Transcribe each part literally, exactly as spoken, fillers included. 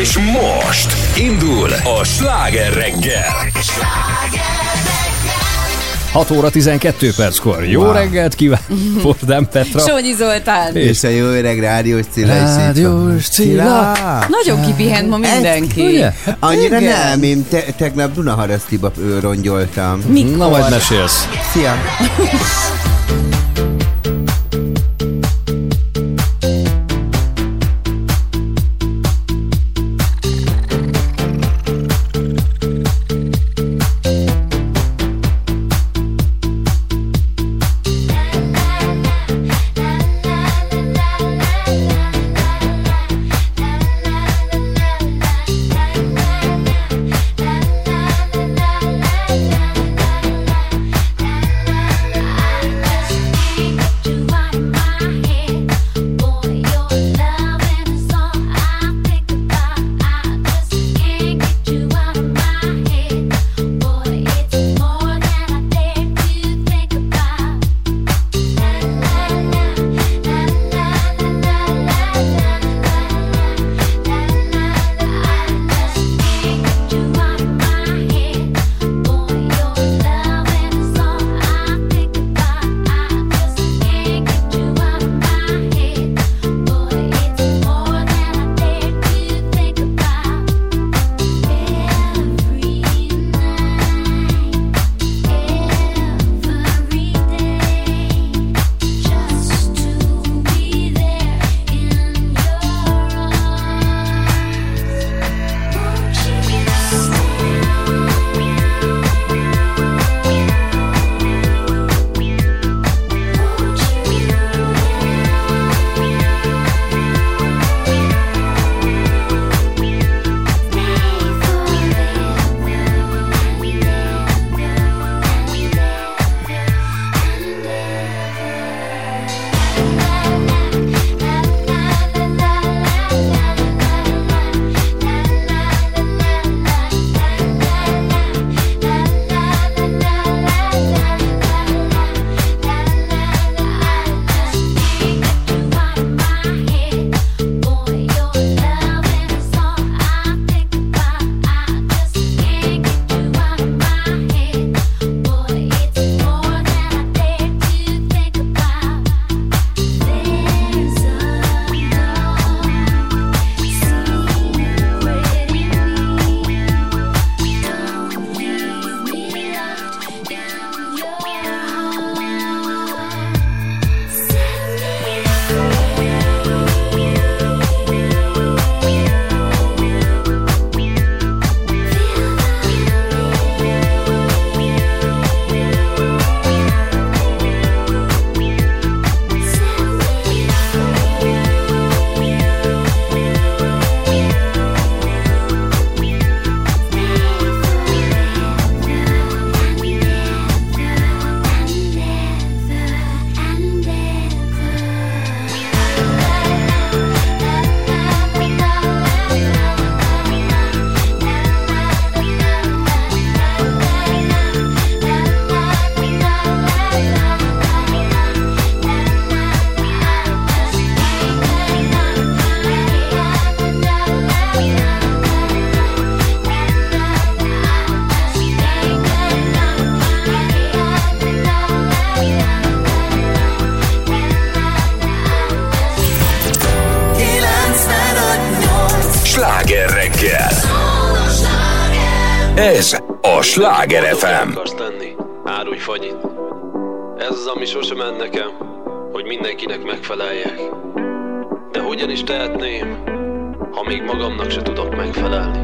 És most indul a Sláger reggel. hat óra tizenkét perckor. Jó wow. reggelt kívánok, Bordán Petra. Sonyi Zoltán. És a jó öreg Rádiós Cilla. Rádiós Cilla. Nagyon kipihent ma mindenki. Ugye? Annyira igen. Nem, én te- tegnap Dunaharasztiba rongyoltam. Mikor? Na majd mesélsz. Szia. Sláger reggel. Ez a Sláger ef em. Akarsz tenni? Árulj fagyit. Ez az, ami sosem ment nekem, hogy mindenkinek megfeleljek. De hogyan is tehetném, ha még magamnak se tudok megfelelni?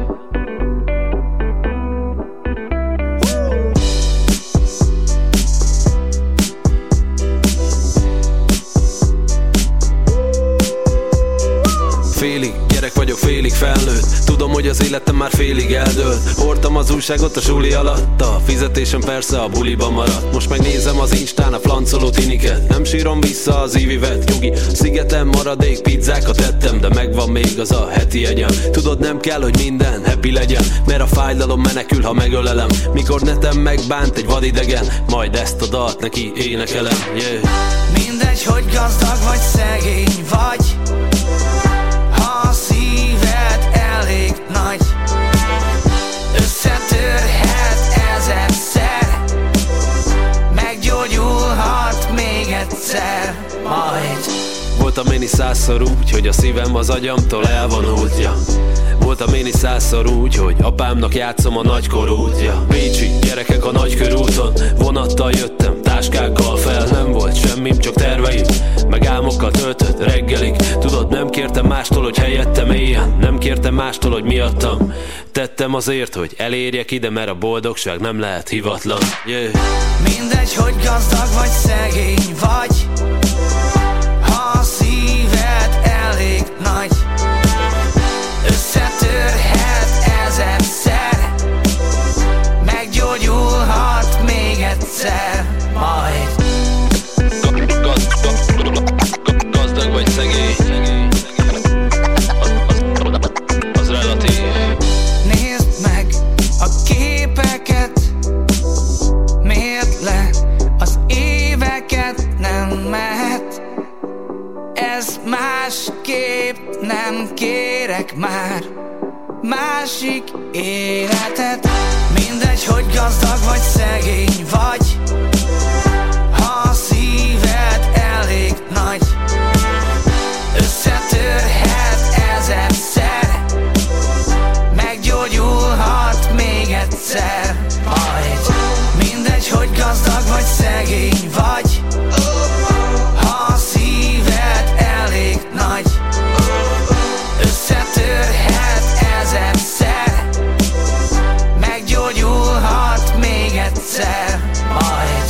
Félig gyerek vagyok, félig felnőtt. Tudom, hogy az életem már félig eldőlt. Hordtam az újságot a suli alatt, a fizetésem persze a buliba maradt. Most megnézem az Instán a flancoló tiniket. Nem sírom vissza az ívivet, nyugi. Szigeten maradék pizzákat ettem, de megvan még az a heti jegyem. Tudod, nem kell, hogy minden happy legyen, mert a fájdalom menekül, ha megölelem. Mikor netem megbánt egy vadidegen, majd ezt a dalt neki énekelem, yeah. Mindegy, hogy gazdag vagy szegény vagy, ha a szíved elég százszor úgy, hogy a szívem az agyamtól elvonultja. Voltam én is százszor úgy, hogy apámnak játszom a nagykorútja. Bécsi gyerekek a nagykörúton, vonattal jöttem, táskákkal fel. Nem volt semmim, csak terveim, meg álmokkal töltött reggelig. Tudod, nem kértem mástól, hogy helyettem éljen, nem kértem mástól, hogy miattam. Tettem azért, hogy elérjek ide, mert a boldogság nem lehet hivatlan. Yeah. Mindegy, hogy gazdag vagy szegény vagy, ha a szíved elég nagy, összetörhet ezerszer, meggyógyulhat még egyszer majd. Gazdag vagy szegény, az relatív. Nézd meg a képeket, mérd le az éveket, nem mehet. Ez másképp nem kérek már, másik életet. Mindegy, hogy gazdag vagy szegény vagy, ha a szíved elég nagy, összetörhet ezerszer, meggyógyulhat még egyszer majd. Mindegy, hogy gazdag vagy szegény vagy, ha a szíved elég nagy, összetörhet ezerszer, meggyógyulhat még egyszer majd.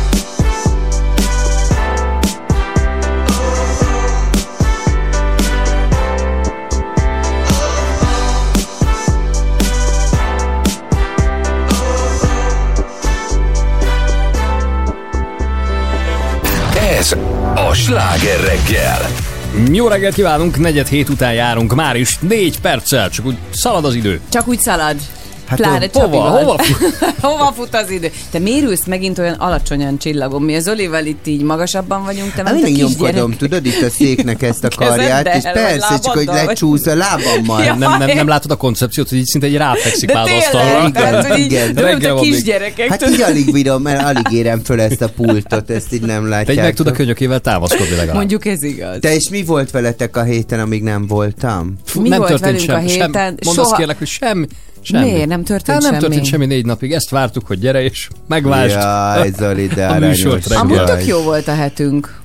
Ez a Sláger reggel. Jó reggelt kívánunk, negyed hét után járunk, már is négy perccel, csak úgy szalad az idő. Csak úgy szalad. Hát Pláne hova, Csabival. hova Hova fut az idő? Te miért ülsz megint olyan alacsonyan csillagom? Mi az Zolival itt így magasabban vagyunk, te Hát ment a mindig kisgyerek. nyomkodom, tudod, itt a széknek ezt a karját, és Kezeddel, vagy persze, csak hogy lábaddal, lecsúsz a lábammal. Ja. Nem, nem, nem látod a koncepciót, hogy így szinte egy ráfekszik De már az tényleg, asztalra. tehát, hogy így Igen. nem Reggel a van még. kisgyerekek. Hát így alig bírom, mert alig érem föl ezt a pultot, ezt így nem Te látják. egy meg tud a könyökével támaszkodni legalább. Mondjuk ez igaz. Te és mi volt veletek a héten, amíg nem voltam? Fú, mi nem volt történt velünk a semmi, héten? Sem, mondd azt Soha- kérlek, hogy semmi. Semmi. Miért? Nem történt hát nem semmi? történt semmi négy napig. Ezt vártuk, hogy gyere és megváltsd. Jaj, Zoli, de A műsort aranyos reggel. Amúgy vagy. tök jó volt a hetünk.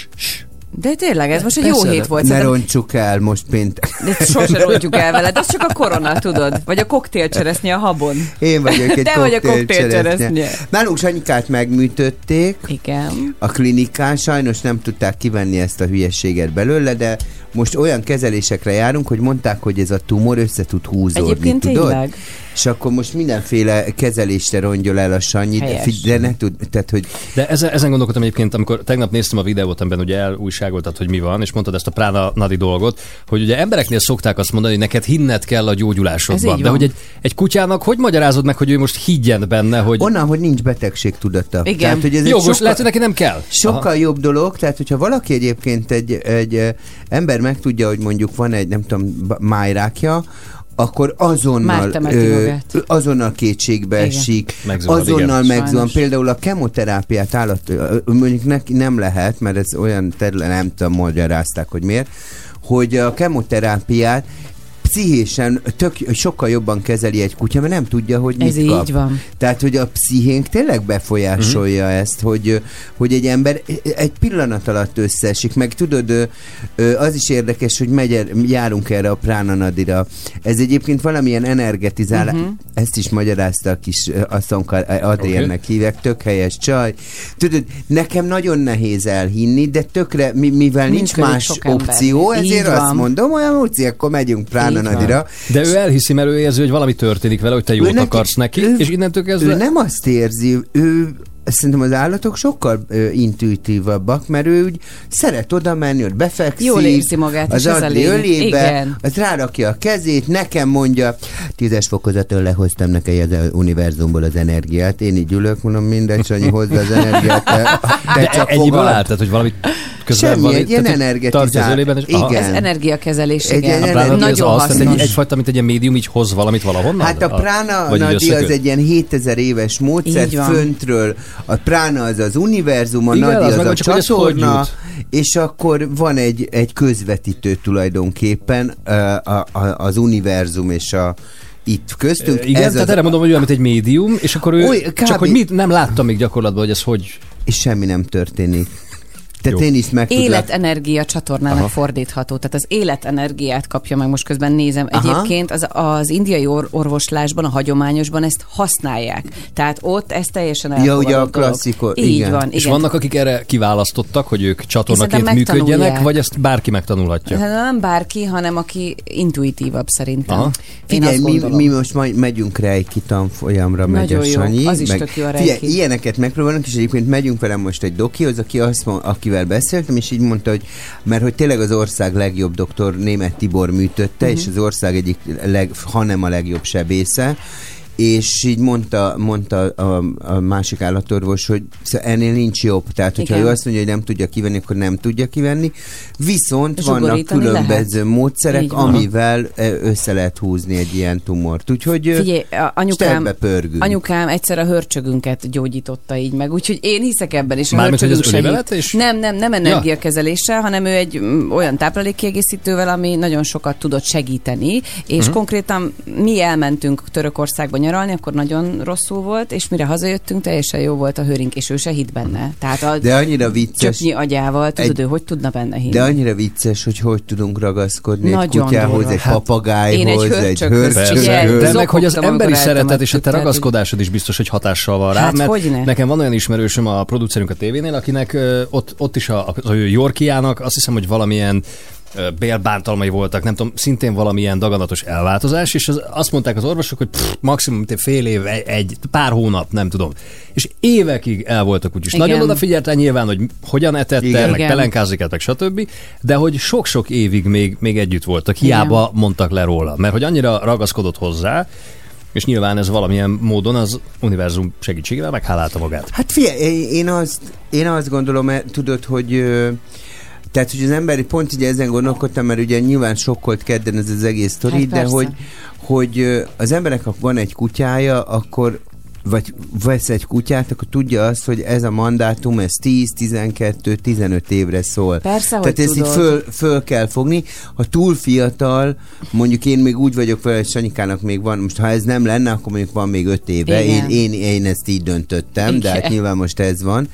De tényleg, ez most egy jó Persze, hét de volt. Ne szerintem. rontsuk el most péntek. De sose rontjuk el veled, az csak a korona, tudod? Vagy a koktélcseresznye a habon. Én vagyok egy Te vagy a koktélcseresznye. koktélcseresznye. Nálunk Sanyikát megműtötték Igen. a klinikán, sajnos nem tudták kivenni ezt a hülyességet belőle, de most olyan kezelésekre járunk, hogy mondták, hogy ez a tumor össze tud húzódni, Egyébként tudod? tényleg. És akkor most mindenféle kezelésre rongyol el a Sanyi, de, Helyes. figy- de ne tud, tehát, hogy De ezen, ezen gondolkodtam egyébként, amikor tegnap néztem a videót, amiben ugye elújságoltad, hogy mi van, és mondtad ezt a Prána Nadi dolgot, hogy ugye embereknél szokták azt mondani, hogy neked hinned kell a Ez gyógyulásodban. így De van. hogy egy, egy kutyának hogy magyarázod meg, hogy ő most higgyen benne, hogy onnan, hogy nincs betegség tudata. Igen. Tehát, hogy ez egy jogos, sokkal- lehet, hogy neki nem kell. Sokkal Aha. jobb dolog, tehát hogyha valaki egyébként egy, egy ö, ember megtudja, hogy mondjuk van egy, nem tudom, b- májrákja, akkor azonnal, Megtemeti ö, magát. azonnal kétségbe Igen. esik, Megzuhad, azonnal igen. megzuhan. Sajnos. Például a kemoterápiát állat, ö, mondjuk neki nem lehet, mert ez olyan terület, nem tudom, magyarázták, hogy miért, hogy a kemoterápiát pszichésen tök, sokkal jobban kezeli egy kutya, mert nem tudja, hogy mit Ez így kap. van. Tehát, hogy a pszichénk tényleg befolyásolja uh-huh. ezt, hogy, hogy egy ember egy pillanat alatt összeesik. Meg tudod, az is érdekes, hogy megy, járunk erre a Prána Nadira. Ez egyébként valamilyen energetizálás. Uh-huh. Ezt is magyarázta a kis asszonka, Adriennek okay. hívják, tök helyes csaj. Tudod, nekem nagyon nehéz elhinni, de tökre, mivel nincs, nincs más opció, ember. Ezért így azt van. Mondom, olyan Uci, akkor megyünk Prána Nadira. De ő elhiszi, mert ő érzi, hogy valami történik vele, hogy te jót neki, akarsz neki, ő, és innentől kezdve... Ő nem azt érzi, ő szerintem az állatok sokkal ö, intuitívabbak, mert ő úgy szeret oda menni, ott befekszik. Jól érzi magát, az és ez a Adli ölébe, igen. az rárakja a kezét, nekem mondja, tízes fokozaton lehoztam neki az univerzumból az energiát, én így ülök, mondom, mindegy, Sanyi, hozd az energiát, te, te De csak ennyiből fogad. áll, tehát, hogy valami közben Semmi, van, egy ilyen tehát, hogy tartja az energetizált- ölében, és igen. Ez energiakezelés, Egy igen. ilyen a prána Nagyon az azt, hasznos. egy, egyfajta, mint egy ilyen médium így hoz valamit valahonnan? Hát a prána vagy így nadi az összeköt? egy ilyen hétezer éves módszer Így van. föntről. A prána az az univerzum, a Igen, nadi az az, meg, a hogy csak hogy ez hogy csatorna, jut? és akkor van egy, egy közvetítő tulajdonképpen a, a, a, az univerzum és a itt köztünk. Igen, ez tehát az, erre mondom, hogy olyan, mint egy médium, és akkor ő, Oly, csak kb. hogy mit nem láttam még gyakorlatban, hogy ez hogy... és semmi nem történik. Tehát Jó. én is meg tudlak. Életenergia csatornának Aha. fordítható. Tehát az életenergiát kapja meg, most közben nézem. Aha. Egyébként az, az indiai or- orvoslásban, a hagyományosban ezt használják. Tehát ott ez teljesen Ja, elfogadott ugye a dolog. klasszikos, Így igen. van, És igen. vannak, akik erre kiválasztottak, hogy ők csatornaként Szerintem működjenek, megtanulják. vagy ezt bárki megtanulhatja? Hát nem bárki, hanem aki intuitívabb szerintem. Aha. Én Figyelj, azt mi, gondolom. mi most majd megyünk reiki tanfolyamra, megy Nagyon a jó, Sanyi. az is tök jó a Figyelj, reiki. ilyeneket megpróbálunk, és egyébként megyünk velem most egy dokihoz, aki azt mond, akivel beszéltem, és így mondta, hogy mert hogy tényleg az ország legjobb doktor Németh Tibor műtötte, uh-huh. és az ország egyik, leg, hanem a legjobb sebésze, és így mondta, mondta a, a másik állatorvos, hogy ennél nincs jobb. Tehát, hogyha Igen. ő azt mondja, hogy nem tudja kivenni, akkor nem tudja kivenni. Viszont vannak Zsugorítani különböző lehet. módszerek, Így van. amivel e, össze lehet húzni egy ilyen tumort. Úgyhogy ö, Figyelj, a- anyukám, sterbe pörgünk. anyukám egyszer a hörcsögünket gyógyította így meg, úgyhogy én hiszek ebben is. A Mármint, hogy az hörcsögünk ölévelet segít. és- Nem, nem, nem energiakezeléssel, hanem ő egy mm, olyan táplálékkiegészítővel, ami nagyon sokat tudott segíteni, és uh-huh. konkrétan mi elmentünk Törökországba nyaralni, akkor nagyon rosszul volt, és mire hazajöttünk, teljesen jó volt a hőrink, és ő se hitt benne. Tehát a De annyira vicces, csöpnyi agyával, tudod, Egy- ő hogy tudna benne hinni? de annyira vicces, hogy hogy tudunk ragaszkodni egy Nagyon kutyához, durva. egy Hát, papagájhoz, én egy egy hörcsökhöz hörcsökhöz. figyelj, De zokogtam, meg, hogy az amikor emberi szeretet és a eltemettük, te tehát, hogy- ragaszkodásod is biztos, hogy hatással van rá, Hát mert hogyne? nekem van olyan ismerősöm a producerünk a tévénél, akinek ö, ott, ott is a, az ő Yorkiának azt hiszem, hogy valamilyen ö, bélbántalmai voltak, nem tudom, szintén valamilyen daganatos elváltozás, és az, azt mondták az orvosok, hogy pff, maximum mint egy fél év, egy, egy pár hónap, nem tudom. És évekig el voltak úgyis. Igen. Nagyon odafigyelt rá nyilván, hogy hogyan etette, Igen. meg Igen. pelenkázik el, meg stb. De hogy sok-sok évig még, még együtt voltak, hiába mondtak le róla, mert hogy annyira ragaszkodott hozzá, és nyilván ez valamilyen módon az univerzum segítségével meghálálta magát. Hát figyelj, én azt, én azt gondolom, mert tudod, hogy ö, tehát, hogy az emberi pont ugye ezen gondolkodtam, mert ugye nyilván sokkolt kedden ez az egész sztori, Hát de persze. hogy, hogy ö, az emberek, ha van egy kutyája, akkor vagy vesz egy kutyát, akkor tudja azt, hogy ez a mandátum, ez tíz, tizenkettő, tizenöt évre szól. Persze, hogy Tehát ezt így tudod. föl, föl kell fogni. Ha túl fiatal, mondjuk én még úgy vagyok vele, hogy Sanyikának még van, most ha ez nem lenne, akkor mondjuk van még öt éve. Én, Igen. én, én ezt így döntöttem, Igen. de hát nyilván most ez van.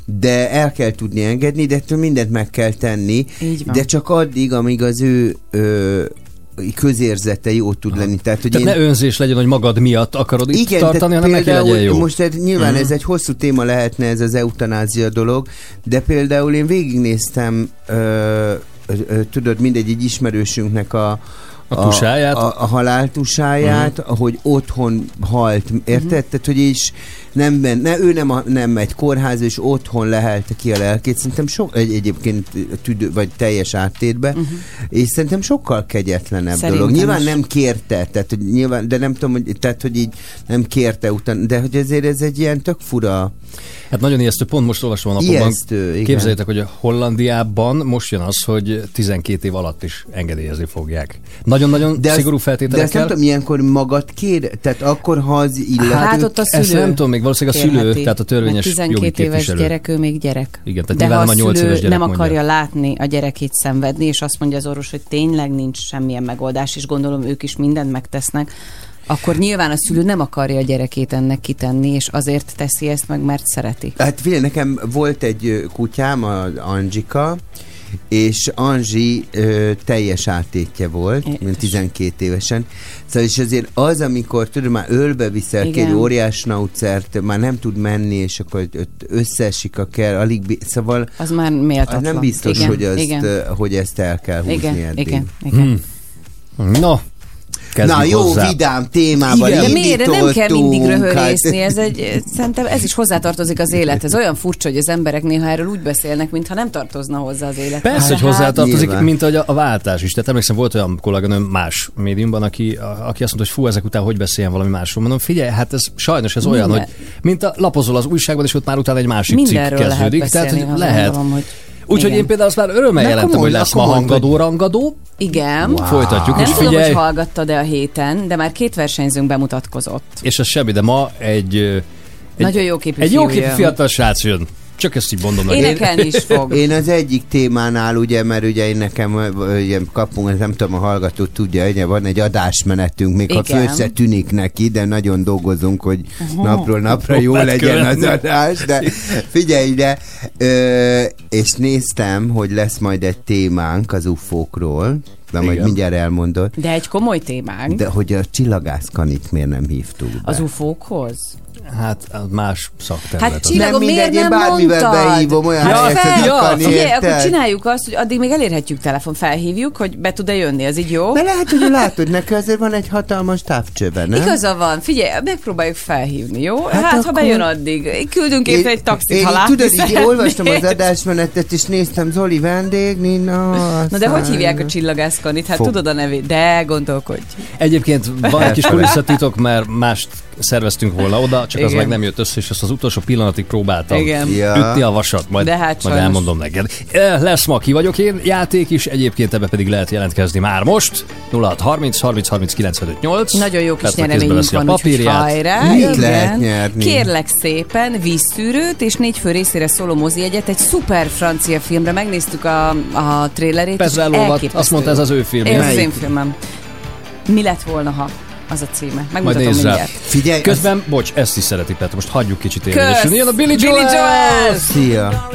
De el kell tudni engedni, de ettől mindent meg kell tenni. Így van. De csak addig, amíg az ő ö, közérzete jó tud lenni. Tehát, hogy Tehát én... ne önzés legyen, hogy magad miatt akarod itt Igen, tartani, tehát hanem neki legyen például jó. most ez, nyilván Mhm. ez egy hosszú téma lehetne, ez az eutanázia dolog, de például én végignéztem, ö, ö, ö, tudod, mindegy egy ismerősünknek a A tusáját? A, a haláltusáját, uh-huh. ahogy otthon halt, érted? Uh-huh. Tehát, hogy is nem, ben, ne, ő nem, a, nem megy kórházba, és otthon lehelte ki a lelkét. Szerintem sok, egy, egyébként tüdő, vagy teljes áttétbe, uh-huh. és szerintem sokkal kegyetlenebb Szerintem dolog. Nyilván is. nem kérte, tehát, hogy nyilván, de nem tudom, hogy, tehát, hogy így nem kérte utána, de hogy ezért ez egy ilyen tök fura. Hát nagyon ijesztő, pont most olvasom a napokban. Ijesztő, igen. Képzeljétek, hogy a Hollandiában most jön az, hogy tizenkét év alatt is engedélyezni fogják. Nagyon-nagyon De szigorú azt, de feltételekkel. ezt nem tudom, ilyenkor magad kér, tehát akkor, ha az illető... Hát ott a Ezt szülő nem tudom, még valószínűleg a szülő, kérheti. tehát a törvényes Mert jogi tizenkét éves képviselő. gyerek, ő még gyerek. Igen, tehát de nyilván ha nem a nyolc szülő éves gyerek nem mondja. akarja látni a gyerekét szenvedni, és azt mondja az orvos, hogy tényleg nincs semmilyen megoldás, és gondolom ők is mindent megtesznek, akkor nyilván a szülő nem akarja a gyerekét ennek kitenni, és azért teszi ezt meg, mert szereti. Hát figyelj, nekem volt egy ö, kutyám, az Anzsika, és Anzsi ö, teljes átétje volt, Édes. mint tizenkét évesen. Szóval és azért az, amikor tudod, már ölbe viszel ki Igen. egy óriás naucert, már nem tud menni, és akkor ott összeesik a kell, alig, bí- szóval Az már méltatlan. az nem biztos, igen, hogy, azt, igen, ö, hogy ezt el kell húzni igen, eddig. igen, igen. Hmm. No, kezdjük Na jó, hozzá. vidám témával Igen. De miért? Nem kell mindig indítottunk, röhörészni, hát- ez egy, szerintem ez is hozzátartozik az élethez. Olyan furcsa, hogy az emberek néha erről úgy beszélnek, mintha nem tartozna hozzá az élethez. Persze, hogy Tehát- hozzátartozik, nyilván. mint ahogy a, a váltás is. Tehát emlékszem, volt olyan kolléganőm más médiumban, aki, a, aki azt mondta, hogy fú, ezek után hogy beszéljen valami másról. Mondom, figyelj, hát ez sajnos ez olyan, Minden. hogy mint a lapozol az újságban, és ott már utána egy másik cikk Mindenről lehet kezdődik. beszélni, Tehát, hogy azt lehet. gondolom, hogy Úgyhogy Igen. én például azt már örömmel Na, jelentem, akkor hogy mondd, lesz ma akkor mondd, hangadó-rangadó. Igen. Wow. Folytatjuk, Nem és tudom, figyelj, hogy hallgattad-e a héten, de már két versenyzőnk bemutatkozott. és az semmi, de ma egy... Egy, Nagyon jóképű Egy fiú jóképű jön. fiatal srác jön. Csak ezt így mondom neki. Énekelni is fog. Én az egyik témánál, ugye, mert ugye én nekem ugye, kapunk, nem tudom, a hallgató tudja, ugye van egy adásmenetünk, még ha Igen. föl se tűnik neki, de nagyon dolgozunk, hogy uh-huh. napról napra jó Jobbát legyen az követni. adás, de figyelj ide, ö, és néztem, hogy lesz majd egy témánk az ufókról, de majd Igen. mindjárt elmondod, De egy komoly témánk. de hogy a csillagászkanit miért nem hívtuk be? Az ufókhoz? Hát az más szakterület. Hát az. Csillagom, Nem miért mindegy, nem én bármivel mondtad? behívom, olyan Ja, helyeket fel, akarni, figyelj, érted? akkor csináljuk azt, hogy addig még elérhetjük telefon, felhívjuk, hogy be tud-e jönni, az így jó? De lehet, hogy látod, neki azért van egy hatalmas távcsöve, nem? Igaza van, figyelj, megpróbáljuk felhívni, jó? Hát, Hát hát ha akkor- bejön addig. Küldünk éppen egy taxit, én ha így, látni tudod, így szeretnéd. olvastam az adásmenetet, és néztem Zoli vendég, na, Na de hogy hívják a csillagászkanit? Hát Fog. tudod a nevét, de gondolkodj. Egyébként van egy kis kulisszatitok, mert mást szerveztünk volna oda, csak az Igen. meg nem jött össze, és azt az utolsó pillanatig próbáltam Igen. Ja. ütni a vasat, majd, De hát majd sajnos. elmondom neked. Eh, Lesz ma Ki vagyok én, játék is, egyébként ebbe pedig lehet jelentkezni már most. nulla hat harminc harminc harminc kilencvenöt nyolc. Nagyon jó kis Persze, kézbe nyereményünk veszi a van, úgyhogy papírját. hajrá. Mit igen. lehet nyerni? Kérlek szépen vízszűrőt és négy fő részére szóló mozijegyet egy szuper francia filmre. Megnéztük a, a trailerét. Petra és Elovat, elképesztő. azt mondta, ez az ő filmje. Ez az Melyik? én filmem. Mi lett volna, ha? Az a címe. Majd Megmutatom nézz rá. mindjárt. Figyelj, Közben, bocs, ezt is szeretik, Petra, most hagyjuk kicsit Kösz! érvényesülni. Jön a Billy Billy Joel! Joel! azt, szia!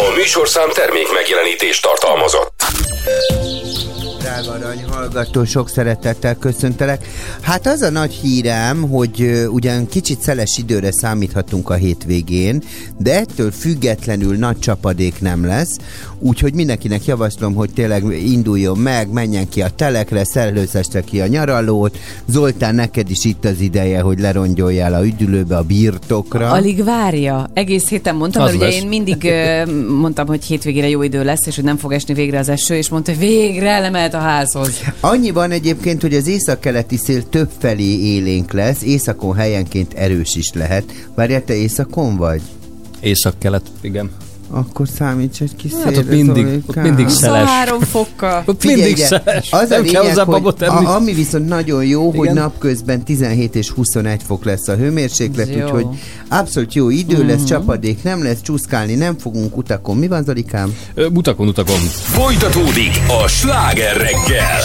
A műsorszám termék megjelenítést tartalmazott. Drága arany hallgató, sok szeretettel köszöntelek. Hát az a nagy hírem, hogy uh, ugyan kicsit szeles időre számíthatunk a hétvégén, de ettől függetlenül nagy csapadék nem lesz, úgyhogy mindenkinek javaslom, hogy tényleg induljon meg, menjen ki a telekre, szellőztesse ki a nyaralót. Zoltán, neked is itt az ideje, hogy lerongyoljál a üdülőbe, a birtokra. Alig várja. Egész héten mondtam, Az mert ugye lesz. én mindig uh, mondtam, hogy hétvégére jó idő lesz, és hogy nem fog esni végre az eső, és mondta, hogy végre lemehet a házhoz. Annyi van egyébként, hogy az északkeleti szél többfelé élénk lesz, északon helyenként erős is lehet. Várjál, te északon vagy? Észak-kelet, igen. Akkor számíts egy kis Hát szélre, ott mindig, ott Zolikám. mindig szeles. huszonhárom fokkal. Ott Figyelj mindig ide, szeles. az a Nem kell lényeg, hozzá hogy babot tenni. a, ami viszont nagyon jó, Igen. hogy napközben tizenhét és huszonegy fok lesz a hőmérséklet, Ez jó. úgyhogy abszolút jó idő lesz, csapadék nem lesz, csúszkálni nem fogunk utakon. Mi van, Zolikám? Ö, Utakon, utakon. Folytatódik a Sláger reggel.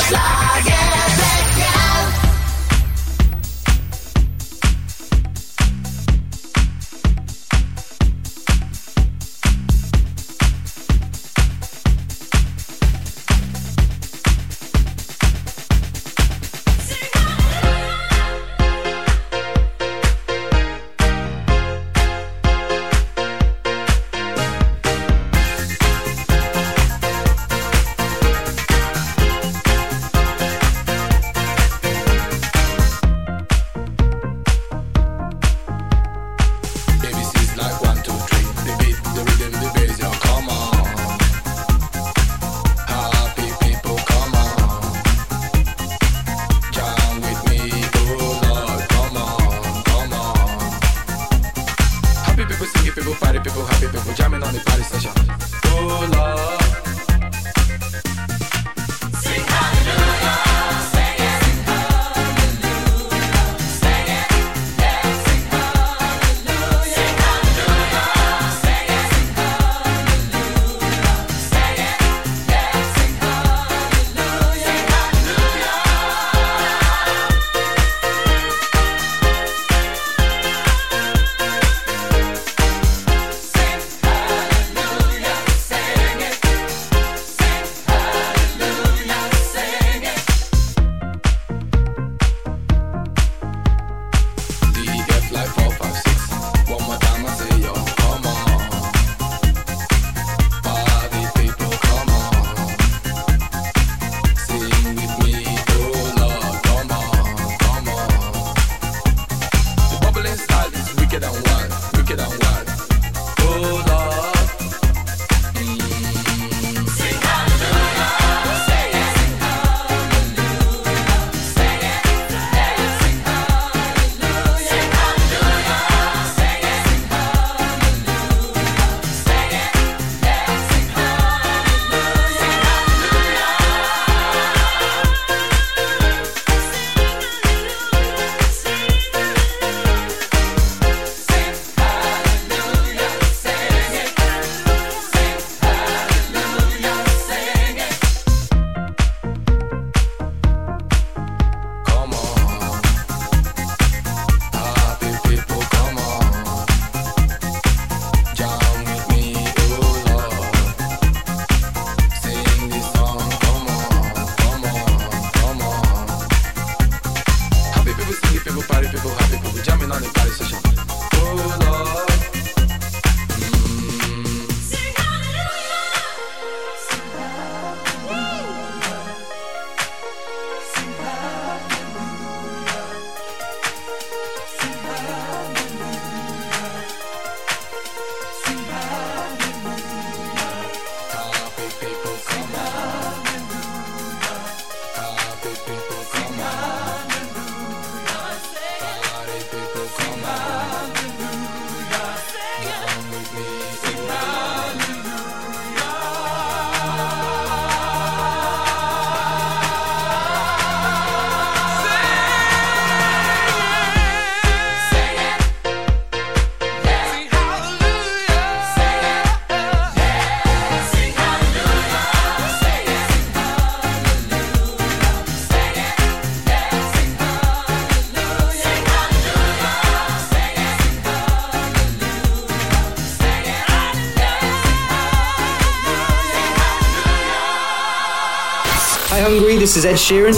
this is Ed Sheeran.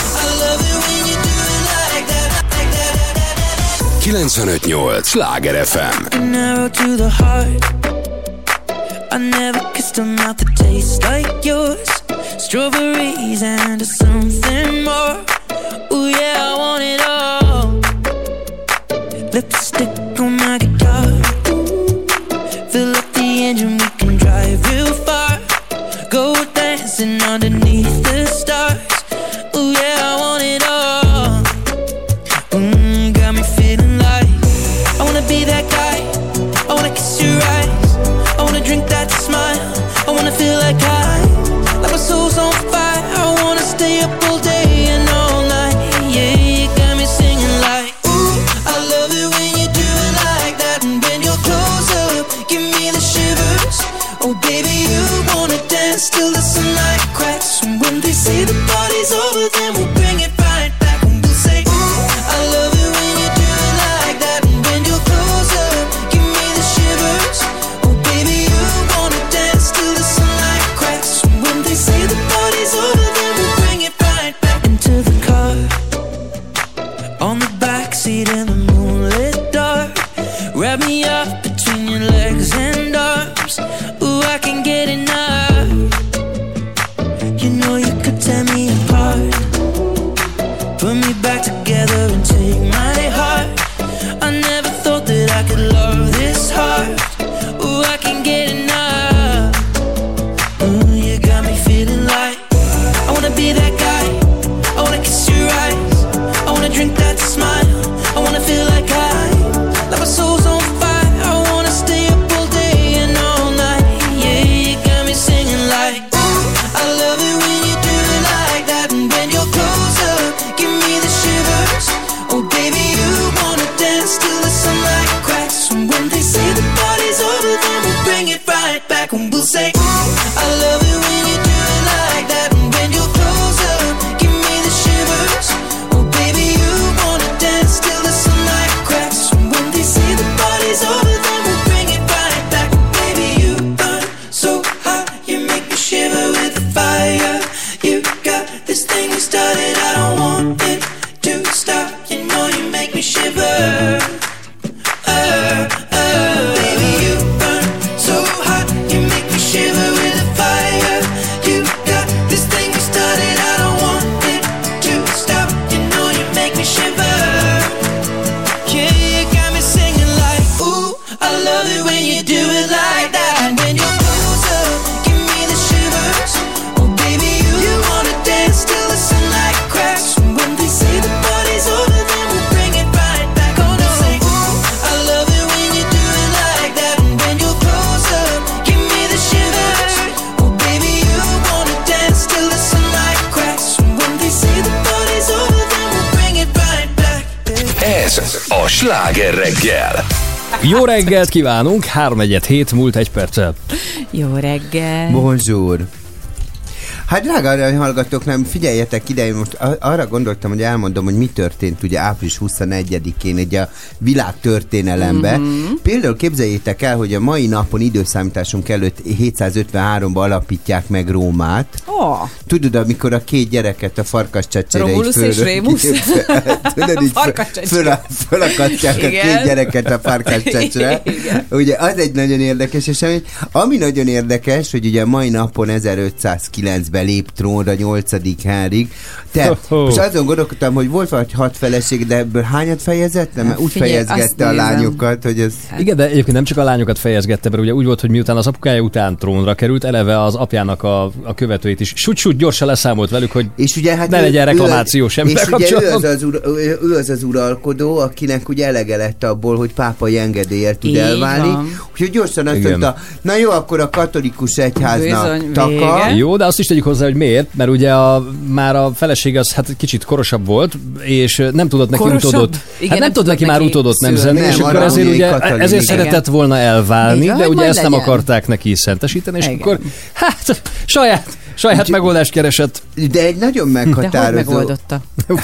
kilencvenöt nyolc Sláger ef em. An arrow to the heart. I never kissed a mouth that tastes like yours. Strawberries and something more. Ooh yeah, I want it all. Lipstick on my guitar. Fill up the engine, we can drive real far. Go dancing underneath the stars. Ooh yeah, I want it all. Mm, got me feeling like I wanna be that guy. I wanna kiss your eyes. I wanna drink that smile. I wanna feel like I, like my soul's on fire. I wanna stay up all day and all night. Yeah, you got me singing like, ooh, I love it when you do it like that. And when you're close up, give me the shivers. Oh baby, you wanna dance till the sunlight cracks. And when they say the party's over, then we'll bring it right back. And we'll say, ooh, I love it when you do it like that. And when you're close up, give me the shivers. Oh baby, you wanna dance till the sunlight cracks. And when they say the party's over, then we'll bring it right back. Into the car, on the backseat in the moonlit dark. Wrap me up between your legs and arms. Ooh, I can get enough. You know you could tear me apart. Put me back together and take my heart. I never thought that I could love this hard. Ooh, I can get enough. Ooh, you got me feeling like I wanna be that guy. I wanna kiss your eyes. I wanna drink that smile. I wanna feel like I, like my soul's on fire. I wanna stay up all day and all night. Yeah, you got me singing like, ooh, I love it when you do it like that. And when you're close up, give me the shivers. Oh baby, you wanna dance till the sunlight cracks. And when they say the party's over, then we'll bring it right back. And we'll say, ooh, I love it when you do it like that. And when you're close up, give me the shivers. Oh baby, you wanna dance till the sunlight cracks. And when they say the party's over, then we'll bring it right back. Baby, you burn so hot, you make me shiver with the fire. You got this thing you started, I don't want it to stop. You know you make me shiver. Uh, uh, baby, you burn so hot, you make me shiver with the fire. You got this thing you started, I don't want it to stop. You know you make me shiver. Yeah, you got me singing like, ooh, I love it when you do it like that. And when you're close up, give me the shivers. Oh baby, you, you wanna dance till the sunlight cracks. And when they say the party's over, then we'll bring it right back. Oh no, say, ooh, I love it when you do it like that. And when you're close up, give me the shivers. Oh baby, you wanna dance till the sunlight cracks. And when they say the party's over, then we'll bring it right back. Ez a Sláger reggel. Jó reggelt kívánunk, három egyet hét múlt egy perccel. Jó reggel. Bonjour. Hát drága aranyhallgatók, nem figyeljetek ide, én most arra gondoltam, hogy elmondom, hogy mi történt ugye április huszonegyedikén egy a világ történelemben. Mm-hmm. Például képzeljétek el, hogy a mai napon időszámításunk előtt hétszázötvenháromban alapítják meg Rómát. Oh. Tudod, amikor a két gyereket a farkascsecsére Romulus és Rémus? Tudod, így föl, fölakadják a két gyereket a farkascsecsre. Ugye az egy nagyon érdekes esemény. Ami nagyon érdekes, hogy ugye a mai napon ezerötszázkilencben lép trónra nyolcadik Henrik. Te, oh, oh. most azon gondolkodtam, hogy volt vagy hat feleség, de ebből hányat fejezett? Nem, úgy Figyelj, fejezgette a lányokat, hogy ez... Igen, de egyébként nem csak a lányokat fejezgette, mert ugye úgy volt, hogy miután az apukája után trónra került, eleve az apjának a, a követőit is sut-sut gyorsan leszámolt velük, hogy és ugye, hát ne ő, legyen reklamáció semmivel kapcsolatban. Ő az, az ura, ő, ő az az uralkodó, akinek ugye elege lett abból, hogy pápai engedéllyel tud elválni. Úgyhogy gyorsan azt mondta, na jó, akkor a katolikus egyháznak taka. Jó, de azt is tegyük hozzá, hogy miért, mert ugye a, már a feleség az hát kicsit korosabb volt, és nem tudott neki korosabb? utódot. Igen, hát nem, nem tudott neki már utódot nemzeni, és akkor ezért ugye Katalin, ezért igen. szeretett volna elválni, igen, de ugye ezt legyen. Nem akarták neki szentesíteni, és igen. akkor hát saját Saját Úgy, megoldást keresett. De egy nagyon meghatározó... De hogy megoldotta?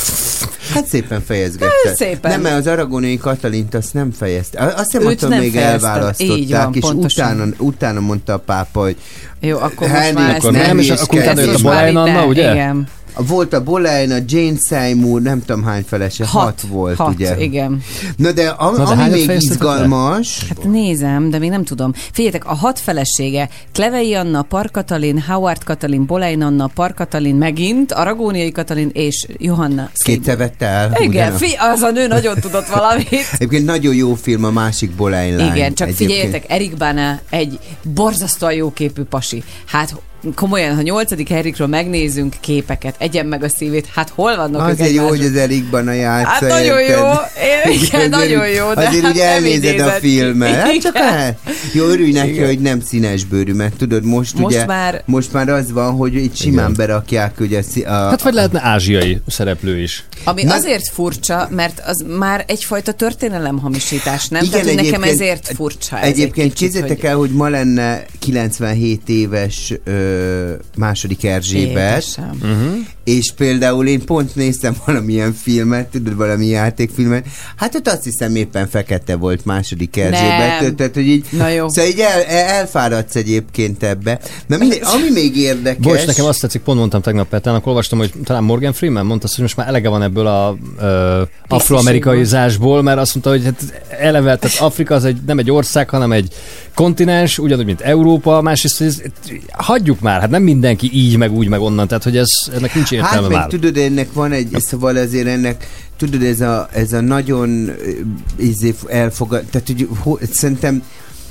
Hát szépen fejezgette. Szépen. Nem, mert az aragóniai Katalint azt nem fejezte. Azt hiszem, attól még elválasztották, van, és utána, utána mondta a pápa, hogy jó, akkor most már akkor nem, és akkor utána jött a Bolány Anna, ugye? Igen. volt a Boleyn, a Jane Seymour, nem tudom hány felese, hat, hat volt, hat, ugye? igen. Na de, a, Na, de ami még fejeztetek izgalmas... Hát nézem, de még nem tudom. Figyeljetek, a hat felesége, Klevei Anna, Par Katalin, Howard Katalin, Boleyn Anna, Par Katalin megint, Aragóniai Katalin és Johanna. Kétszer vette el. Igen, fi, az a nő nagyon tudott valamit. Egyébként nagyon jó film a másik Boleyn lány. Igen, csak egyébként. figyeljetek, Eric Bana egy borzasztóan jóképű pasi. Hát komolyan, ha nyolcadik Henrikről megnézünk képeket, egyen meg a szívét, hát hol vannak ők Azért jó, egymásról? hogy az Eric Bana játsza. Hát nagyon érted? jó, én, igen, nagyon jó, de azért hát ugye nem elnézed idézett a ki. filmet. Hát csak Igen. el. Jó, örülj neki, Igen. hogy nem színesbőrű, mert tudod, most, Most ugye, már- most már az van, hogy itt simán Igen. berakják, ugye a, a, Hát vagy lehetne ázsiai szereplő is. Ami Na- azért furcsa, mert az már egyfajta történelemhamisítás, nem? Igen, Tehát, hogy nekem egyébként- ezért furcsa ez Egyébként egy kicsit, képzeljétek el, hogy ma lenne kilencvenhét éves ö, második Erzsébet, Édesem. Uh-huh. és például én pont néztem valamilyen filmet, tudod, valami játékfilmet, hát ott azt hiszem éppen fekete volt második Erzsébet, Nem. tehát hogy így, Na jó. szóval így el, el, elfáradsz egyébként ebbe. Na mindegy, ami még érdekes... Bocs, nekem azt tetszik, pont mondtam tegnap Petán, akkor olvastam, hogy talán Morgan Freeman mondta azt, hogy most már elege van ebből a ö, afroamerikaizásból, mert azt mondta, hogy hát eleve, tehát Afrika az egy, nem egy ország, hanem egy kontinens, ugyanúgy, mint Európa, másrészt, hogy ez, hagyjuk már, hát nem mindenki így, meg úgy, meg onnan, tehát hogy ez, ennek nincs értelme Hát meg már. tudod, ennek van egy, szóval azért ennek, tudod, ez a, ez a nagyon izé, elfogad, tehát hogy ho, szerintem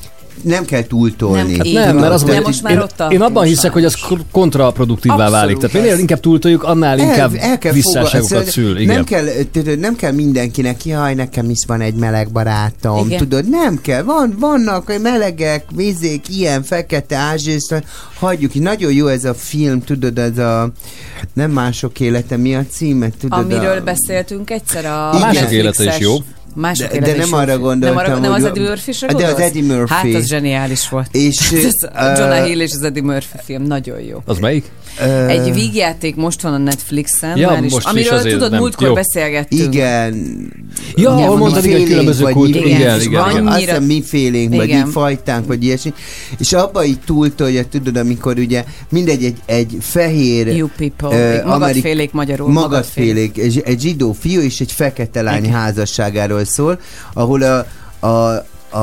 nem kell túltolni. Nem, Hát így nem, van. mert az, De hogy most már én, ott tartunk én abban hiszek, hogy ez sajnos. kontraproduktívvá Abszolút, válik. Tehát ez- minél inkább túltoljuk, annál inkább el, el kell visszáságokat fogadni. szül. Nem Igen. kell, tudod, nem kell mindenkinek, jaj, nekem is van egy meleg barátom. Igen. Tudod, nem kell. Van, vannak melegek, vizék, ilyen, fekete, ázsiai, hagyjuk. Nagyon jó ez a film, tudod, ez a nem mások élete, mi a címe? Tudod, Amiről a, beszéltünk egyszer a Igen. Mások élete is Netflixes- jó. Mások De- élete de is nem jó. arra gondoltam, Nem, arra, nem hogy- az Eddie Murphy-sra De az gondolsz? Eddie Murphy. Hát az zseniális volt. És, Ez a Jonah ö, Hill és az Eddie Murphy film, nagyon jó. Az melyik? ö, Egy vígjáték most van a Netflixen, Ja, már is, most is amiről azért tudod, nem. múltkor Jó. beszélgettünk. Igen. Ja, Igen, ahol mi mondtad, igen, félénk különböző vagy kultúrák. mi- Igen, és igen, van- igen. Azt Annyira- hiszem mi félénk, vagy Igen. így fajtánk, vagy ilyesmi. És abba így túltolja, tudod, amikor ugye mindegy, egy, egy fehér You people. ö, Magadfélék magyarul. magadfélék, egy, egy zsidó fiú és egy fekete lány Igen. házasságáról szól, ahol a, a,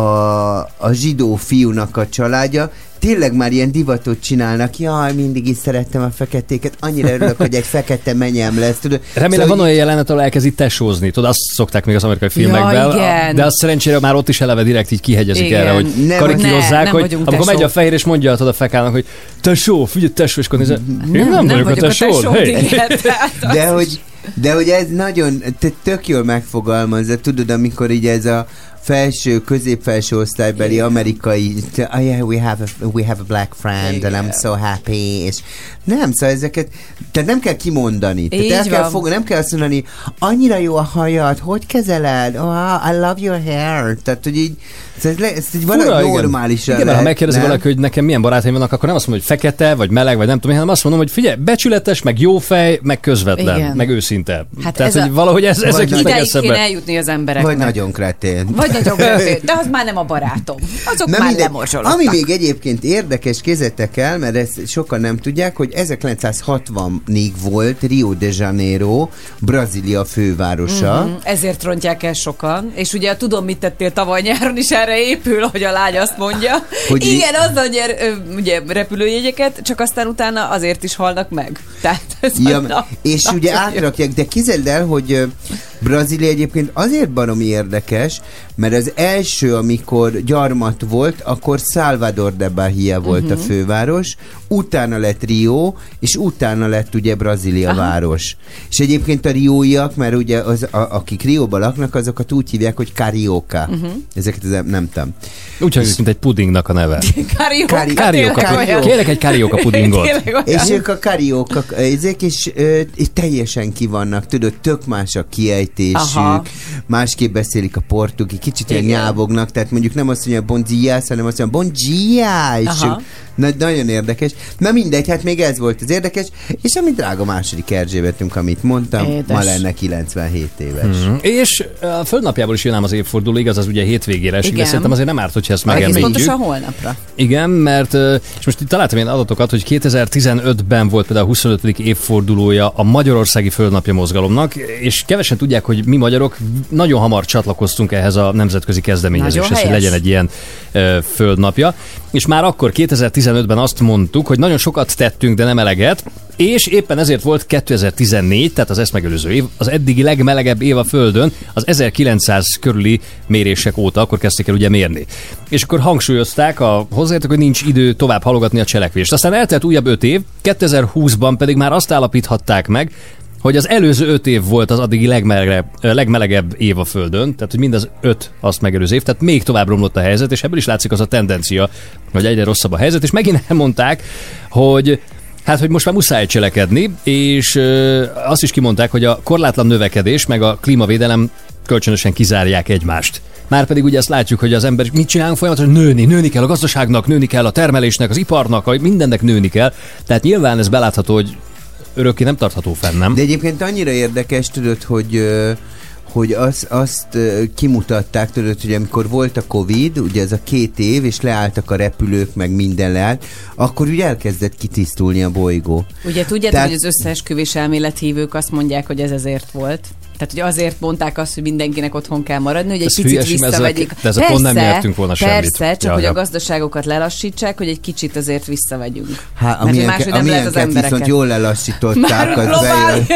a, a zsidó fiúnak a családja tényleg már ilyen divatot csinálnak, jaj, mindig is szerettem a feketéket, annyira örülök, hogy egy fekete menyem lesz, tudod. Remélem Szóval, van hogy- olyan jelenet, ahol elkezdi tesózni. Tudod, azt szokták még az amerikai filmekben. Ja, igen. De azt szerencsére már ott is eleve direkt így kihegyezik Igen. erre, hogy Nem, karikírozzák, ne, nem hogy vagyunk amikor tesó. megy a fehér, és mondja tudod a fekának, hogy tesó, figyelj, tesó, és akkor nézel, én nem, vagyok a tesó. Hey. igen, tehát az De is- hogy, de hogy ez nagyon, te tök jól megfogalmazza, tudod, amikor így ez a felső, középfelső osztálybeli amerikai, oh yeah, we have a, we have a black friend, Igen. and I'm so happy, és nem, szóval ezeket, tehát nem kell kimondani, tehát Így el kell van. fog, nem kell azt mondani, annyira jó a hajad, hogy kezeled, oh, I love your hair, tehát hogy így, szóval ez, le, ez így Fura, valahogy igen. normálisan Igen, mert ha lehet, megkérdezi nem? valaki, hogy nekem milyen barátaim vannak, akkor nem azt mondom, hogy fekete, vagy meleg, vagy nem tudom, hanem azt mondom, hogy figyelj, becsületes, meg jó fej, meg közvetlen, Igen. meg őszinte. Hát Tehát, ez hogy a- valahogy ez, ezek Vagy jutnak Ideig kéne eszembe. eljutni az embereknek. Vagy nagyon kretén. Vagy nagyon kevés. De az már nem a barátom. Azok Na már mindegy. lemorzsolódtak. Ami még egyébként érdekes, kézzetek el, mert ezt sokan nem tudják, hogy ezerkilencszázhatvanig volt Rio de Janeiro, Brazília fővárosa. Mm, ezért rontják el sokan. És ugye tudom, mit tettél tavaly nyáron is erre épül, hogy a lány azt mondja. Hogy Hogy igen, azzal nyer ö, ugye, repülőjegyeket, csak aztán utána azért is halnak meg. Tehát ez Ja, na, és na, ugye nagyon jó. átrakják, de képzeld el, hogy ö, Brazília egyébként azért baromi érdekes, mert az első, amikor gyarmat volt, akkor Salvador de Bahia volt uh-huh. a főváros, utána lett Rio, és utána lett ugye Brazília Aha. város. És egyébként a rióiak, mert ugye az, a, akik Rióban laknak, azokat úgy hívják, hogy Carioca. Uh-huh. Ezeket az, nem tudom. Úgy hangzik, mint egy pudingnak a neve. Karióka. Kari- Kárióka, tényleg olyan. kérek egy kárióka pudingot. Tényleg olyan. És ők a karióka, ezek is ö, és teljesen kivannak, tudod, tök más a kiejtésük, Aha. másképp beszélik a portugi, kicsit ilyen Igen. nyávognak, tehát mondjuk nem azt mondja bon dias, hanem azt mondja bon dia, és Aha. ők Na, nagyon érdekes. Na mindegy, hát még ez volt az érdekes, és ami drága második Erzsébetünk, amit mondtam, Édes. ma lenne kilencvenhét éves. Mm. És a földnapjából is jön ám az évforduló, igaz, az ugye hétvégére esik, de Igen. szerintem azért nem árt, hogyha ezt Egész megemlítjük. pontosan holnapra. Igen, mert, ö, és most itt találtam ilyen adatokat, hogy kétezer-tizenötben volt például a huszonötödik évfordulója a Magyarországi Földnapja mozgalomnak, és kevesen tudják, hogy mi magyarok nagyon hamar csatlakoztunk ehhez a nemzetközi kezdeményezéshez, hogy legyen egy ilyen ö, földnapja. És már akkor kétezer-tizenötben azt mondtuk, hogy nagyon sokat tettünk, de nem eleget, és éppen ezért volt kétezer-tizennégy, tehát az ezt megelőző év, az eddigi legmelegebb év a Földön, az ezerkilencszáz körüli mérések óta, akkor kezdték el ugye mérni. És akkor hangsúlyozták a hozzáértők, hogy nincs idő tovább halogatni a cselekvést. Aztán eltelt újabb öt év, kétezer-húszban pedig már azt állapíthatták meg, hogy az előző öt év volt az addigi legmelegebb, legmelegebb év a Földön, tehát hogy mind az öt azt megelőző év, tehát még tovább romlott a helyzet, és ebből is látszik az a tendencia, hogy egyre rosszabb a helyzet, és megint elmondták, hogy hát, hogy most már muszáj cselekedni, és ö, azt is kimondták, hogy a korlátlan növekedés meg a klímavédelem kölcsönösen kizárják egymást. Márpedig ugye azt látjuk, hogy az ember mit csinálunk folyamatosan, nőni, nőni kell a gazdaságnak, nőni kell a termelésnek, az iparnak, mindennek nőni kell. Tehát nyilván ez belátható, hogy örökké nem tartható fenn, nem? De egyébként annyira érdekes, tudod, hogy... Ö, hogy az, azt uh, kimutatták, tudod, hogy amikor volt a Covid, ugye ez a két év, és leálltak a repülők, meg minden leállt, akkor ugye elkezdett kitisztulni a bolygó. Ugye tudjátok, Tehát... hogy az összeesküvés elmélethívők azt mondják, hogy ez ezért volt? Tehát, hogy azért mondták azt, hogy mindenkinek otthon kell maradni, hogy egy ez picit visszavegyük. De ezzel pont nem nyertünk volna persze, semmit. Persze, csak ja, hogy ja. a gazdaságokat lelassítsák, hogy egy kicsit azért visszavegyünk. Hát, amilyenket amilyen viszont jól lelassították, az globális,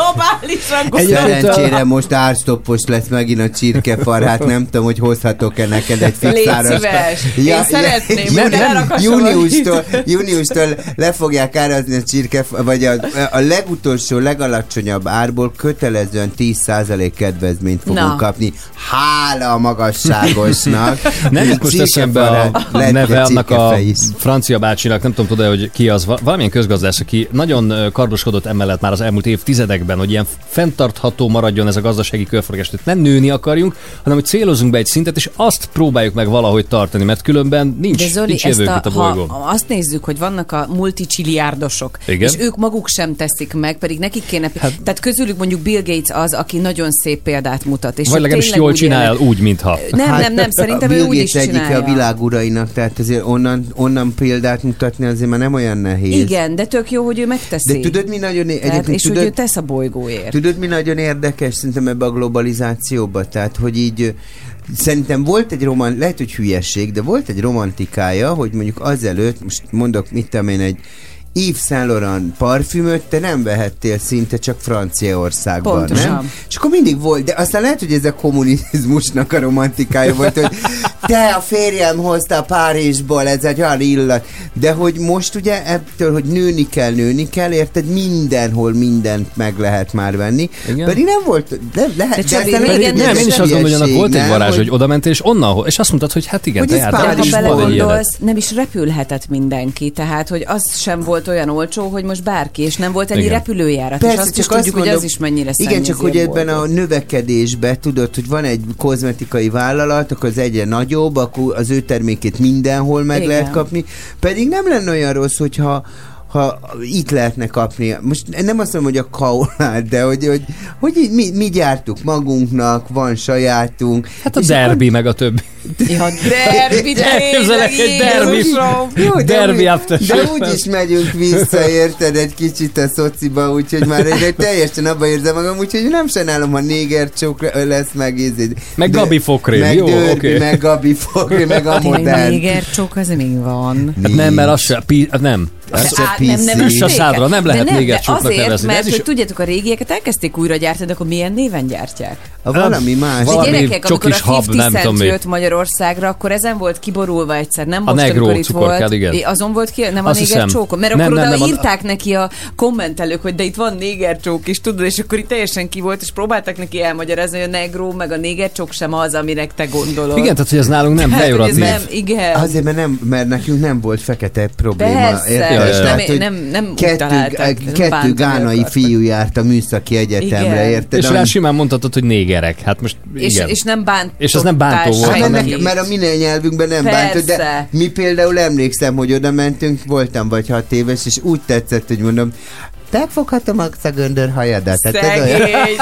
globális szerencsére most árstoppos lesz megint a csirkefar, hát nem tudom, hogy hozhatok-e neked egy fixáros. Légy szíves, ja, én szeretném, ja, hogy elrakasson. Júniustól, júniustól le fogják árazni a csirkefar, vagy a, a legutolsó, legalacsonyabb árból kötelezően tíz százalék kedvezményt fogunk Na. kapni. Hála a magasságosnak. Nem jut most eszembe a neve annak a francia bácsinak, nem tudom, tudod, hogy ki az, valamilyen közgazdász, aki nagyon kardoskodott emellett már az elmúlt évtizedekben, hogy ilyen fenntartható maradjon ez a gazdasági körforgás. Tehát nem nőni akarjunk, hanem hogy célozunk be egy szintet, és azt próbáljuk meg valahogy tartani, mert különben nincs, De Zoli, nincs jövők a, itt a bolygón. Ha azt nézzük, hogy vannak a multicsiliárdosok, és ők maguk sem teszik meg, pedig nekik kéne... Hát, tehát közülük mondjuk Bill Gates az, aki nagyon szép példát mutat. És vagy legalábbis jól csinál, úgy, mintha. Nem, hát, nem, nem, szerintem ő úgy is csinálja. egyik a világurainak, tehát azért onnan, onnan példát mutatni azért már nem olyan nehéz. Igen, de tök jó, hogy ő megteszi. De tudod, mi nagyon tehát, és tudod, hogy ő tesz a bolygóért. Tudod, mi nagyon érdekes szerintem ebbe a globalizációba? Tehát, hogy így szerintem volt egy roman, lehet, hogy hülyesség, de volt egy romantikája, hogy mondjuk azelőtt, most mondok, mit tudom én, egy Yves Saint Laurent parfümöt te nem vehettél szinte csak Franciaországban, Pontosan. nem? És akkor mindig volt, de aztán lehet, hogy ez a kommunizmusnak a romantikája volt, hogy te a férjem hozta Párizsból, ez egy olyan illat. De hogy most ugye ebből, hogy nőni kell, nőni kell, érted, mindenhol mindent meg lehet már venni. Igen. Pedig nem volt, de lehet. De Csabi, de régen nem, én is azt gondolom, hogy annak volt egy varázs, hogy hogy oda mentél, és onnan, és azt mondtad, hogy hát igen, hogy te jártál. De ha is belegondolsz, nem is repülhetett mindenki, tehát hogy az sem volt olyan olcsó, hogy most bárki, és nem volt ennyi igen. repülőjárat, Persze, és azt csak is tudjuk, azt mondom, hogy az is mennyire szennyezi. igen, csak hogy ebben a bolygót. növekedésben tudod, hogy van egy kozmetikai vállalat, akkor az egyre nagyobb, akkor az ő termékét mindenhol meg igen. lehet kapni, pedig nem lenne olyan rossz, hogyha ha itt lehetne kapni. Most nem azt mondom, hogy a kaolát, de hogy, hogy, hogy így mi, mi gyártuk magunknak, van sajátunk. Hát a derbi, akkor... meg a többi. Ja, derbi, Elképzelek egy derbi, Jó, derbi after de úgyis megyünk vissza, érted, egy kicsit a szociba, úgyhogy már egy teljesen abba érzem magam, úgyhogy nem sajnálom, ha négercsók lesz, meg ízid. Meg Gabi fokrém, meg jó, oké. Okay. Meg Gabi fokrém, meg a modern. A négercsók az még van. Hát nem, mert az se, pi, nem. Ez se Á, nem, nem, piszi. a szádra nem lehet de nem, négercsóknak de azért, nevezni. mert Ez is- hogy tudjátok, a régieket elkezdték újra gyártani, de akkor milyen néven gyártják? A valami más. Valami És gyerekek, amikor a csokis hab, ötven nem tudom Cent mi. jött Magyarországra, akkor ezen volt kiborulva egyszer, nem A most, negró amikor itt cukorkád, volt. igen. É, azon volt ki, nem Azt a néger hiszem. csókon? Mert Nem, akkor nem, oda nem, a- írták neki a kommentelők, hogy de itt van néger csók is, tudod, és akkor itt teljesen ki volt, és próbáltak neki elmagyarázni, hogy a negró meg a néger csók sem az, aminek te gondolod. Igen, tehát hogy ez nálunk nem Hát, hogy ez bejurat nem, név. igen. Azért, mert, nem, mert nekünk nem volt fekete probléma. Persze. Érted? nem, nem, nem úgy kettő, találták, kettő gánai fiú járt a műszaki egyetemre, érted? És rá simán mondhatod, hogy négerek. Hát most és, igen. és nem bánt. És az nem bántó volt. Hát, mert, mert a mi nyelvünkben nem bántott, de mi például emlékszem, hogy oda mentünk, voltam vagy hat éves, és úgy tetszett, hogy mondom, megfoghatom a göndör hajadat. Szegény,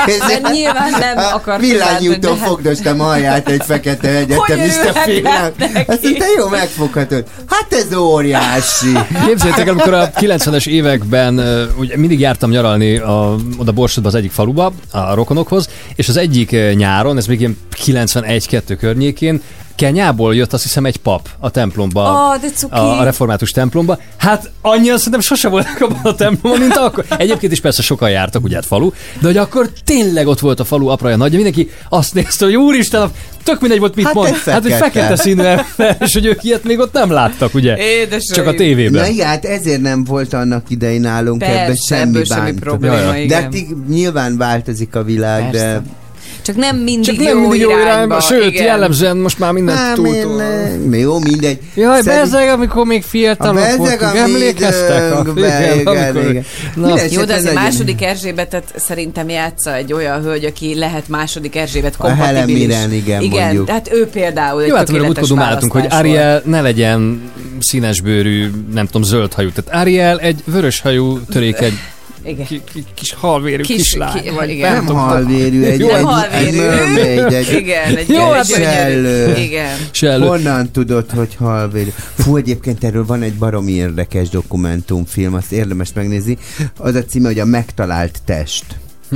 de nyilván nem akart. Villányúton fogdostam a haját egy fekete egyetemista félnek. Azt mondta, jó, megfoghatod. Hát ez óriási. Képzeljétek el, amikor a kilencvenes években uh, ugye mindig jártam nyaralni a, oda Borsodba az egyik faluba, a rokonokhoz, és az egyik uh, nyáron, ez még ilyen kilencvenegy kettő környékén, Kenyából jött azt hiszem egy pap a templomba, oh, a, a református templomba. Hát annyian szerintem sose voltak abban a templomban, mint akkor. Egyébként is persze sokan jártak, ugye hát falu, de hogy akkor tényleg ott volt a falu apraja nagyja. Mindenki azt nézte, hogy úristen, tök mindegy volt, mit hát mond. Hát, hogy fekete színű ember, és hogy ők ilyet még ott nem láttak, ugye? Édes csak a tévében. Na igen, hát ezért nem volt annak idején nálunk ebben semmi bánt. Probléma, de hát nyilván változik a világ, persze. De csak nem mindig, csak jó, nem mindig jó irányba. irányba. Sőt, igen. jellemzően most már mindent túltól. Jó, mindegy. Jaj, Szerint... bezzeg, amikor még fiatalok voltunk. Emlékeztek? A... Igen, igen, igen. Na. Jó, de azért második Erzsébetet szerintem játsza egy olyan hölgy, aki lehet második Erzsébet kompatibilis. A Helen Mirren, igen, igen, mondjuk. tehát ő például egy jó, hát tökéletes választás hogy Ariel ne legyen színesbőrű, nem tudom, zöldhajú. Tehát Ariel egy vöröshajú, törékeny igen. Ki, ki, kis halvérű kis, kislány. Ki, vagy igen. Nem halvérű, egy, egy, halvérű. egy mermaid, egy, igen, egy, jó, egy sellő. Igen. Sellő. Honnan tudod, hogy halvérű? Fú, egyébként erről van egy baromi érdekes dokumentumfilm, azt érdemes megnézni. Az a címe, hogy a megtalált test. Hm.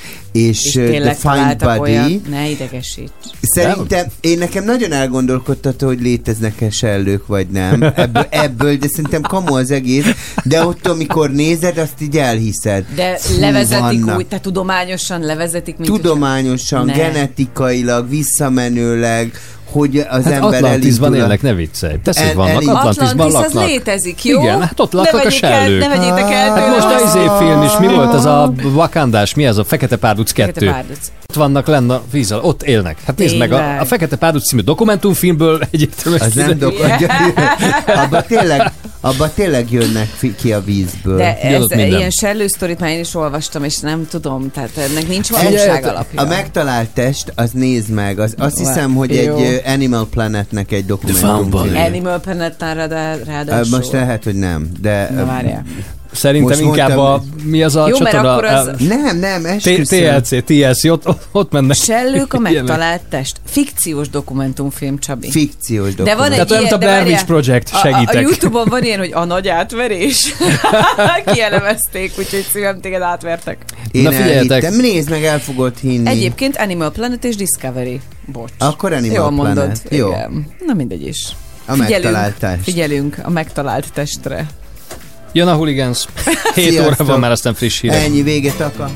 És, és tényleg The Find Body. Olyan, ne idegesíts. Szerintem, én nekem nagyon elgondolkodtató, hogy léteznek-e sellők, vagy nem. Ebből, ebből, de szerintem kamu az egész. De ott, amikor nézed, azt így elhiszed. De Fú, levezetik vannak. úgy, tehát tudományosan levezetik, mint tudományosan, hogyha... genetikailag, visszamenőleg, hogy az hát ember Atlantisban elindul. élnek, ne viccelj. Tessék, El, vannak, elindul. Atlantisban Atlantis laknak. az létezik, jó? Igen, hát ott laknak a sellők. Ne vegyétek el hát most a izé film is, mi volt ez a Wakandás, mi ez a Fekete Párduc kettő? Ott vannak lenne a víz alatt, ott élnek. Hát nézd meg, a, a Fekete Párduc című dokumentumfilmből egyértelműen. Az nem dokumentumfilm. Abba tényleg, abba tényleg jönnek ki a vízből. De ez ilyen sellősztorit már én is olvastam, és nem tudom, tehát ennek nincs valóság alapja. A megtalált test, az nézd meg, az, azt hiszem, hogy jó. Egy Animal Planetnek egy dokumentumfilm. Animal Planetnál ráadásul. Most lehet, hogy nem, de... Na várjál. Szerintem most inkább a... Mi az a jó, csatorna? Az... Nem, nem, esküszöm. té el cé, té el cé, ott, ott mennek. Sellők a megtalált test. Fikciós dokumentumfilm, Csabi. Fikciós dokumentumfilm. De van egy tehát olyan, mint a Blair Witch Project, segítek. A, a, a YouTube-on van ilyen, hogy a nagy átverés. Kielemezték, úgyhogy szívem téged átvertek. Én Na figyeljetek. Nézd meg, el fogod hinni. Egyébként Animal Planet és Discovery. Bocs. Akkor Animal Jól Planet. Mondod. Jó. Igen. Na mindegy is. A figyelünk, megtalált test. Figyelünk a megtalált testre. Jön a Hooligans. hét óra van már, aztán friss hírek. Ennyi, véget akar.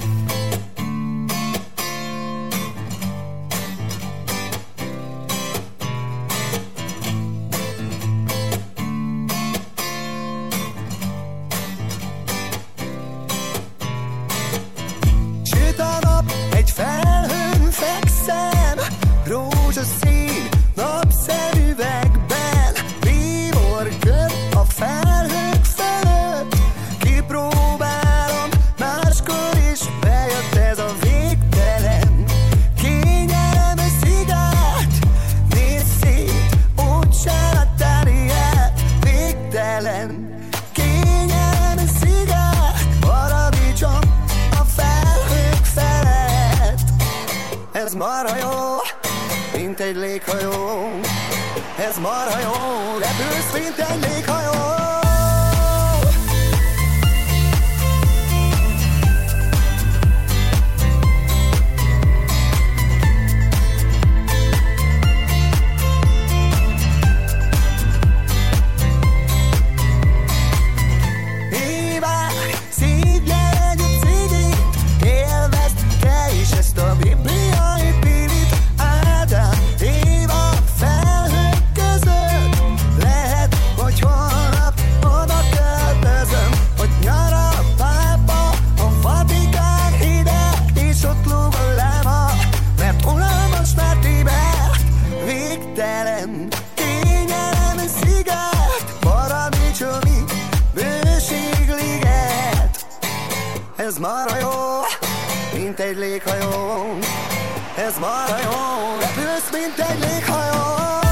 Süt a nap, egy felhőn fekszem, rózsaszín napszemüvegben, bíborgöd a felhők fölött, kipróbálom, máskor is bejött ez a végtelen. Kényelem szigát, nézz szét, ócsánatán ilyet, végtelen. Kényelem szigát, paradicsom a felhők felett. Ez marha jó, mint egy léghajó. Ez marha jó, repülsz, mint egy léghajó. Hívják, szívjál egy cigit, élvezd te is ezt a bibliai pilit. Ádám, Éva, felhők között, lehet, hogy holnap oda költözöm, hogy nyar a pápa, a Vatikán hideg, és ott lóg a láma, mert unalmas már Tibet, végtelen. Kényelem szigát, paradicsomi, bős Ez marha jó, mint egy léghajó. Ez marha jó, repülsz, mint egy léghajó.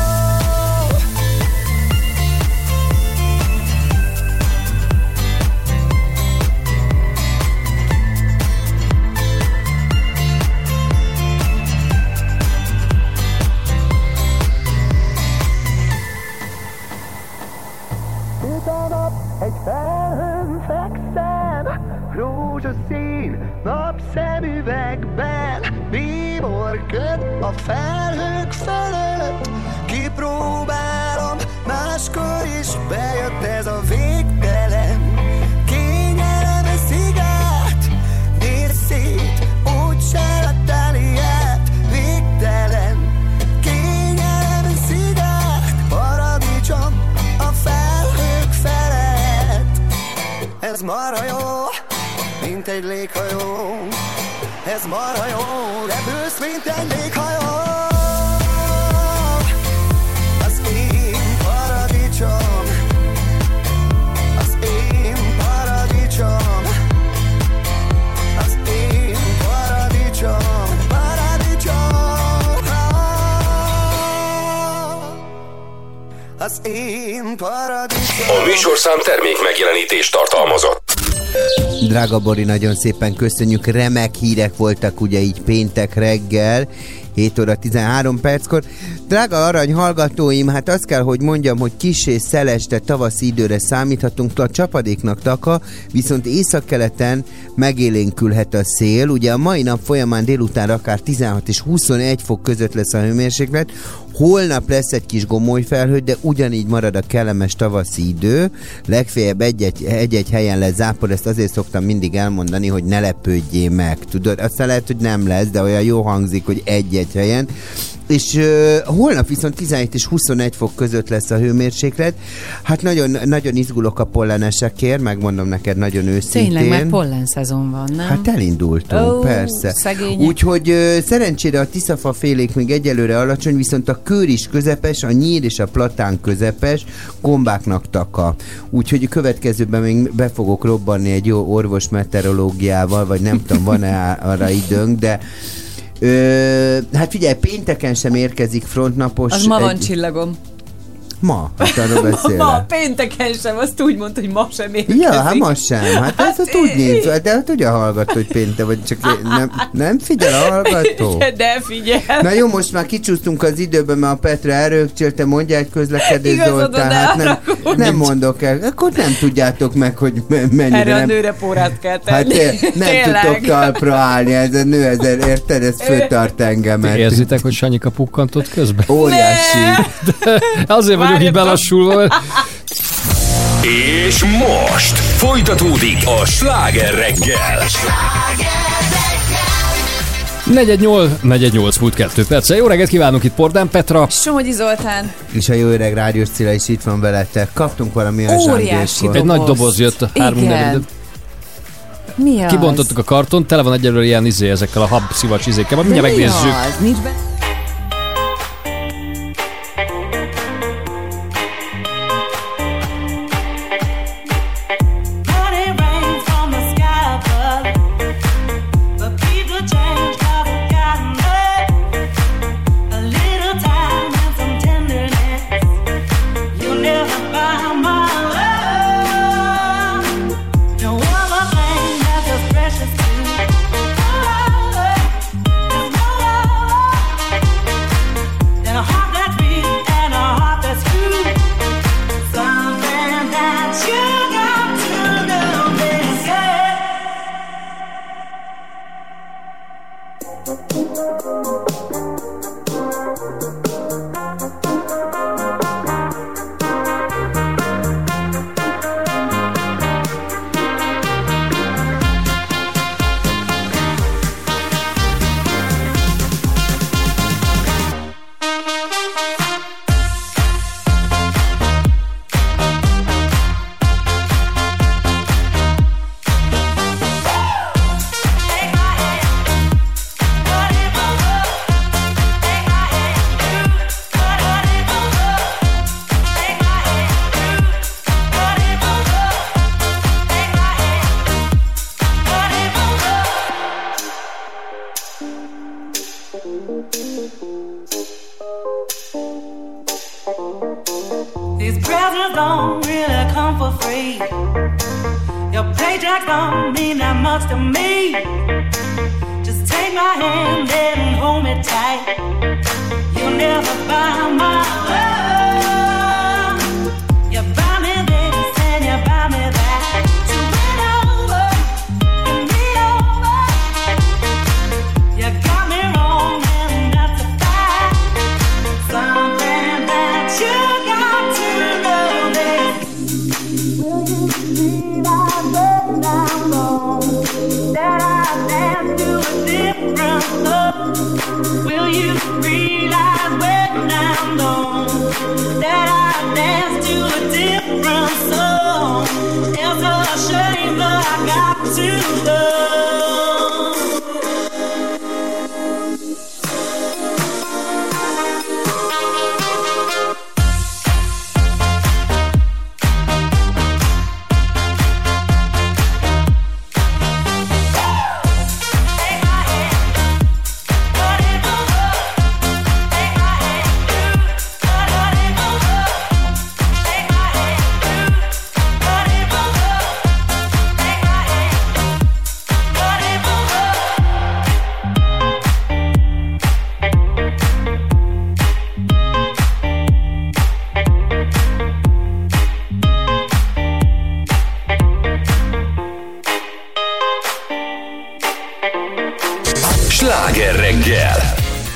Egy felhőn fekszem, rózsaszín napszemüvegben, bíborköd a felhők fölött. Kipróbálom, máskor is bejött ez a végtelen kényelem szigát. Nézd szét, úgyse láttál ilyet, végtelen kényelem szigát. Paradicsom a felhők felett. Ez marha jó, mint egy léghajó. Ez marha jó, repülsz, mint egy léghajó. Az én paradicsom, az én paradicsom, az én paradicsom, paradicsom, az én paradicsom. A műsorszám termék megjelenítést tartalmazott. Drága Bori, nagyon szépen köszönjük, remek hírek voltak ugye így péntek reggel, hét óra tizenhárom perckor. Drága arany hallgatóim, hát azt kell, hogy mondjam, hogy kis és szeles, de tavaszi időre számíthatunk, a csapadéknak taka, viszont északkeleten megélénkülhet a szél. Ugye a mai nap folyamán délután akár tizenhat és huszonegy fok között lesz a hőmérséklet, holnap lesz egy kis gomolyfelhő, de ugyanígy marad a kellemes tavaszi idő, legfeljebb egy-egy, egy-egy helyen lesz zápor, ezt azért szoktam mindig elmondani, hogy ne lepődjél meg, tudod, aztán lehet, hogy nem lesz, de olyan jó hangzik, hogy egy-egy helyen, és uh, holnap viszont tizenhét és huszonegy fok között lesz a hőmérséklet. Hát nagyon, nagyon izgulok a pollenesekért, megmondom neked nagyon őszintén. Tényleg, mert pollen szezon van, nem? Hát elindultunk, oh, persze. Szegények. Úgyhogy uh, szerencsére a tiszafa félék még egyelőre alacsony, viszont a kőr is közepes, a nyír és a platán közepes, gombáknak taka. Úgyhogy a következőben még be fogok robbanni egy jó orvos meteorológiával, vagy nem tudom, van-e arra időnk, de Ö, hát figyelj, pénteken sem érkezik frontnapos. Az ma van egy... csillagom. Ma? Hát arról beszélek. Ma, pénteken sem, azt úgy mondta, hogy ma sem érkezik. Ja, hát ma sem. Hát ezt hát tudni, de hát tudja hallgató, hogy péntek, vagy csak nem, nem figyel a hallgató? De figyel. Na jó, most már kicsúsztunk az időben, mert a Petra erőkcsölte, mondja egy közlekedés Zoltán, hát nem, nem mondok el. Akkor nem tudjátok meg, hogy mennyire erre nem... a nőre pórát kell tenni. Hát nem Tényleg. Tudtok talpra állni, ez a nő, ez, érted, ez föltart engemet. Érzitek, hogy Sanyika pukkantott közben? Óriási. Azért vagyok így belassulva. És most folytatódik a Sláger reggel. negyvennyolc múlt kettő perce. Jó reggelt kívánunk, itt Pordán Petra. Somogyi Zoltán. És a jó öreg Rádiós Cilla is itt van veletek. Kaptunk valami olyan zsángéskor. Egy nagy doboz jött a három nevű. Mi az? Kibontottuk a karton, tele van egyelőre ilyen izé, ezekkel a hab szivacs izékkel. Majd mindjárt megnézzük. Az? Nincs be... These presents don't really come for free. Your paycheck don't mean that much to me. Just take my hand and hold me tight. You'll never buy my love. You buy me this and you buy me that. So win over and me over. You got me wrong and that's a fact. Something that you got to know this. Will you realize when I'm gone that I dance to a different love? Will you realize when I'm gone that I dance to a different song? It's a shame that I got to love. Sláger reggel!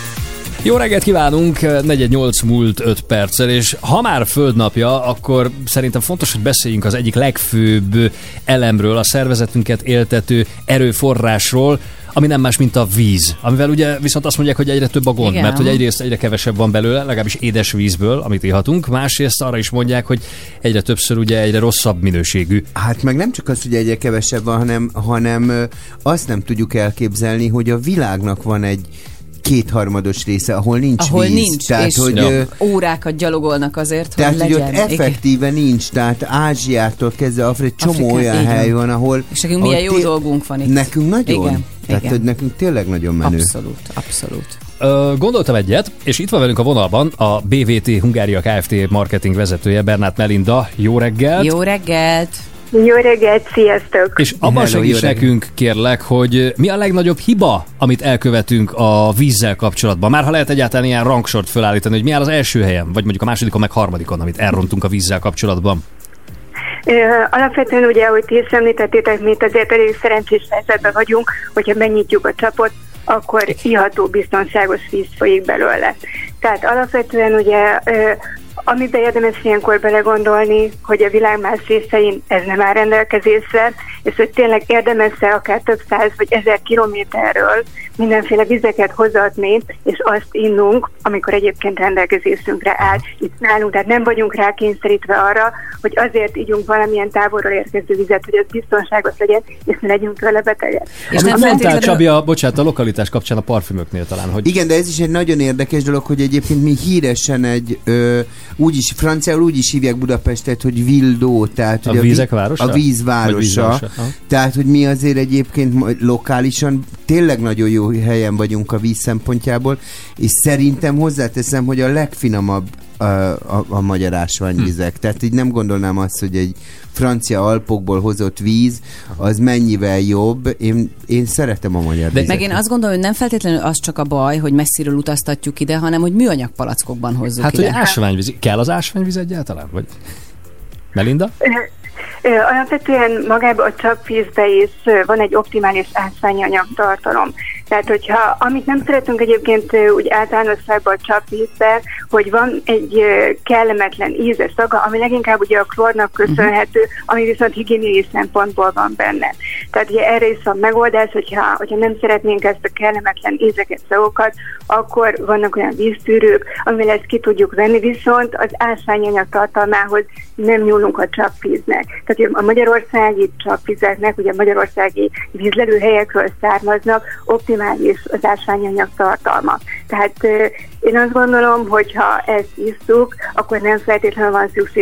Jó reggelt kívánunk, negyven nyolc múlt öt perccel, és ha már földnapja, akkor szerintem fontos, hogy beszéljünk az egyik legfőbb elemről, a szervezetünket éltető erőforrásról, ami nem más, mint a víz. Amivel ugye viszont azt mondják, hogy egyre több a gond, igen. Mert hogy egyrészt egyre kevesebb van belőle, legalábbis édes vízből, amit ihatunk, másrészt arra is mondják, hogy egyre többször ugye egyre rosszabb minőségű. Hát meg nem csak az, hogy egyre kevesebb van, hanem, hanem azt nem tudjuk elképzelni, hogy a világnak van egy kétharmados része, ahol nincs ahol víz. nincs, tehát, és hogy, ja. órákat gyalogolnak azért, tehát, hogy legyen. Tehát, hogy ott effektíve igen. nincs, tehát Ázsiától kezdve Afrika, csomó Afrika, olyan igen. hely van, ahol... És nekünk milyen jó té- dolgunk van itt. Nekünk nagyon. Igen. Tehát, igen. hogy nekünk tényleg nagyon menő. Abszolút, abszolút. Ö, gondoltam egyet, és itt van velünk a vonalban a bé vé té Hungária Kft. Marketing vezetője, Bernát Melinda. Jó reggelt! Jó reggelt! Jó reggelt, sziasztok! És abban segíts nekünk, kérlek, hogy mi a legnagyobb hiba, amit elkövetünk a vízzel kapcsolatban? Már ha lehet egyáltalán ilyen rangsort felállítani, hogy mi áll az első helyen, vagy mondjuk a másodikon, meg harmadikon, amit elrontunk a vízzel kapcsolatban? Ö, alapvetően ugye, ahogy ti is említettétek, mi itt azért elég szerencsés helyzetben vagyunk, hogyha megnyitjuk a csapot, akkor iható, biztonságos víz folyik belőle. Tehát alapvetően ugye... Ö, Amiben érdemes ilyenkor belegondolni, hogy a világ más részein ez nem áll rendelkezésre, és hogy tényleg érdemes-e akár több száz vagy ezer kilométerről mindenféle vizeket hozatni, és azt innunk, amikor egyébként rendelkezésünkre áll itt nálunk. Tehát nem vagyunk rákényszerítve arra, hogy azért ígyunk valamilyen távolról érkező vizet, hogy ez biztonságos legyen, és ne legyünk vele betegek. És nem mondtál, Csabi, a, bocsánat, a lokalitás kapcsán a parfümöknél talán, hogy... Igen, de ez is egy nagyon érdekes dolog, hogy egyébként mi híresen egy, ö, úgyis, franciául úgy is hívják Budapestet, hogy Vildó, tehát a vízek városa? A vízvárosa. vízvárosa. Tehát, hogy mi azért egyébként lokálisan tényleg nagyon jó helyen vagyunk a víz szempontjából, és szerintem hozzáteszem, hogy a legfinomabb a, a, a magyar ásványvizek. Hm. Tehát így nem gondolnám azt, hogy egy francia Alpokból hozott víz, az mennyivel jobb. Én, én szeretem a magyar vizet. Meg én azt gondolom, hogy nem feltétlenül az csak a baj, hogy messziről utaztatjuk ide, hanem hogy műanyag palackokban hozzuk hát, ide. Hát, hogy ásványvíz. Kell az ásványvíz egyáltalán? Vagy? Melinda? Alapvetően magában a csapvízbe is van egy optimális ásványanyag tartalom. Tehát, hogyha, amit nem szeretünk egyébként úgy általánosságban a csapvízbe, hogy van egy kellemetlen íze, szaga, ami leginkább ugye a klórnak köszönhető, ami viszont higiéniai szempontból van benne. Tehát ugye erre is van megoldás, hogyha, hogyha nem szeretnénk ezt a kellemetlen ízeket, szagokat, akkor vannak olyan víztűrők, amivel ezt ki tudjuk venni, viszont az ásványanyag tartalmához nem nyúlunk a csapvíznek. Tehát a magyarországi csapvizeknek, ugye a magyarországi vízlelőhelyekről származnak, optimális az ásványanyag tartalma. Tehát euh, én azt gondolom, hogy ha ezt isszuk, akkor nem feltétlenül van szükségünk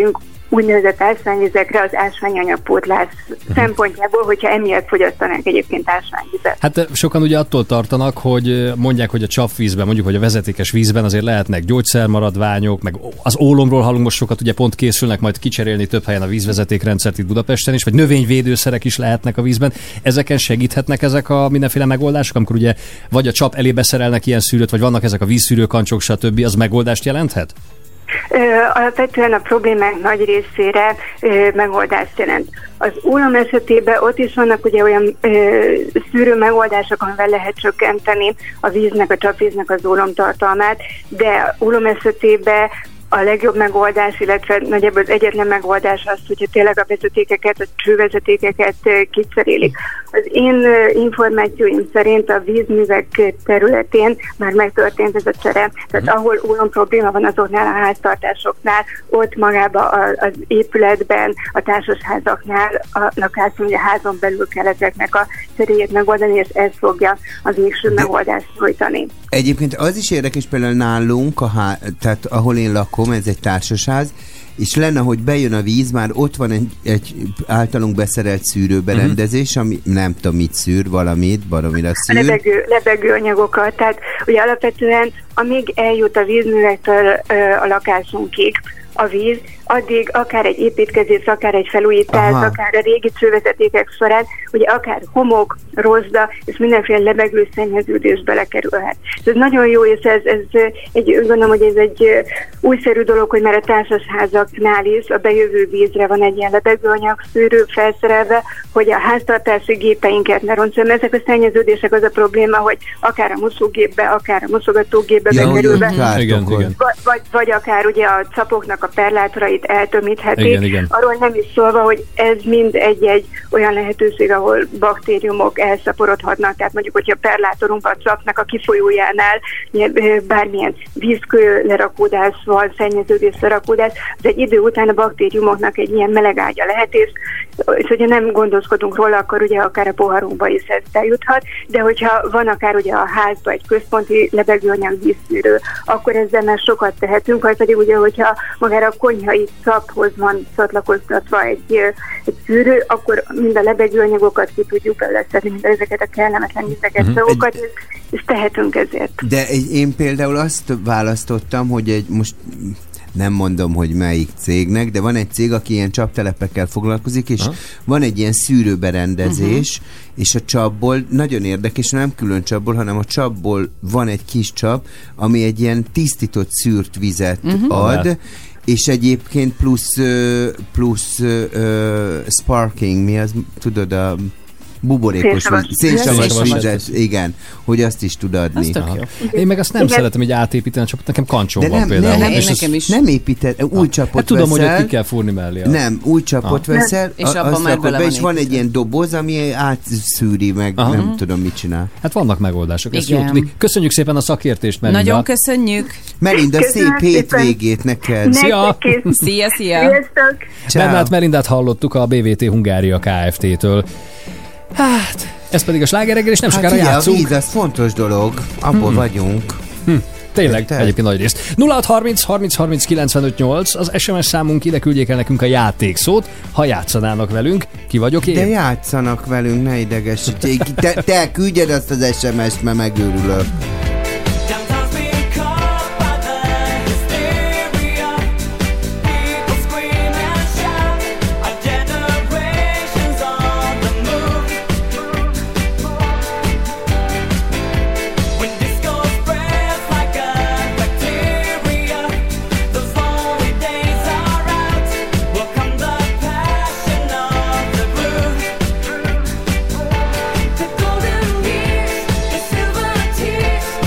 úgynevezett ásványvizekre az ásványanyagpótlás uh-huh. szempontjából, hogyha emiatt fogyasztanánk egyébként ásványvizet. Hát sokan ugye attól tartanak, hogy mondják, hogy a csapvízben, mondjuk, hogy a vezetékes vízben azért lehetnek gyógyszermaradványok, meg az ólomról hallunk most sokat, ugye pont készülnek majd kicserélni több helyen a vízvezetékrendszert itt Budapesten is, vagy növényvédőszerek is lehetnek a vízben. Ezeken segíthetnek ezek a mindenféle megoldások, amikor ugye vagy a csap elébe szerelnek ilyen szűrőt, vagy vannak ezek a vízszűrőkancsok, stb. Az megoldást jelenthet? Ö, alapvetően a problémák nagy részére ö, megoldást jelent. Az ólom esetében ott is vannak ugye olyan ö, szűrő megoldások, amivel lehet csökkenteni a víznek, a csapvíznek az ólomtartalmát, de ólom esetében a legjobb megoldás, illetve nagyjából az egyetlen megoldás az, hogyha tényleg a vezetékeket, a csővezetékeket kicserélik. Az én információim szerint a vízművek területén már megtörtént ez a csere. Tehát ahol ólom probléma van, azoknál a háztartásoknál, ott magában az épületben, a társasházaknál, a lakáson, a házon belül kell ezeknek a cseréjét megoldani, és ez fogja az végső megoldást nyújtani. Egyébként az is érdekes, például nálunk, a há- tehát ahol én lakom, ez egy társasház, és lenne, hogy bejön a víz, már ott van egy, egy általunk beszerelt szűrőberendezés, ami nem tudom, mit szűr, valamit, baromira szűr. A lebegő, lebegőanyagokat, tehát ugye alapvetően amíg eljut a vízművektől ö, a lakásunkig a víz, addig akár egy építkezés, akár egy felújítás, Aha. akár a régi csővezetékek során, ugye akár homok, rozsda, és mindenféle lebegő szennyeződés belekerülhet. Ez nagyon jó, és ez, ez egy, gondolom, hogy ez egy újszerű dolog, hogy már a társasházaknál is a bejövő vízre van egy ilyen lebegőanyagszűrő felszerelve, hogy a háztartási gépeinket ne roncsoljon. Ezek a szennyeződések az a probléma, hogy akár a mosógépbe, akár a mosogatógépbe ja, bekerülve, igen, igen. Vagy, vagy akár ugye a capoknak a perlátorait eltömíthetik. Igen, igen. Arról nem is szólva, hogy ez mind egy-egy olyan lehetőség, ahol baktériumok elszaporodhatnak. Tehát mondjuk, hogyha a perlátorunkban a csapnak a kifolyójánál bármilyen vízkő lerakódás van, szennyeződés lerakódás, az egy idő után a baktériumoknak egy ilyen melegágya lehet, és, és hogyha nem gondoskodunk róla, akkor ugye akár a poharunkba is ez eljuthat, de hogyha van akár ugye a házban egy központi lebegőanyag vízszűrő, akkor ezzel már sokat tehetünk, vagy pedig ugye, hogyha magára a konyhai csaphoz van csatlakoztatva egy, egy szűrő, akkor mind a lebegőanyagokat ki tudjuk beleszedni, mind ezeket a kellemetlen ízeket, uh-huh. szagokat, és, és tehetünk ezért. De én például azt választottam, hogy egy most nem mondom, hogy melyik cégnek, de van egy cég, aki ilyen csaptelepekkel foglalkozik, és ha? van egy ilyen szűrőberendezés, uh-huh. és a csapból, nagyon érdekes, nem külön csapból, hanem a csapból van egy kis csap, ami egy ilyen tisztított szűrt vizet uh-huh. ad, hát. és egyébként plusz plusz uh, sparking, mi az, tudod, a buborékos, szénsavas vizet, igen, hogy azt is tud adni. Én meg azt nem igen. szeretem így átépíteni, csak nekem kancsom van például. Nem, nem, nekem is. Nem építed, új ah, csapot hát tudom, veszel. hogy ki kell fúrni mellé. Nem, új csapot ah. veszel, és abban már bele van, és van egy ilyen doboz, ami átszűri meg, Aha. nem tudom, mit csinál. Hát vannak megoldások, ezt jó tudni. Köszönjük szépen a szakértést, Melinda. Nagyon köszönjük. Melinda, szép hétvégét neked. Szia! Szia, szia! Bernát Melindát hallottuk a bé vé té Hungária Kft-től. Hát, ez pedig a Sláger reggel, és nem hát sokára játszunk. A víz, ez fontos dolog, abból hmm. vagyunk. Hmm. Tényleg, Te? egyébként nagy részt. nulla hat harminc harminc harminc kilencvenöt nyolc az es em es számunk, ide küldjék el nekünk a játékszót, ha játszanának velünk. Ki vagyok én? De játszanak velünk, ne idegesíts. Te, te küldjed azt az es em est, mert megőrülök. Tears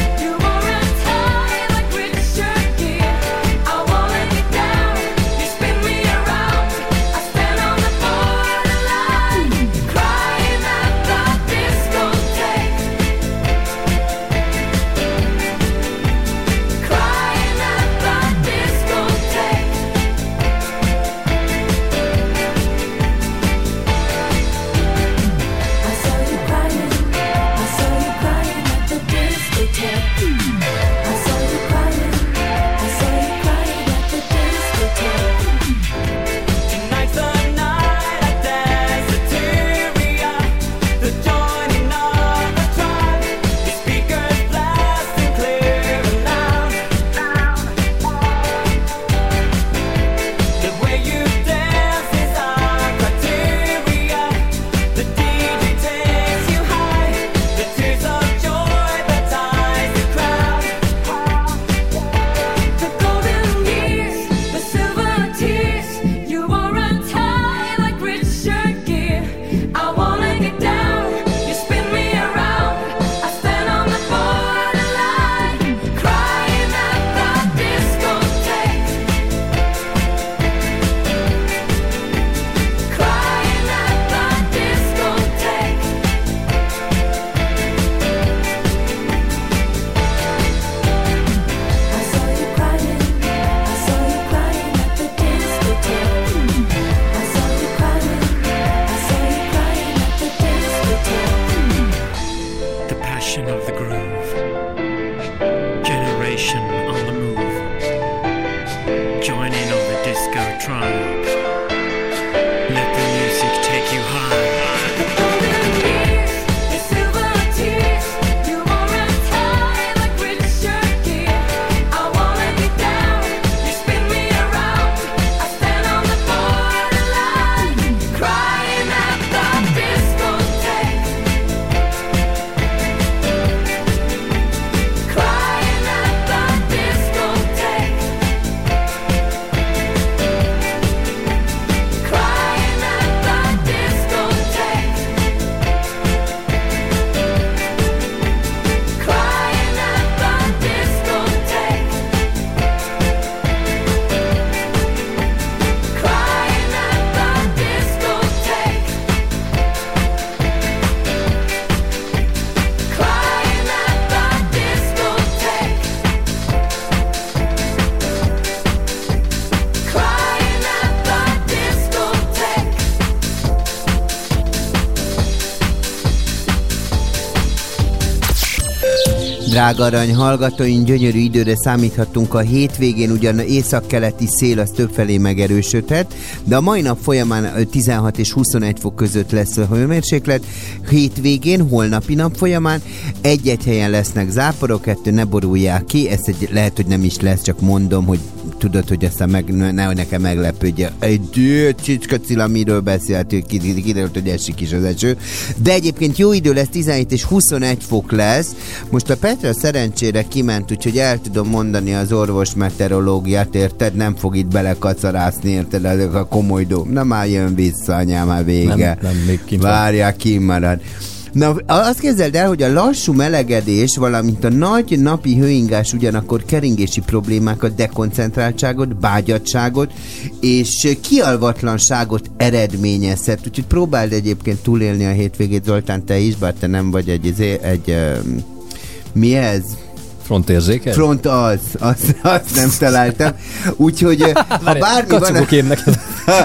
Drága arany hallgatóink, gyönyörű időre számíthatunk a hétvégén, ugyan északkeleti szél az többfelé megerősödhet, de a mai nap folyamán tizenhat és huszonegy fok között lesz a hőmérséklet. Hétvégén, holnapi nap folyamán egy-egy helyen lesznek záporok, ettől ne borulják ki, ezt egy, lehet, hogy nem is lesz, csak mondom, hogy tudod, hogy aztán meg, ne, nekem meglepődje. Egy Csicska Cilla, miről beszéltünk, kiderült, hogy esik is az eső. De egyébként jó idő lesz, tizenhét és huszonegy fok lesz. Most a Petra szerencsére kiment, úgyhogy el tudom mondani az orvos meteorológiát, érted? Nem fog itt belekacarászni, érted? Ezek a komoly dolgok. Na már jön vissza, anyám, már vége. Nem, nem, még kint várják, kimarad. Na, azt képzeld el, hogy a lassú melegedés, valamint a nagy napi hőingás ugyanakkor keringési problémákat, dekoncentráltságot, bágyadtságot és kialvatlanságot eredményezhet. Úgyhogy próbáld egyébként túlélni a hétvégét, Zoltán, te is, bár te nem vagy egy, egy, egy mi ez? Frontérzékel? Front az, azt, azt nem találtam. Úgyhogy ha bármi van... Kacagok neked.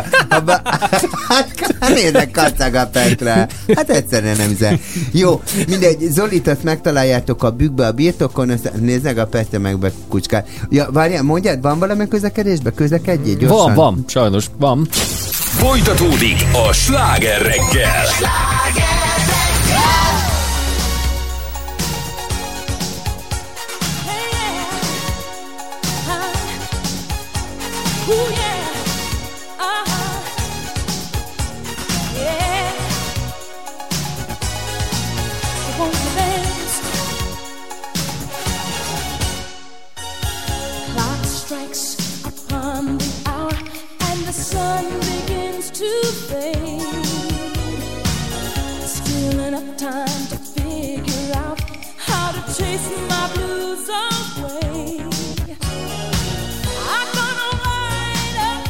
Hát nézzek, kacag a Petra. Hát egyszerűen nem hiszem. Jó, mindegy, Zolit azt megtaláljátok a bükkbe, a birtokon, nézzek, a Petra meg be kucskát. Ja, várjál, mondjad, van valami közlekedésbe? Közlekedjél gyorsan. Van, van, sajnos, van. Folytatódik a Sláger reggel. My blues away. I'm gonna light up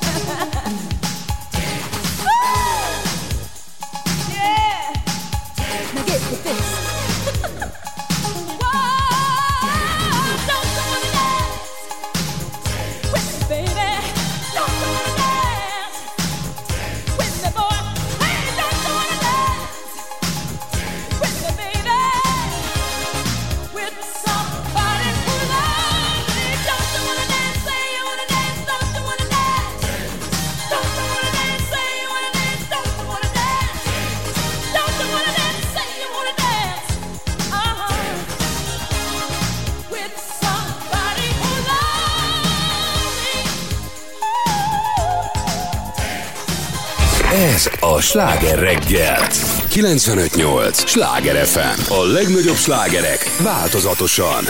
Ez a Sláger reggel. kilencvenöt nyolc Sláger ef em. A legnagyobb slágerek változatosan.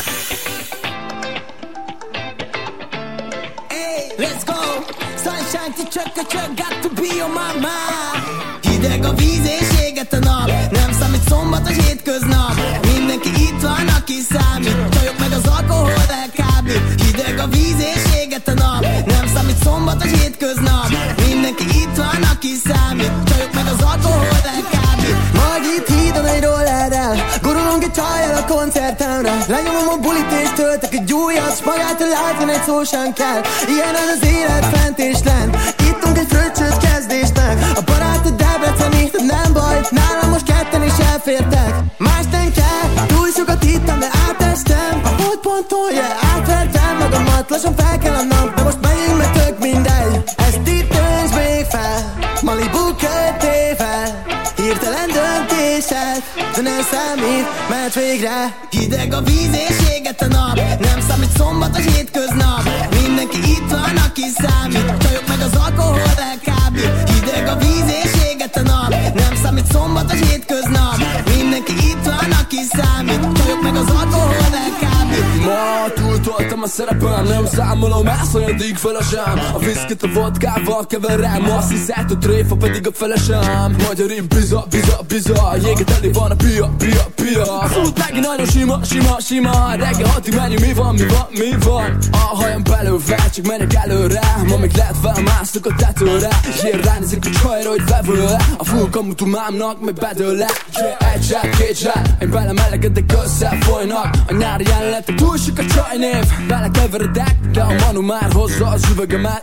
Hey, let's go! Sunshine to chuck a chuck, got to be on my mind. Hideg a víz és éget a nap, nem számít szombat a hétköznap. Mindenki itt van, aki számít, csajok meg az alkohol elkábít. Hideg a víz és éget a nap, nem számít szombat a hétköznap. Mindenki itt van, aki számít, csajok meg az alkohol elkábít. Majd itt hídon egy rollerrel, gurulunk egy csajjal a koncertemre. Lenyomom a bulit és töltök egy újat, s magától látvan egy szó sem kell. Ilyen az az élet fent és lent, ittunk egy fröccsöt kezdésnek. A barátod Debreceni, nem baj, nálam most ketten is elfértek. Más nem kell, túl sokat hittem, de átestem. A holdponton, yeah, átvertem magamat, lassan fel kell a nap, de most megyünk, mert tök mindegy. Ezt itt tönts még fel, Malibu kötével, hirtelen döntések, de nem számít, mert végre hideg a víz és éget a nap, nem számít szombat a hétköznap. Mindenki itt van, aki számít, csajok meg az alkohol elkábít. Hideg a víz és éget a nap, nem számít szombat a hétköznap. Mindenki itt van, aki számít, csajok meg az alkohol elkábít. Ma túltoltam a szerepem, nem számolom, elszolyadik felesem. A viszkit a vodkával keverem, azt hiszed, hogy tréfa, pedig a felesem. Magyarin biza, biza, biza, jéget elé van a pia, pia, pia. Az út megint nagyon sima, sima, sima. Reggel hatig menjünk, mi van, mi van, mi van. A hajam belőve, csak menjek előre. Ma még lehet felmásztok a tetőre. És én ránézik a csajra, hogy vevő. A full kamutumámnak meg bedőle. Egy zsák, két zsák, én belemelegedek, összefolynak a nyári jelenetek. Túl sok a csajnév, belekeveredek, de a Manu már hozza az üvegemet.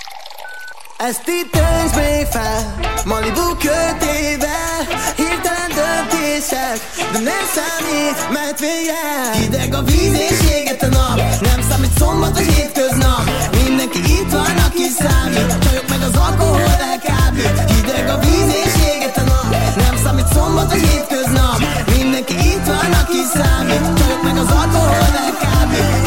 Ezt itt tönts még fel, Malibu kötével, hirtelen döntések, de nem számít, mert végre hideg a víz és éget a nap, nem számít szombat a hétköznap. Mindenki itt van, aki számít, csajok meg az alkohol elkábít. Hideg a víz és éget a nap, nem számít szombat a hétköznap. Mindenki itt van, aki számít, csajok meg az alkohol elkábít.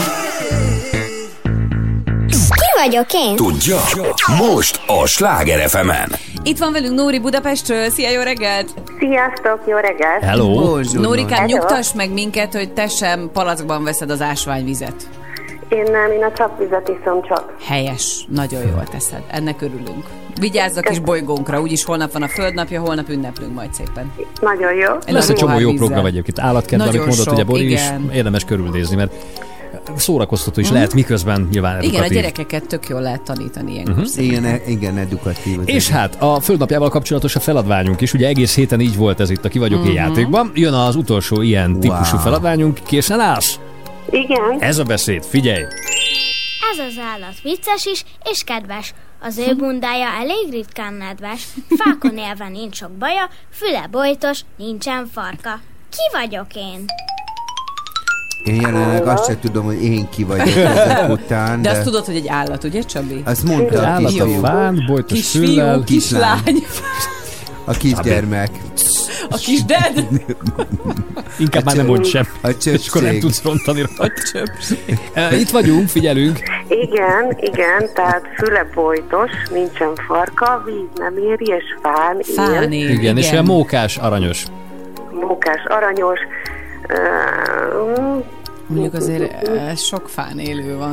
Ki vagyok én? Tudja? Most a Sláger ef em-en. Itt van velünk Nóri Budapestről. Szia, jó reggelt! Sziasztok, jó reggelt! Hello! Nórikám, nyugtass meg minket, hogy te sem palackban veszed az ásványvizet. Én nem, én a csapvizet iszom csak. Helyes, nagyon jól teszed. Ennek örülünk. Vigyázz a kis bolygónkra, úgyis holnap van a földnapja, holnap ünneplünk majd szépen. Nagyon jó. Lesz egy csomó jó program egyébként. Állatkertben, amit mondott, sok, ugye Bori is, igen. Érdemes körülnézni, mert szórakoztató is uh-huh. lehet, miközben nyilván edukatív. Igen, a gyerekeket tök jól lehet tanítani ilyenkor. Uh-huh. Igen, igen, edukatív. És hát a földnapjával kapcsolatos a feladványunk is, ugye egész héten így volt ez itt a Ki vagyok én uh-huh. játékban. Jön az utolsó ilyen típusú wow. feladványunk. Készen állsz? Igen. Ez a beszéd, figyelj! Ez az állat vicces is, és kedves. Az ő bundája elég ritkán nedves, fákon élve nincs sok baja, füle bojtos, nincsen farka. Ki vagyok én? Én jelenleg azt sem tudom, hogy én ki vagyok ezek után. De, de azt tudod, hogy egy állat, ugye, Csabi? Azt mondta a állat a fán, bojtos füllel. Kislány. A kisgyermek. A kisded? Inkább a már csöp, nem mondj sem. A csöpség. És akkor nem tudsz rontani. A csöpség. Itt vagyunk, figyelünk. Igen, igen, tehát füle bojtos, nincsen farka, víz nem éri, és fán él. Fán él, igen, igen. És olyan mókás, aranyos. Mókás, aranyos. Uh, Mondjuk azért sok fán élő van.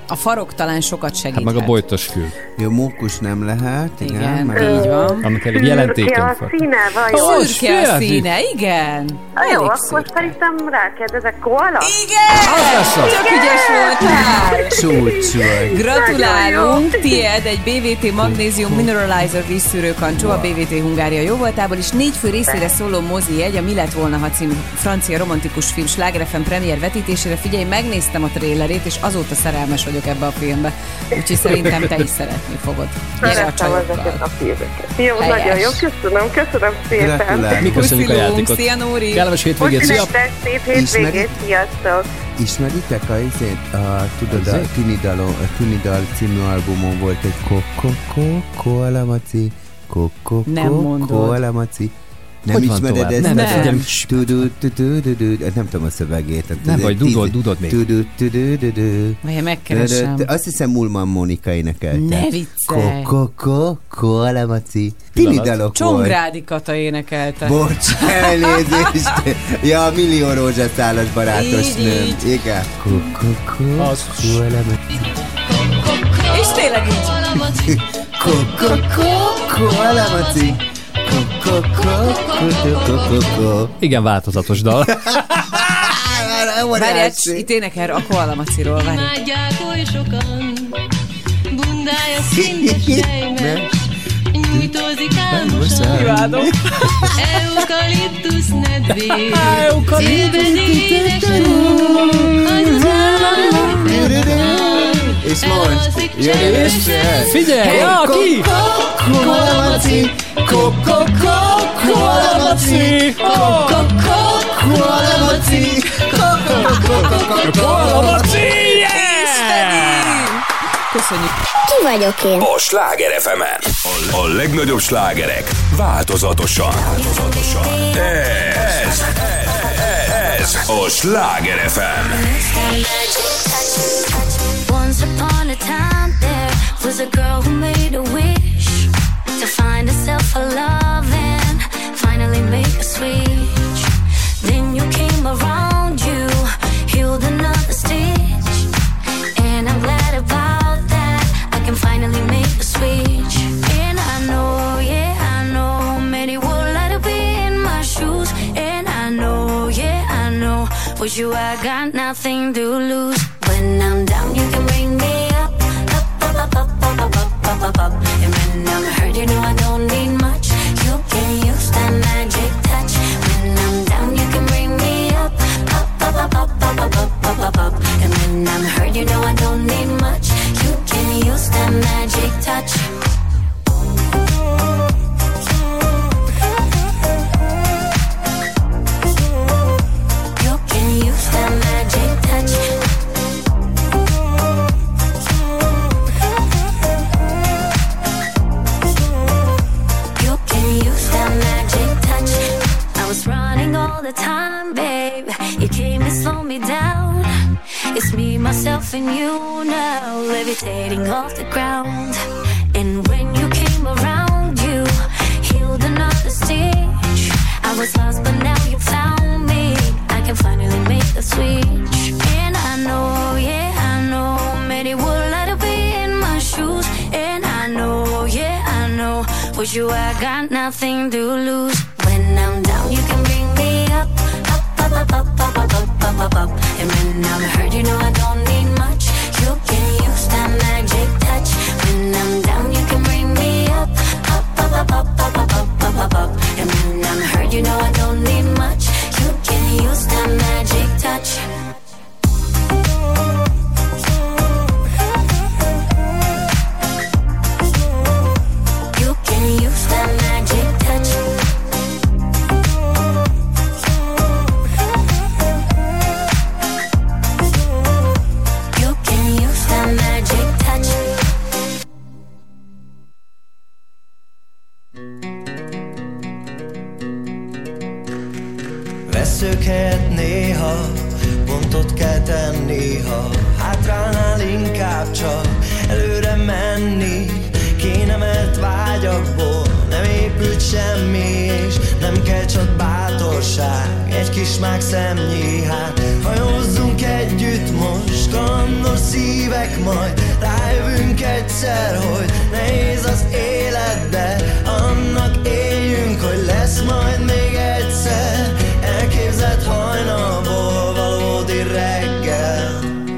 A farok talán sokat segíthet. Hát meg a bojtos fül. Jó, mókus nem lehet. Igen, igen meg így van. Annak elég jelentékeny a far. színe, vajon? Szürke a színe, igen. Jó, akkor szerintem rákérdezek, koala? Igen! Az lesz az. Csak ügyes voltál! Csúcs vagy. Gratulálunk! Tied egy bé vé té Magnesium Mineralizer vízszűrőkancsó a bé vé té Hungária jóvoltából, és négy fő részére szóló mozi jegy a Mi lett volna, ha című francia romantikus film Sláger ef em premier vetítésére. Figyelj, megnéztem a trélerét, és azóta szerelmes vagyok ebbe a filmbe. Úgyhogy szerintem te is szeretni fogod. Szeretem ezeket a filmeket. Jó, helyes. Nagyon jó, köszönöm, köszönöm szépen. Gratulálunk. Mi köszönjük a játékot. Szia, Nóri! Kellemes hétvégét, szia! Szép hétvégét, sziasztok! Ismeritek a izét? A, tudod, a Tinidal, a Tinidal című albumon volt egy Kokoko, Koalamaci, Kokoko, Koalamaci. Nem hogy ismered ezt? Nem, nem. Nem tudom a szövegét. Nem vagy, dudod, dudod még. Vagy megkeresem. Azt hiszem Mulman Mónika énekelte. Ne viccelj. Kokoko, Koalamaci. Tinidalok volt. Csongrádi Kata énekelte. Bocs, elnézést. Ja, a Millió rózsaszálas barátos nőm. Igen. Kokoko, Koalamaci. És tényleg így. Kokoko, Koalamaci. Igen, változatos dal. Várjál, itt énekel a Koalamaciról, várjál. Imádják oly sokan, bundája színes sejmes, nyújtózik álmosan. Kívánok. Eukaliptusz nedvé, szívedig édes hó, hogy az állam és most és figyelj, ja, ki? Koalamaci, Kokoko, Koalamaci, Kokoko, Koalamaci, Kokoko, Koalamaci, yeah! Köszönjük. Ki vagyok én? A Sláger ef emen. A legnagyobb slágerek változatosan. Ez, ez a Sláger ef em. Once upon a time there was a girl who made a wish to find herself a love and finally make a switch. Then you came around, you healed another stitch, and I'm glad about that. I can finally make a switch. And I know, yeah, I know many would like to be in my shoes. And I know, yeah, I know with you I got nothing to lose. When I'm down, you can bring me up, up, up, up, up, up, up, up, up, up. And when I'm hurt, you know I don't need much. You can use that magic touch. When I'm down, you can bring me up, up, up, up, up, up, up, up, up, up, up. And when I'm hurt, you know I don't need much. You can use that magic touch. You can use that magic touch. All the time, babe, you came to slow me down. It's me, myself, and you now, levitating off the ground. And when you came around, you healed another stitch. I was lost, but now you found me. I can finally make the switch. And I know, yeah, I know many would like to be in my shoes. And I know, yeah, I know with you I got nothing to lose. When I'm down, you can bring me up, up, up, up, up, up, up, up, up, up. And when I'm hurt, you know I don't need much. You can use that magic touch. When I'm down, you can bring me up, up, up, up, up, up, up, up, up, up, up. And when I'm hurt, you know I don't need much. You can use that magic touch. You can use that magic touch. Veszők helyett néha pontot kell tenni, ha hátránál inkább csak előre menni kéne, mert vágyakból nem épült semmi, és nem kell csak bátorság. bátorság, egy kis mák szemnyi, hát hajózzunk együtt most, kalandos szívek, majd rájövünk egyszer, hogy nehéz az élet, de annak éljünk, hogy lesz majd még egyszer elképzelt hajnalból valódi reggel.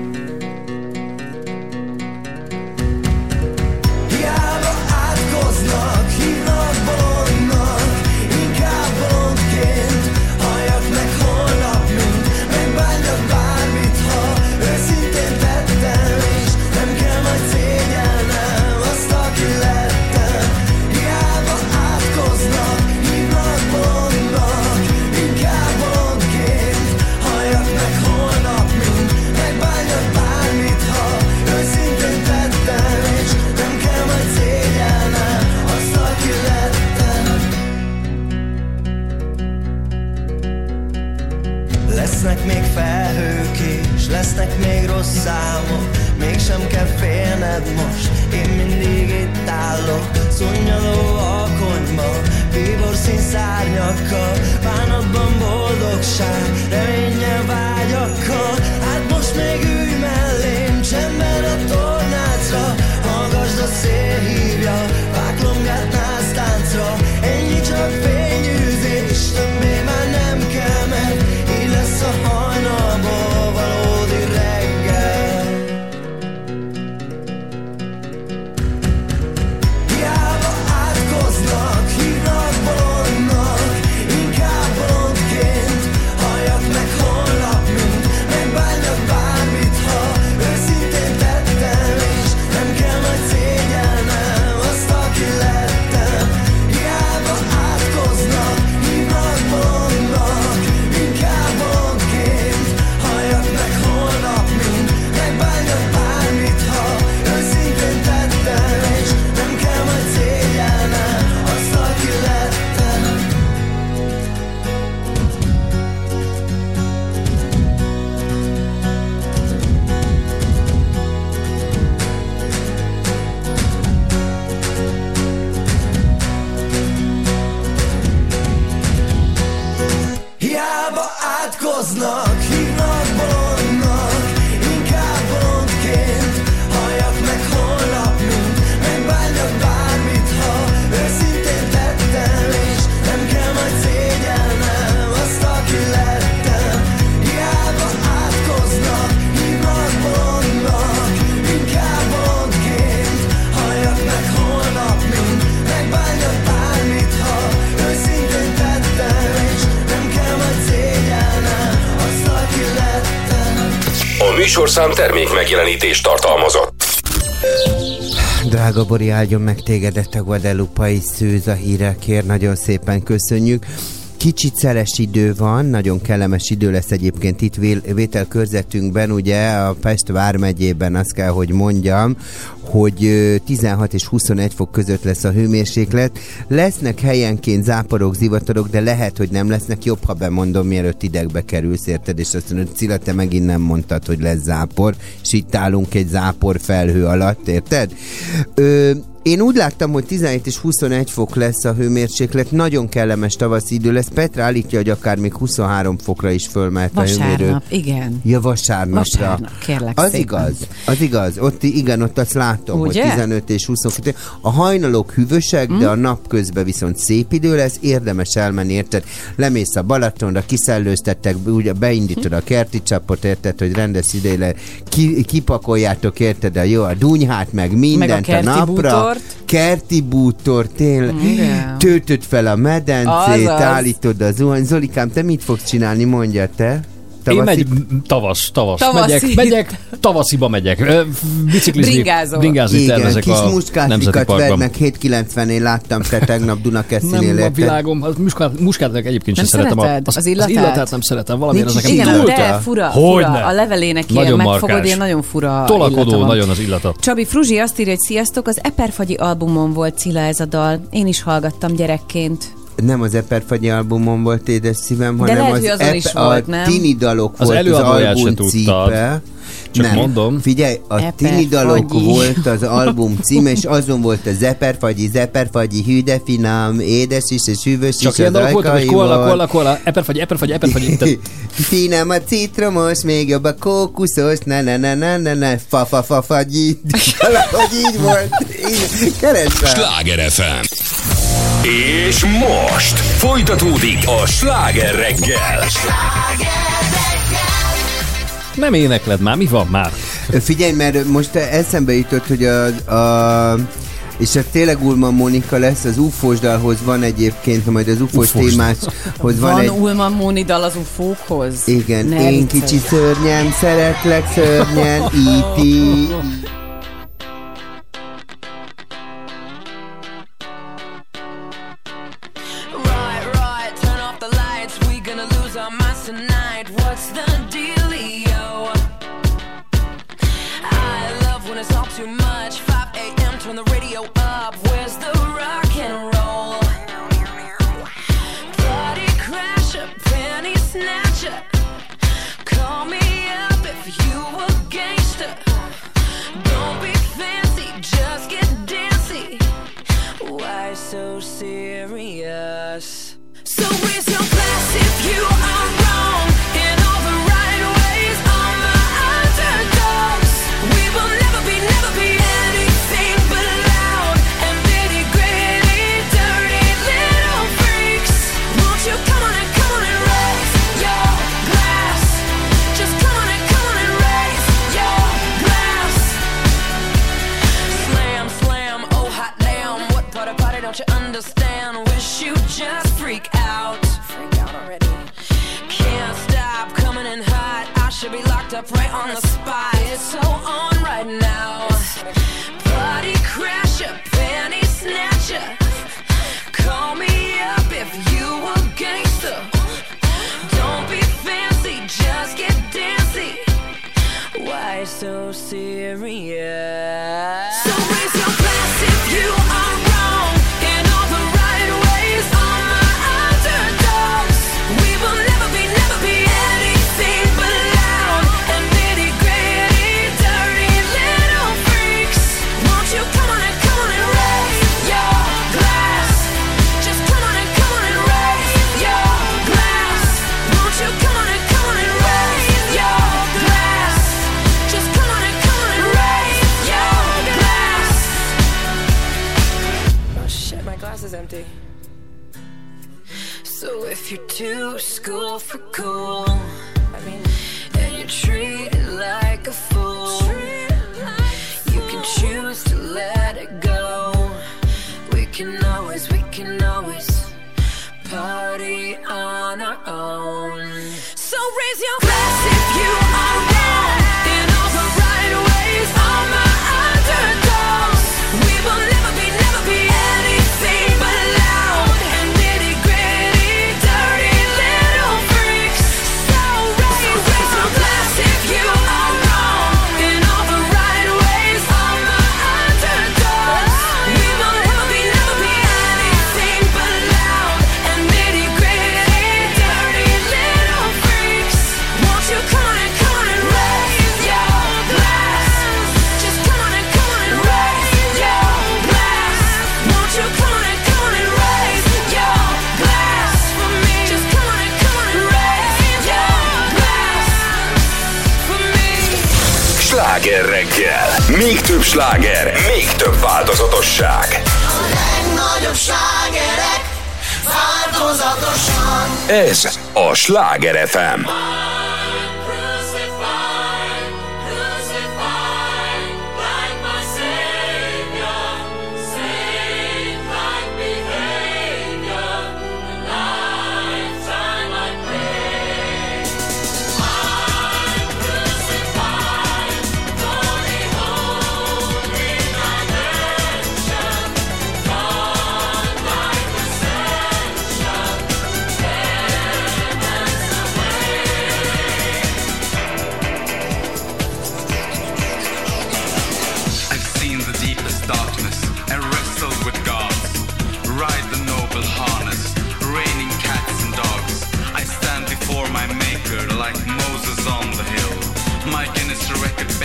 Hiába átkoznak, hívnak bolondnak, inkább bolondként halljak meg holnap, mint megbánjak bármit, ha őszintén tettem, és nem kell majd szégyelnem azt, aki lettem. Hiába átkoznak, hívnak bolondnak, inkább bolondként halljak meg holnap, mint megbánjak bármit, ha őszintén tettem, és nem kell majd szégyelnem azt, aki lettem. Lesznek még felhők és lesznek még rossz számok, mégsem kell félned most, én mindig itt állok, szunnyadó alkonyban, bíborszín szárnyakkal, bánatban boldogság, reménnyel vágyakkal. Hát most még ülj mellém, csendben a tornácra, hallgasd a szél hívja, váklongát násztáncra, ennyi csak fényűzés, többé már nem kell, mert így lesz a hajnalból valódi reggel. Hiába átkoznak, hívnak bolondnak, inkább bolondként halljak meg holnap, mint megbánjak bármit, ha őszintén tettem, és nem kell majd szégyelnem azt, aki lettem. Hiába átkoznak, hívnak bolondnak, inkább bolondként halljak meg holnap, mint megbánjak bármit, ha őszintén tettem, és nem kell majd szégyelnem azt, aki lettem. Hiába átkoznak, hívnak bolondnak, inkább bolondként halljak meg holnap, mint megbánjak bármit, ha őszintén tettem, és nem kell majd szégyelnem azt, aki lettem. Hiába átkoznak, hívnak bolondnak, inkább bolondként halljak meg holnap, mint megbánjak bármit, ha őszintén tettem, és nem kell majd szégyelnem azt, aki lettem. A műsorszám termék megjelenítést tartalmazott. Drága Bori, áldjon meg tégedet a guadalupai szűz a hírekért, nagyon szépen köszönjük. Kicsit szeles idő van, nagyon kellemes idő lesz egyébként itt vé- vételkörzetünkben, ugye a Pest vármegyében azt kell, hogy mondjam, hogy tizenhat és huszonegy fok között lesz a hőmérséklet. Lesznek helyenként záporok, zivatarok, de lehet, hogy nem lesznek. Jobb, ha bemondom, mielőtt idegbe kerülsz, érted? És azt mondod, Cilla, te megint nem mondtad, hogy lesz zápor, és itt állunk egy zápor felhő alatt, érted? Ö, Én úgy láttam, hogy tizenhét és huszonegy fok lesz a hőmérséklet, nagyon kellemes tavaszi idő lesz. Petra állítja, hogy akár még huszonhárom fokra is fölmehet a hőmérő. Vasárnap, igen. Ja, vasárnapra. Vasárnap, kérlek Az szépen. igaz, az igaz. Ott, igen, ott azt látom, Ugye? hogy tizenöt és húsz fok. A hajnalok hűvösek, mm. de a nap közben viszont szép idő lesz, érdemes elmenni, érted? Lemész a Balatonra, kiszellőztettek, ugye beindítod a kerti csapot, érted, hogy rendes idejére ki, kipakoljátok, érted, a jó, a dunyhát, meg mindent meg a, a napra. Bútort. Kerti bútor, tényleg. Igen. Töltöd fel a medencét, Azaz. állítod a zuhany. Zolikám, te mit fogsz csinálni, mondja te? Tavaszi? Én megy, tavasz, tavasz. Tavaszi. Megyek, megyek, tavasziba megyek. Ö, Biciklizni, Bringázol. bringázni igen, tervezek kis a Nemzeti muskátikat Parkban. vernek, hét kilencvennél láttam te tegnap Dunakeszinél. Nem a érted? világom, az muskát, muskátnak egyébként sem Nem szeretem. szereted? Az, Az illatát? Az illatát nem szeretem, valamiért az Nincs nekem is igen, túl. de fura, Hogyne? fura. A levelének ilyen Nagyon megfogod, markáns. ilyen nagyon fura Tolakodó illata van. nagyon az illata. Csabi Fruzsi azt írja, hogy sziasztok, az Eperfagyi albumon volt, Cilla, ez a dal. Én is hallgattam gyerekként. Nem az Eperfagyi albumon volt, édes szívem, De hanem lehet, az hogy azon is Epe- volt, a nem? Tini dalok Az volt az előadóját se album tudtad. cípe. Csak nem. mondom. Figyelj, a Eper Tini dalok fagyi. volt az album címe, és azon volt a zeperfagyi, zeperfagyi, hű de finom, édes is, és hűvös is. Csak ilyen dolgok voltak, hogy kola, kola, kola, eperfagy, eperfagy, eperfagy. Finom a citromos, még jobb a kókuszos, na na na na na na, fa fa fa fagyi. Valahogy így volt. Így, keresd rá. Sláger ef em. És most folytatódik a Sláger reggel. Nem énekled már, mi van már? Figyelj, mert most eszembe jutott, hogy a, a és ez tényleg Ulman Mónika lesz, az ufós dalhoz van egyébként, majd az ufós témáshoz van, van egy... Ulman Móni dal az ufókhoz? Igen, Ne én viccelj. kicsi szörnyem, szeretlek szörnyen, í té Right, right, turn off the lights. We gonna lose our minds tonight. What's the dealio? I love when it's all too much. five a.m. turn the radio up. Where's the rock and roll? Party crasher, penny snatcher. Call me up if you a gangster. Don't be fancy, just get dancy. Why so serious? So raise your glass if you are wrong in all the right ways. On the underdogs, we will never be, never be anything but loud and nitty gritty, dirty little freaks. Won't you come on and come on and raise your glass? Just come on and come on and raise your glass. Slam, slam, oh hot damn, what part of party don't you understand? Wish you just freak out. Freak out already. Can't stop coming in hot. I should be locked up right on the spot. It's so on right now. Party crasher, penny snatcher. Call me up if you a gangster. Don't be fancy, just get dancy. Why so serious? So raise your glass if you are wrong in all the right ways. On the underdogs, we will never be, never be anything but loud and nitty gritty, dirty little freaks. Won't you come on and come on and raise your glass? Just come on and come on and raise your glass. Won't you come on and come on and raise your glass? Just come on and come on and raise your glass. Oh shit, my glass is empty. So if you're too school for cool, I mean, and you're treated like a fool, you can choose to let it go. We can always, we can always party on our own. So raise your glass if you are wrong in all the right ways. On the underdogs, we will never be, never be anything but loud and nitty gritty, dirty little freaks. So raise, raise your glass if you are wrong in all the right ways. On the underdogs, we will never be, never be anything but loud and nitty gritty, dirty little freaks. Won't you come on and come on and raise your glass? Just come on and come on and raise your glass. Won't you come on and come on and raise your glass for me? Just come on and come on and raise your glass for me. Sláger reggel. Még több sláger, még több változatosság. Legnagyobb slágerek változatosan. Ez a Sláger ef em. I've seen the deepest darkness and wrestled with gods. Ride the noble harness, raining cats and dogs. I stand before my maker like Moses on the hill. My Guinness record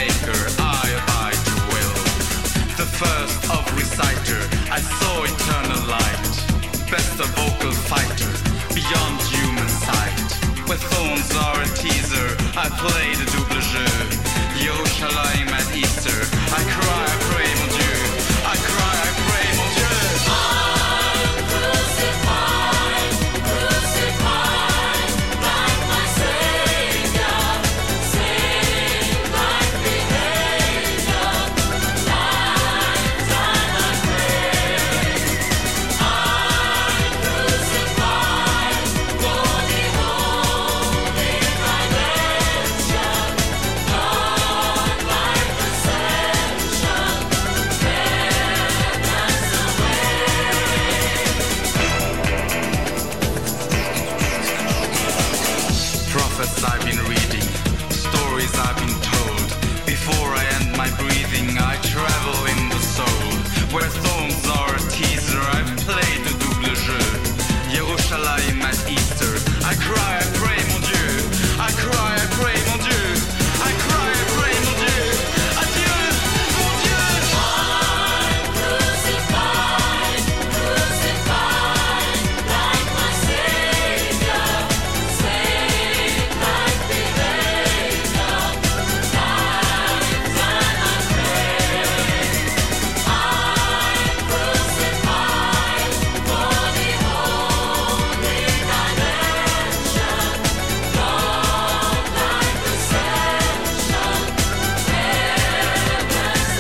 play the double jeu. Yerushalayim at Easter. I cry, I pray, mon Dieu. I cry, I pray, mon Dieu. I'm crucified, crucified, like my Savior, saved like behavior, lifetime I pray. I'm crucified for the holy redemption, God like ascension, heaven's Prophets I've been reading, stories I've been told. Before I end my breathing, I travel in the soul. Where thorns are a teaser, I've played the double jeu. Yerushalayim at Easter. I cry, I pray, mon Dieu. I cry, I pray, mon Dieu. I cry, I pray, mon Dieu. Adieu, mon Dieu. I'm crucified, crucified, like my Savior, saved like behavior, lifetime I pray. I'm crucified for the holy dimension, God like ascension, heaven's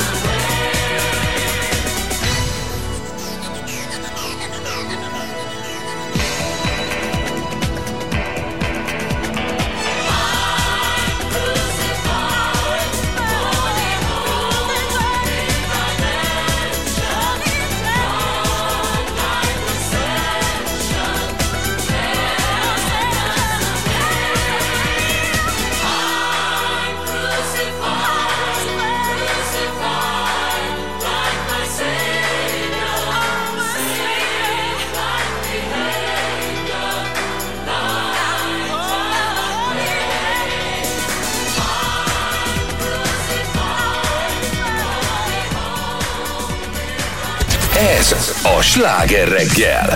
Ez a Sláger reggel.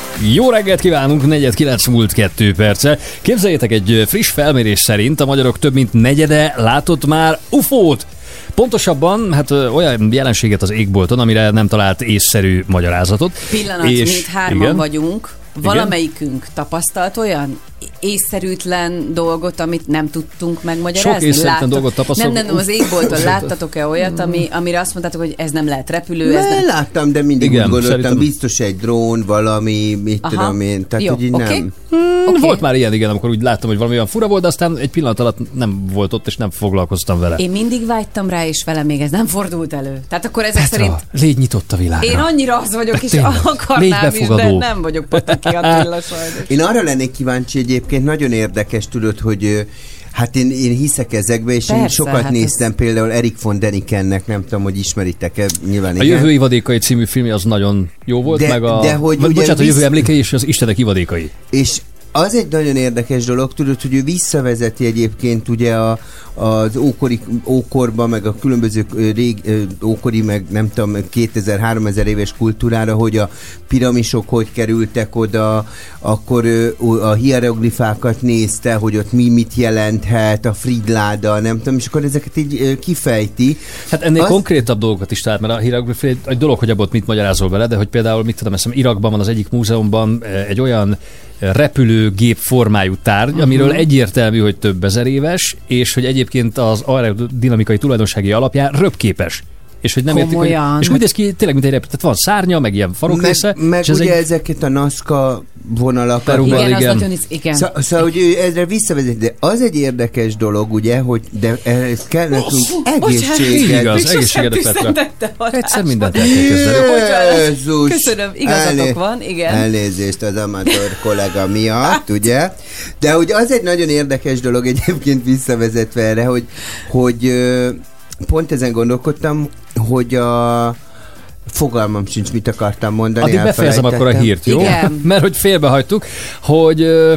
Jó reggelt kívánunk, negyed kilenc múlt kettő perccel. Képzeljétek, egy friss felmérés szerint a magyarok több mint negyede látott már ufót. Pontosabban, hát ö, olyan jelenséget az égbolton, amire nem talált észszerű magyarázatot. Pillanat, És- mint hárman igen. vagyunk. Valamelyikünk tapasztalt olyan észszerűtlen dolgot, amit nem tudtunk megmagyarázni? Sok észszerűtlen Láttok- dolgot tapasztalok. Nem, nem, nem, az égbolton láttatok-e olyat, ami, amire azt mondtátok, hogy ez nem lehet repülő, ez Ne, nem... láttam, de mindig Igen, úgy gondoltam, szerintem- biztos egy drón, valami, mit Aha. tudom én. Tehát, Jó, hogy így oké. nem. Oké. Volt már ilyen, igen, amikor úgy láttam, hogy valami olyan fura volt, de aztán egy pillanat alatt nem volt ott, és nem foglalkoztam vele. Én mindig vágytam rá, és velem még ez nem fordult elő. Tehát akkor ezek Petra, szerint légy nyitott a világra. én annyira az vagyok, és Tényleg, légy akarnám is, de befogadó. nem vagyok Pataki Attila sajnos. Én arra lennék kíváncsi egyébként, nagyon érdekes, tudod, hogy ö, hát én, én hiszek ezekbe, és én Persze, sokat hát néztem például Erik von Dänikennek, nem tudom, hogy ismeritek-e, nyilván A igen. Jövő ivadékai című film az nagyon jó volt, De- meg a... de hogy vagy, ugye bocsánat, a visz- Jövő emlékei és az Istenek ivadékai. És az egy nagyon érdekes dolog, tudod, hogy ő visszavezeti egyébként ugye a, az ókori, ókorba, meg a különböző ö, rég, ö, ókori, meg nem tudom, kétezer-háromezer éves kultúrára, hogy a piramisok hogy kerültek oda, akkor ö, a hieroglifákat nézte, hogy ott mi mit jelenthet, a Fridláda, nem tudom, és akkor ezeket így ö, kifejti. Hát ennél Az- konkrétabb dolgokat is talált, mert a hieroglifia egy, egy dolog, hogy abból mit magyarázol bele, de hogy például, mit tudom, eszem, Irakban van az egyik múzeumban eh, egy olyan repülőgép formájú tárgy, uh-huh. amiről egyértelmű, hogy több ezer éves, és hogy egyébként az aerodinamikai tulajdonsági alapján röpképes. És hogy nem értik, hogy, Komolyan? és úgy néz ki tényleg, mint egy repülő. Tehát van szárnya, meg ilyen farokrésze. Meg, meg és ez ugye egy, ezeket a NASCA vonalakat. Peruban, Igen, az igen. nagyon is, igen. Szó, szóval, hogy ő ezre visszavezet, de az egy érdekes dolog, ugye, hogy de ez kell nekünk egészséget. igaz, Még sosem egészségedet, Petra. tüsszentette a Egyszer mindent el kell kezdeni. Jézus! Köszönöm, igazatok Elné- van, igen. Elnézést az amatőr kollega miatt, ugye? De hogy az egy nagyon érdekes dolog egyébként visszavezetve erre, hogy, hogy ö, pont ezen gondolkodtam, hogy a fogalmam sincs, mit akartam mondani. Addig befejezem akkor a elfelejtettem. hírt, jó? Igen. Mert hogy félbehagytuk, hogy ö,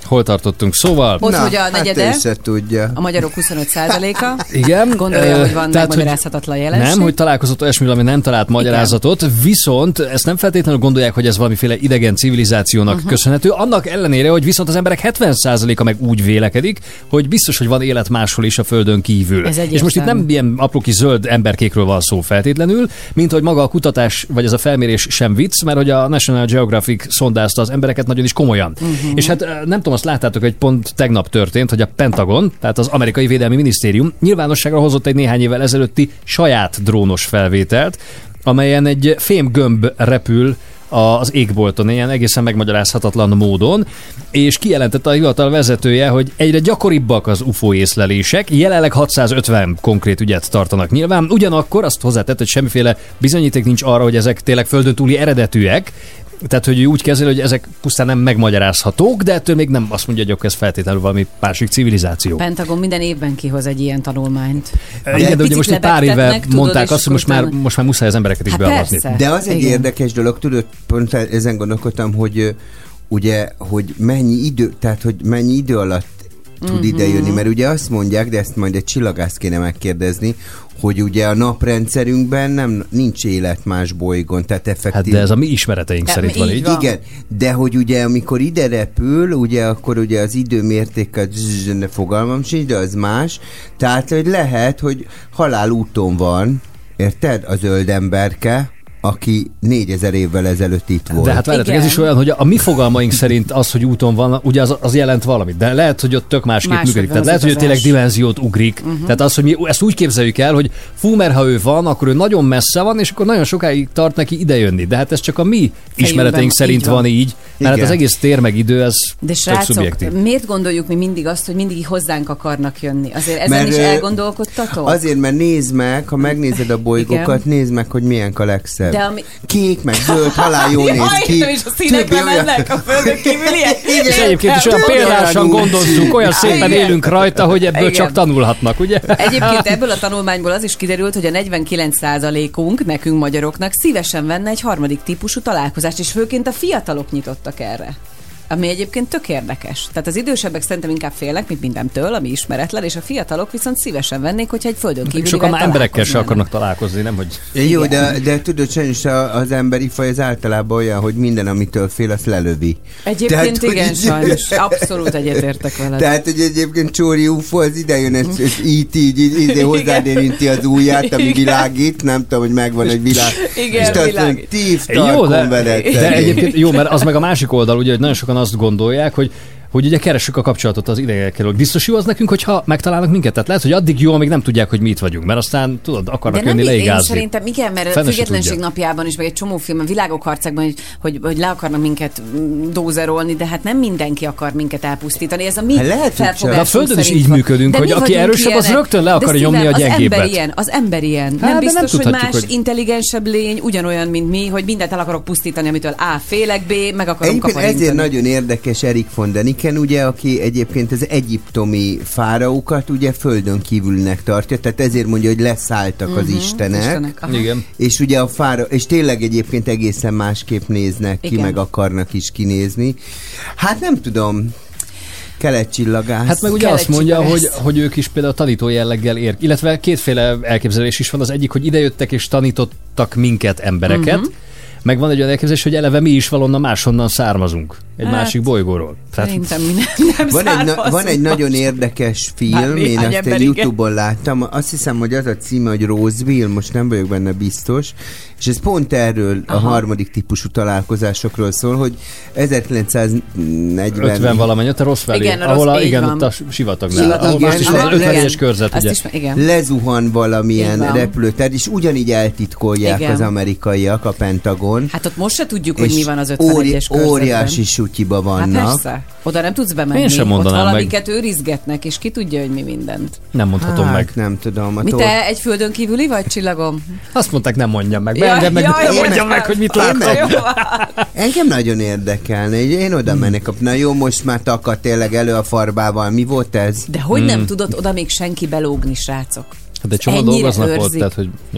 hol tartottunk? Szóval... Ott, hogy a negyede, hát ő se tudja. a magyarok huszonöt százaléka. Igen. Gondolja, hogy van tehát, megmagyarázhatatlan jelenség. Nem, hogy találkozott olyasmivel, ami nem talált magyarázatot, igen. Viszont ezt nem feltétlenül gondolják, hogy ez valamiféle idegen civilizációnak uh-huh. köszönhető. Annak ellenére, hogy viszont az emberek hetven százaléka meg úgy vélekedik, hogy biztos, hogy van élet máshol is a Földön kívül. És most itt nem ilyen apró kis zöld emberkékről van szó feltétlenül, mint hogy maga a kutatás, vagy ez a felmérés sem vicc, mert hogy a National Geographic szondázta az embereket nagyon is komolyan. Uh-huh. És hát nem tudom, azt láttátok, hogy pont tegnap történt, hogy a Pentagon, tehát az amerikai védelmi minisztérium nyilvánosságra hozott egy néhány évvel ezelőtti saját drónos felvételt, amelyen egy fémgömb repül az égbolton, ilyen egészen megmagyarázhatatlan módon, és kijelentette a hivatal vezetője, hogy egyre gyakoribbak az u f o észlelések, jelenleg hatszázötven konkrét ügyet tartanak nyilván, ugyanakkor azt hozzátett, hogy semmiféle bizonyíték nincs arra, hogy ezek tényleg földön túli eredetűek, tehát, hogy ő úgy kezeli, hogy ezek pusztán nem megmagyarázhatók, de ettől még nem azt mondja, hogy ez feltétlenül valami másik civilizáció. Pentagon minden évben kihoz egy ilyen tanulmányt. Igen, de ugye most egy pár éve mondták azt, hogy most már, most már muszáj az embereket is hát beavatni. De az egy igen. érdekes dolog, tudod, pont ezen gondolkodtam, hogy ugye, hogy mennyi idő, tehát, hogy mennyi idő alatt tud uh-huh. idejönni, mert ugye azt mondják, de ezt majd egy csillagást kéne megkérdezni, hogy ugye a naprendszerünkben nem, nincs élet más bolygón, tehát effektív... Hát de ez a mi ismereteink de szerint van így. Van. Igen, de hogy ugye amikor ide repül, ugye akkor ugye az időmértékkel fogalmam sincs, de az más, tehát hogy lehet, hogy halálúton van, érted? A zöld emberke, aki négyezer évvel ezelőtt itt volt. De hát várjátok, ez is olyan, hogy a mi fogalmaink szerint az, hogy úton van, ugye az, az jelent valamit, de lehet, hogy ott tök másképp Máshogy működik. Tehát lehet, hogy ő tényleg dimenziót ugrik. Uh-huh. Tehát az, hogy mi ezt úgy képzeljük el, hogy fú, mert ha ő van, akkor ő nagyon messze van, és akkor nagyon sokáig tart neki idejönni. De hát ez csak a mi Fejünkben ismereteink szerint így van. van így, mert hát az egész tér meg idő, ez de tök srácok, szubjektív. Miért gondoljuk mi mindig azt, hogy mindig hozzánk akarnak jönni? Azért ezen mert, is elgondolkodtatok? Azért, mert nézd meg, ha megnézed a bolygókat, nézd meg, hogy milyen a legszebb. De ami... Kék, meg zöld, halál jól néz ki. Jaj, és a színekben mennek a földön kívüliek. És egyébként is olyan példásan gondozzuk, olyan szépen élünk rajta, hogy ebből igen. csak tanulhatnak, ugye? Egyébként ebből a tanulmányból az is kiderült, hogy a negyvenkilenc százalékunk, nekünk magyaroknak szívesen venne egy harmadik típusú találkozást, és főként a fiatalok nyitottak erre. Ami egyébként tök érdekes. Tehát az idősebbek szerintem inkább félnek, mint mindentől, ami ismeretlen, és a fiatalok viszont szívesen vennék, hogyha egy földön kívülivel sokan már emberekkel se akarnak találkozni, nem hogy... Jó, de, de tudod, sajnos az emberi faj az általában olyan, hogy minden, amitől fél, azt lelövi. Egyébként tehát, igen, hogy... sajnos. Abszolút egyetértek veled. Tehát, hogy egyébként Csóri u f o az idejön, és így így, így hozzád érinti az ujját, ami világít, nem tudom, hogy megvan egy világ. Igen, és világ. Tív tarkon veled. De egyébként jó, mert az meg a másik oldal, ugye, hogy nagyon sokan azt gondolják, hogy hogy ugye keressük a kapcsolatot az idegenekkel, hogy biztos jó az nekünk, hogyha megtalálnak minket. Tehát lehet, hogy addig jó, amíg nem tudják, hogy mi itt vagyunk, mert aztán tudod, akarnak de jönni nem, leigázni. Én szerintem igen, mert a Függetlenség napjában is, vagy egy csomó filmben, Világok harcában, hogy, hogy, hogy le akarnak minket dózerolni, de hát nem mindenki akar minket elpusztítani. Ez a mi hát felfogásunk. De a Földön is így működünk, de hogy aki erősebb, az rögtön le akarja nyomni a gyengébbet. Az ember ilyen, az ember ilyen. Hát, nem biztos, nem hogy más hogy... intelligensebb lény, ugyanolyan, mint mi, hogy mindent el akarok pusztítani, amitől A félek, B meg akarom kaparintani. Ezért nagyon érdekes Erik von Däniken, ugye, aki egyébként az egyiptomi fáraókat ugye földön kívülnek tartja, tehát ezért mondja, hogy leszálltak uh-huh, az istenek. istenek Igen. És ugye a fára, és tényleg egyébként egészen másképp néznek ki, igen. meg akarnak is kinézni. Hát nem tudom, keletcsillagász. Hát meg ugye azt mondja, hogy, hogy ők is például tanító jelleggel ér, illetve kétféle elképzelés is van. Az egyik, hogy idejöttek és tanítottak minket, embereket, uh-huh. meg van egy olyan elképzelés, hogy eleve mi is valonnan máshonnan származunk. Egy hát, másik bolygóról. Szerintem mi nem, nem van, egy na, van egy nagyon érdekes film, én azt egy YouTube-on láttam, azt hiszem, hogy az a címe, hogy Roseville, most nem vagyok benne biztos, és ez pont erről aha. a harmadik típusú találkozásokról szól, hogy ezerkilencszáznegyven ötven valamennyi, ott a Roswell, ahol a, igen, ott a sivatagnál. Ahol most is az ötvenes körzet, ugye. Is, lezuhan valamilyen repülőter, és ugyanígy eltitkolják igen. az amerikaiak, a Pentagon. Hát ott most se tudjuk, hogy mi van az ötvenegyes körzetben. Óriási sutyiba vannak. Hát persze. Oda nem tudsz bemenni. Én sem mondanám ott meg. valamiket őrizgetnek, és ki tudja, hogy mi mindent. Nem mondhatom hát, meg. Nem tudom. Mi te egy földön kívüli vagy, csillagom? Azt mondták, nem mondjam meg. Ja, engem meg, ja, nem mondjam meg, hogy mit láttam. Engem nagyon érdekelne. Én oda hmm. mennek. Na jó, most már takad tényleg elő a farbával. Mi volt ez? De hogy hmm. nem tudott oda még senki belógni, srácok? Hát egy csomó dolgoznak ott, tehát hogy... Ja.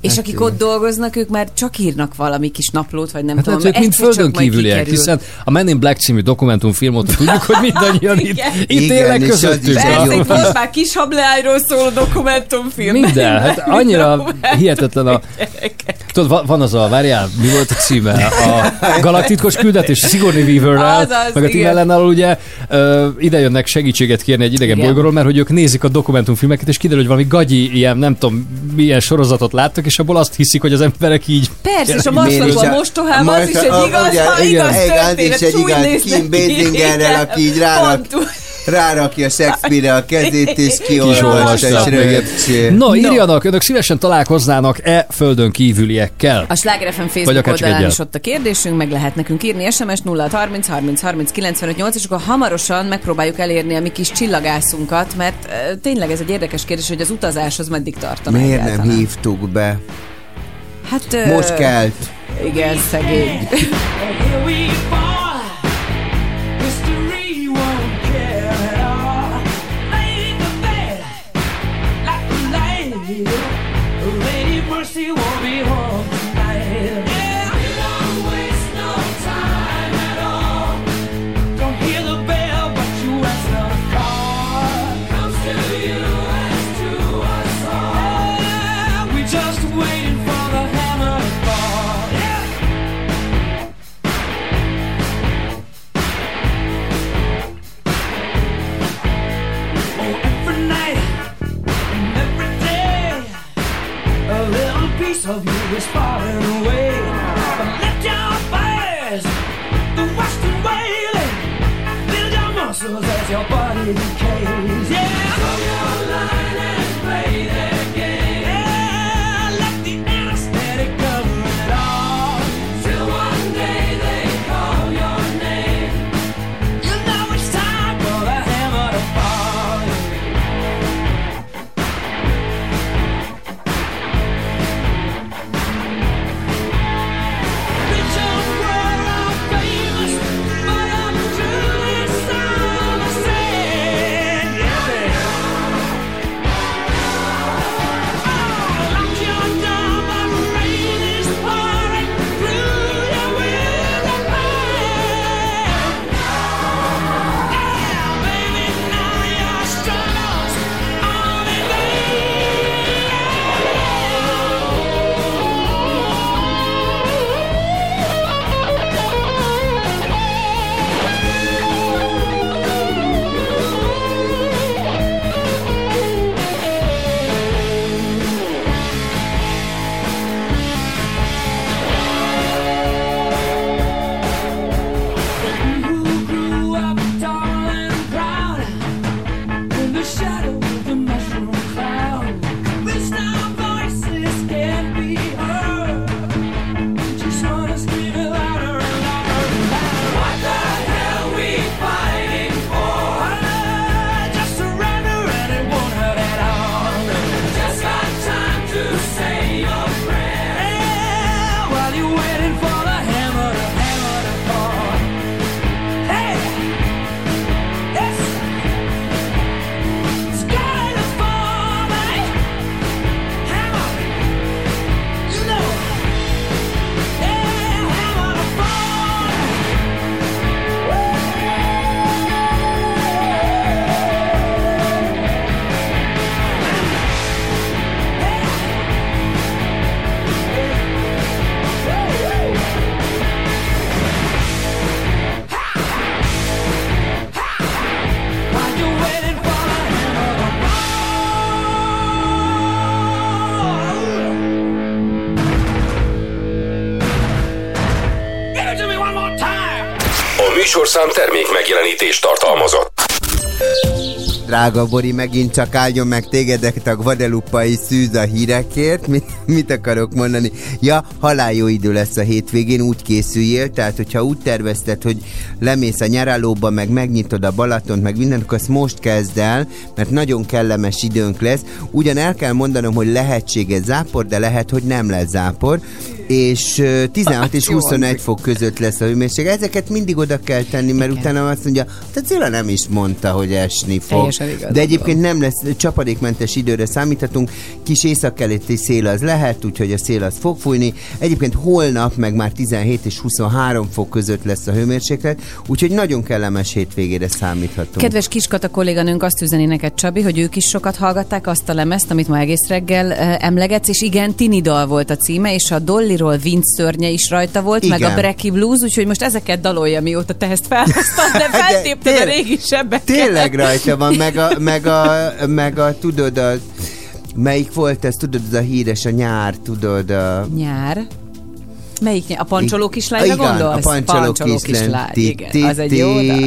És Hát akik igen. ott dolgoznak, ők már csak írnak valami kis naplót, vagy nem Hát tudom. ők mind egyszer csak földön majd kívüliek, kikerül. hiszen a Men in Black című dokumentumfilm óta tudjuk, hogy mindannyian itt, itt Igen, élnek és az közöttünk. is Persze, A- itt most már kis hableányról szóló dokumentumfilm. Minden, hát annyira hihetetlen a... Tudod, va- van az a, várjál, mi volt a címe? A Galaktikus küldetés Sigourney Weaverrel, Azaz, meg a Tim igen. Allennel ugye ö, ide jönnek segítséget kérni egy idegen Igen. bolygóról, mert hogy ők nézik a dokumentumfilmeket, és kiderül, hogy valami gagyi, ilyen nem tudom, milyen sorozatot láttak, és abból azt hiszik, hogy az emberek így... Persze, és a Miért maszlakó is a a- mostohában, az is egy a- igaz, ugye, ha igen, igaz igen, az is történet, egy úgy igaz néznek Kim ki. Basingerrel, Igen, aki így rárak, pontos. rárakja Shakespeare-re a kezét, és kiolvasta, és Kiolvasta. rögtön. No, írjanak, önök szívesen találkoznának-e földön kívüliekkel? A Sláger ef em Vagy Facebook akár csak oldalán egyel. is ott a kérdésünk, meg lehet nekünk írni es em es nulla harminc harminc harminc kilencvenöt nyolc, és akkor hamarosan megpróbáljuk elérni a mi kis csillagászunkat, mert uh, tényleg ez egy érdekes kérdés, hogy az utazás az meddig tartana Miért nem egyáltalán. hívtuk be? Hát, uh, Most kelt. Igen, szegény. Here we fall. History won't care at all. Lay the bed like a lady. Lady Mercy won't be home tonight. Yeah, we won't waste no time at all. Don't hear the bell, but you answer the call. Comes to you as to us all. Yeah, we just waiting for the hammer to fall. Yeah. Oh, every night and every day, a little piece of you is falling away. But let your fires, the western wailing, build your muscles as your body decays. Yeah, throw your line and play their game. Yeah, let the anesthetic cover it all. Till one day they call your name. You know it's time for the hammer to fall. Reach out for our famous, but I'm truly sorry to say, yeah. Oh, lock your door, but rain is pouring through your window pane. Yeah, baby, now your struggles on in You grew up tall and proud in the shadow of the mushroom cloud. Reached our voices can't be heard. Just wanna scream it louder and louder and louder. What the hell we fighting for? Just surrender and it won't hurt at all. Just got time to say your prayer. Yeah, while you're waiting for the hammer to hammer to fall. Hey, yes, sky to fall, mate. Hammer, you know, yeah, hammer to fall. While you're waiting for the hammer to fall. Give it to me one more time. A műsorszám termék megjelenítést tartalmazott. Drága Bori, megint csak áldjon meg tégedeket a guadeloupai szűz a hírekért. Mit, mit akarok mondani? Ja, haláljó idő lesz a hétvégén, úgy készüljél, tehát hogyha úgy tervezted, hogy lemész a nyaralóba, meg megnyitod a Balatont, meg mindent, akkor azt most kezd el, mert nagyon kellemes időnk lesz. Ugyan el kell mondanom, hogy lehetséges zápor, de lehet, hogy nem lesz zápor. és uh, tizenhat és huszonegy fok között lesz a hőmérséklet. Ezeket mindig oda kell tenni, mert igen. utána azt mondja, a Cilla nem is mondta, hogy esni fog. De egyébként nem lesz, csapadékmentes időre számíthatunk, kis északkeleti szél az lehet, úgyhogy a szél az fog fújni. Egyébként holnap meg már tizenhét és huszonhárom fok között lesz a hőmérséklet, úgyhogy nagyon kellemes hétvégére számíthatunk. Kedves Kiskata kolléganőnk azt üzeni neked, Csabi, hogy ők is sokat hallgatták azt a lemezt, amit ma egész reggel uh, emlegetsz, és igen, Tini dal volt a címe, és a Dollyról Vince szörnye is rajta volt, igen. meg a Brecky Blues, úgyhogy most ezeket dalolja, mióta te ezt felhoztad, de feltépted a régi sebeket. Tényleg rajta van, meg a, meg a, meg a tudod, a, melyik volt ez, tudod, az a híres, a nyár, tudod, a... Nyár? Melyik? A pancsoló kislányra gondolsz? A pancsoló, pancsoló kislány. Igen, az egy jó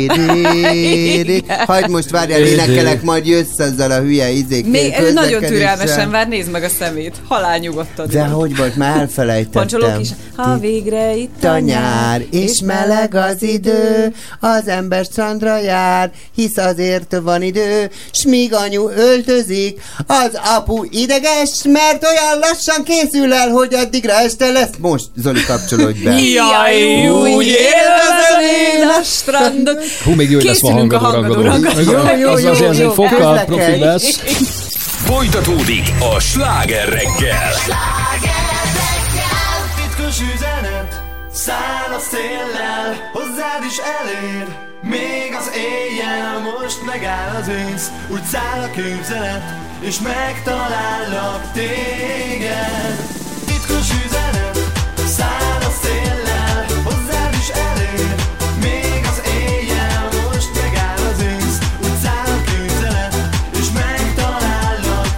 Hagyd most várjál, énekelek, majd jössz azzal a hülye izék. Még nagyon türelmesen vár, nézd meg a szemét. Halál nyugodtan. De hogy volt, már elfelejtettem. Pancsoló kislány. Ha végre itt a nyár, és meleg az idő, az ember strandra jár, hisz azért van idő, s míg anyu öltözik, az apu ideges, mert olyan lassan készül el, hogy addigra este lesz. Most, Zoli, kapcsolódj be. Jaj, úgy élvezem én a strandot. Hú, még jó, hogy lesz ma hangadó rangadó. Jó, jó, az jó, azért jó. fokkal profi lesz. Folytatódik a Sláger reggel. Titkos üzenet, száll a széllel, hozzád is elér. Még az éjjel most megáll az ősz, úgy száll a képzelet, és megtalállak téged. Titkos üzenet, száll a széllel, hozzád is elér. Még az éjjel most megáll az ősz, úgy száll a képzelet, és megtalállak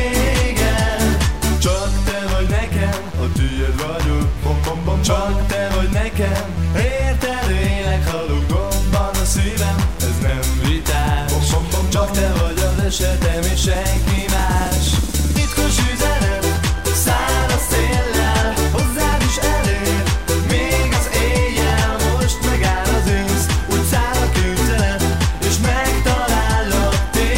téged. Csak te vagy nekem, a tiéd vagyok, bom, bom, bom. Csak te vagy nekem, érted élek, halok gomban a szívem, ez nem vitás. Bom, bom, bom, csak te vagy az esetem, és senki más. Titkos üzenet, száll a széllel, hozzád is elér. Még az éjjel most megáll az ősz, úgy száll a képzelet, és megtalállak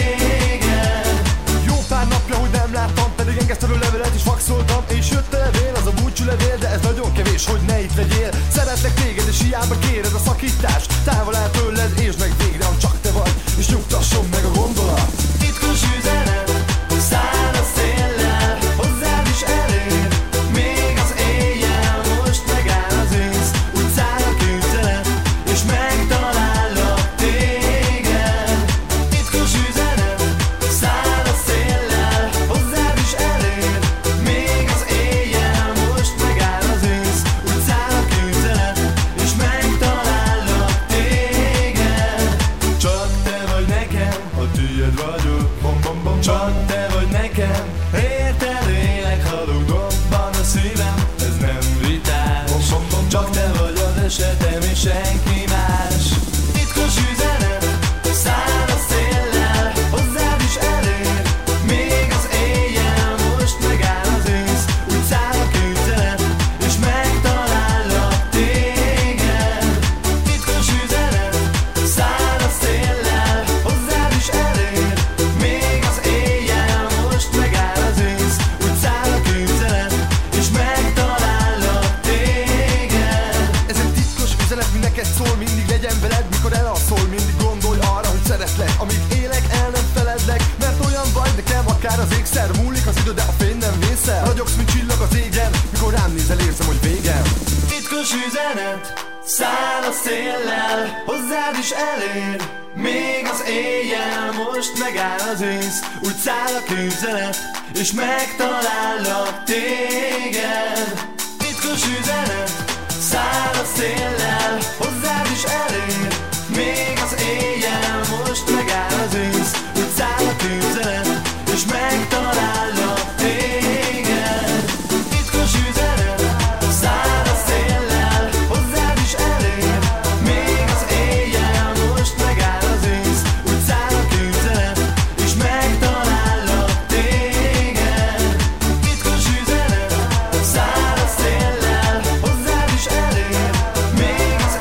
téged. Jó pár napja, hogy nem láttam, pedig engesztelő levelet is faxoltam, és jött a levél, az a búcsú levél, de ez nagyon kevés, hogy ne itt legyél. Szeretlek téged, és hiába kéred a szakítást, távol áll tőled, és meg végre, csak te vagy, és nyugtasson meg a gondolat. Titkos üzenet, száll a széllel, hozzád is elér. Még az éjjel most megáll az ősz, úgy száll a képzelet, és megtalállak téged. Titkos üzenet, száll a széllel, hozzád is elér. Még az éjjel most megáll az ősz, úgy száll a képzelet, és megtalállak téged. Csak te vagy nekem, a tiéd vagyok, bom, bom, bom. Csak te vagy nekem, érted élek, halok gomban a szívem, ez nem vitás. Bom, bom, bom. Csak te vagy az esetem, és senki más. Titkos üzenet, száll a széllel, hozzád is elér. Még az éjjel most megáll az ősz, úgy száll a képzelet, és megtalállak téged. Titkos üzenet, száll a széllel, hozzád is elér. Még az éjjel most megáll az ősz, úgy száll a képzelet, és megtalállak téged. Ez egy titkos üzenet, mi neked szól, mindig legyen veled, mikor elalszol, mindig gondolj arra, hogy szeretlek. Amíg élek, el nem feledlek, mert olyan vagy nekem, akár az égszer. Múlik az idő, de a fény nem vészel. Ragyogsz, mint csillag az égen, mikor rám nézel, érzem, hogy végem. Titkos üzenet, száll a széllel, hozzád is elér. Még az éjjel most megáll az ősz, úgy száll a képzelet, és megtalállak téged. Titkos üzenet, száll a széllel, hozzád is elér. Még az éjjel most megáll az ősz, úgy száll a képzelet, és megtalállak téged. Titkos üzenet, száll a széllel, hozzád is elér. Még az éjjel most megáll az ősz, úgy száll a képzelet, és megtalállak téged. Titkos üzenet, száll a széllel, hozzád is elér. Még az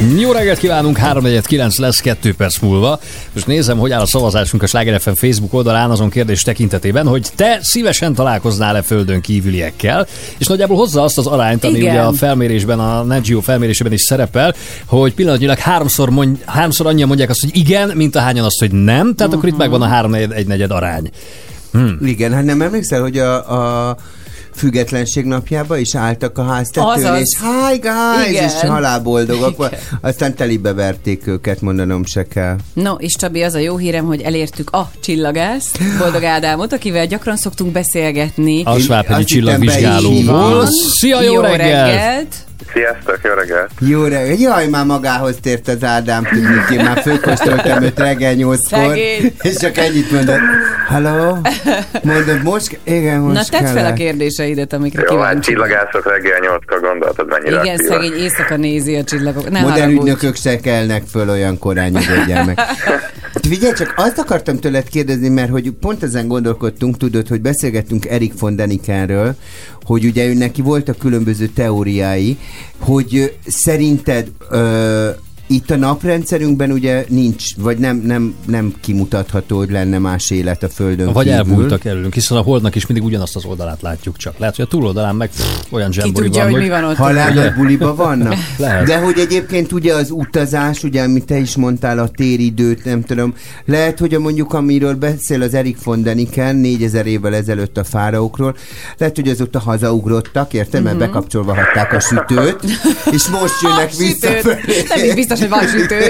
Jó reggelt kívánunk, három negyven kilenc lesz kettő perc múlva. Most nézem, hogy áll a szavazásunk a Sláger ef em Facebook oldalán azon kérdés tekintetében, hogy te szívesen találkoznál-e földön kívüliekkel, és nagyjából hozza azt az arányt, ami Igen. ugye a felmérésben, a Net Geo felmérésében is szerepel, hogy pillanatnyilag háromszor, mond, háromszor annyian mondják azt, hogy igen, mint ahányan azt, hogy nem, tehát uh-huh. akkor itt megvan a három egy negyed arány. Hmm. Igen, hát nem emlékszel, hogy a, a függetlenség napjában is álltak a háztetőn, Azaz. és hi guys, Igen. és halálboldogak, Igen. aztán telibe verték őket, mondanom se kell. No, és Csabi, az a jó hírem, hogy elértük a csillagászt, Boldog Ádámot, akivel gyakran szoktunk beszélgetni. A Svábhegyi Azt hittem, csillagvizsgálóból. be is Szia, jó, Jó reggelt! reggelt! Sziasztok, jó reggelt! Jó reggelt! Jaj, már magához tért az Ádám, tudjuk, én már fölkóstoltam őt reggel nyolckor, Szegény. és csak ennyit mondott. Halló? Mondod, most? Igen, most Na, tedd fel a kellett. kérdéseidet, amikre Jó, hát kíváncsi. csillagászok reggel nyolckor gondoltad, mennyire Igen, aktívan. szegény éjszaka nézi a csillagok. Ne Modern haragudj. ügynökök se kelnek föl olyan korán, nyugodjál meg. Figyelj, csak azt akartam tőled kérdezni, mert hogy pont ezen gondolkodtunk, tudod, hogy beszélgettünk Erik von Dänikenről, hogy ugye ő neki voltak különböző teóriái, hogy ö, szerinted ö, itt a naprendszerünkben ugye nincs, vagy nem, nem, nem kimutatható, hogy lenne más élet a Földön Vagy kívül. elmúltak előlünk, hiszen a Holdnak is mindig ugyanazt az oldalát látjuk csak. Lehet, hogy a túloldalán meg pff, olyan Ki zsembori tudja, van, hogy mi van ott. Halálnak buliba vannak? Lehet. De hogy egyébként ugye az utazás, ugye amit te is mondtál, a téridőt, nem tudom, lehet, hogy a mondjuk amiről beszél az Erik von Däniken négyezer évvel ezelőtt a fáraókról, lehet, hogy azóta hazaugrottak, érted? Mert Mhm. bekapcsolva hagyták a sütőt, és most jönnek A vissza sütőt. fölé. Nem is biztos, hogy van sütőjük.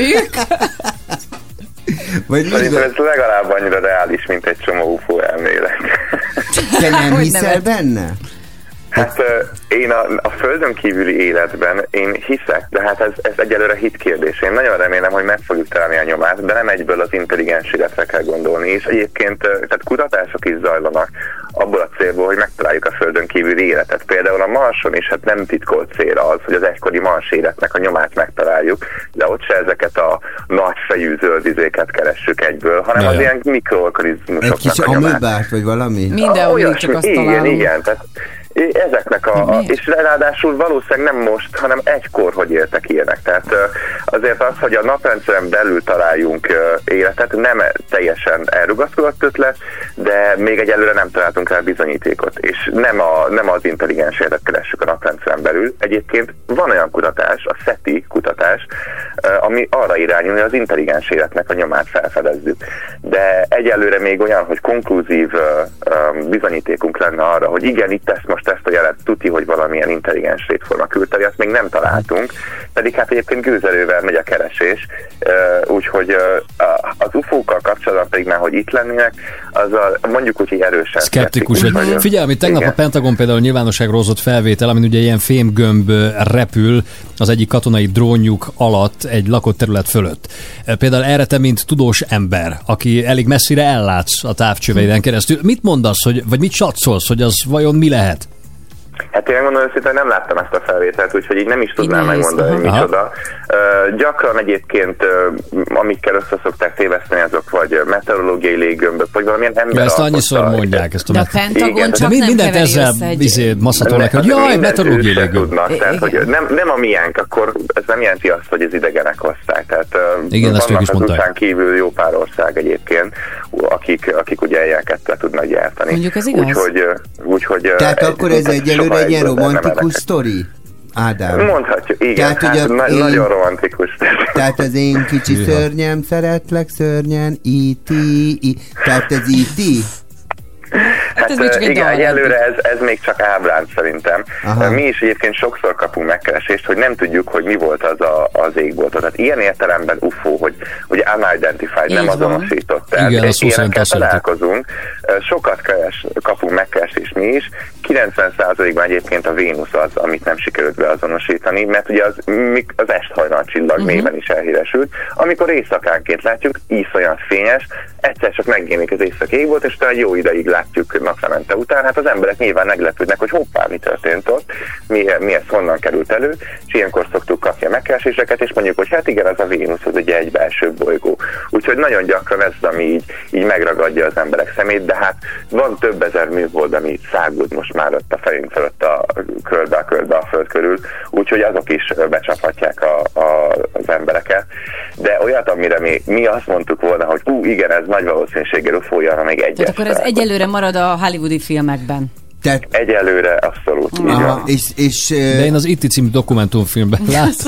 Vagy mi Szerintem van? ez legalább annyira reális, mint egy csomó u f o elmélet. Te nem Hogy hiszel nevet? benne? Hát ö, én a, a földön kívüli életben én hiszek, de hát ez, ez egyelőre hit kérdés. Én nagyon remélem, hogy meg fogjuk találni a nyomát, de nem egyből az intelligens életre kell gondolni. És egyébként ö, tehát kutatások is zajlanak abból a célból, hogy megtaláljuk a földön kívüli életet. Például a Marson is hát nem titkolt cél az, hogy az egykori Mars életnek a nyomát megtaláljuk, de ott se ezeket a nagy fejű zöldizéket keressük egyből, hanem Ja, az ja. ilyen Egy mikroorganizmusoknak kis a nyomát. amöbát, vagy valami? Mindenhol Olyasmi, csak azt igen, találunk. igen, tehát ezeknek a, a, és ráadásul valószínűleg nem most, hanem egykor, hogy éltek ilyenek. Tehát ö, azért az, hogy a naprendszeren belül találjunk ö, életet, nem teljesen elrugaszkodott ötlet, de még egyelőre nem találtunk rá bizonyítékot, és nem, a, nem az intelligens életet keressük a naprendszeren belül. Egyébként van olyan kutatás, a SETI kutatás, ö, ami arra irányul, hogy az intelligens életnek a nyomát felfedezzük. De egyelőre még olyan, hogy konklúzív ö, ö, bizonyítékunk lenne arra, hogy igen, itt ezt most ezt a jelet tuti, hogy valamilyen intelligens létforma küldte, azt még nem találtunk, pedig hát egyébként gőzerővel megy a keresés, úgyhogy az u f o-kkal kapcsolatban pedig már, hogy itt lennének, azzal mondjuk úgy, hogy erősen Szkeptikus vagy. vagyok. Figyelj, amit tegnap Igen. a Pentagon például nyilvánosságra hozott felvétel, amin ugye ilyen fémgömb repül az egyik katonai drónjuk alatt egy lakott terület fölött. Például erre te, mint tudós ember, aki elég messzire ellátsz a távcsöveiden keresztül, mit mondasz, hogy, vagy mit satszolsz, hogy az vajon mi lehet? Hát én megmondom őszintén, nem láttam ezt a felvételt, úgyhogy így nem is tudnám Így néz, megmondani, hogy aha. micsoda. Uh, gyakran egyébként, uh, amikkel össze szokták téveszteni, azok vagy meteorológiai léggömbök, vagy valamilyen ember. Ja, ezt alkotta- annyiszor mondják, ezt a De a met- Pentagon Igen, csak de nem mindent keveri ezzel össze egy... izé, masszatolnak, hogy Ne- jaj, mindent meteorológiai ők se légömb. tudnak, tehát, hogy nem, nem a miénk, akkor ez nem jelenti azt, hogy az idegenek hozták. Tehát, uh, Igen, ezt ők vannak is az mondták. után kívül jó pár ország egyébként, akik, akik ugye ilyeneket le tudnak gyártani. Mondjuk ez igaz. Úgyhogy, uh, úgyhogy, uh, Tehát akkor ez soha egyelőre egy ilyen egyből nem romantikus emelkedett. sztori? Ádám. Mondhatjuk, igen, Tehát, hát, hogy a- na- én- nagyon romantikus. Tehát az én kicsi Hűha. szörnyem, szeretlek szörnyen, í té Tehát ez í té Hát ez még csak egy igen, dal. egyelőre ez, ez még csak ábrán szerintem. Aha. Mi is egyébként sokszor kapunk megkeresést, hogy nem tudjuk, hogy mi volt az a, az égboltot. Tehát ilyen értelemben u f o, hogy, hogy unidentified, Így nem van. azonosított. Tehát Igen, a szó szerint ilyenekkel azt jelenti. találkozunk. Sokat keres, kapunk megkeresést mi is. kilencven százalékban egyébként a Vénusz az, amit nem sikerült beazonosítani, mert ugye az, mik- az esthajnal csillag uh-huh. néven is elhíresült. Amikor éjszakánként látjuk, iszonyat fényes, egyszer csak megjelenik az éjszaki égbolt, és utána egy jó ideig látjuk naplemente után. Hát az emberek nyilván meglepődnek, hogy hoppá, mi történt ott, mi, mi ez honnan került elő, és ilyenkor szoktuk kapni a megkereséseket, és mondjuk, hogy hát igen, az a Vénusz, az ugye egy belső bolygó. Úgyhogy nagyon gyakran ez az, ami így, így megragadja az emberek szemét, de de hát van több ezer műhold, ami száguld most már ott a fejünk fölött a körbe a körbe a föld körül, úgyhogy azok is becsaphatják a, a, az embereket. De olyat, amire mi, mi azt mondtuk volna, hogy ú, igen, ez nagy valószínűséggel ufója, még egyes. Tehát akkor ez egyelőre marad a hollywoodi filmekben. Tehát... Egyelőre abszolút. Aha, és, és, de én az I T című dokumentumfilmben látom.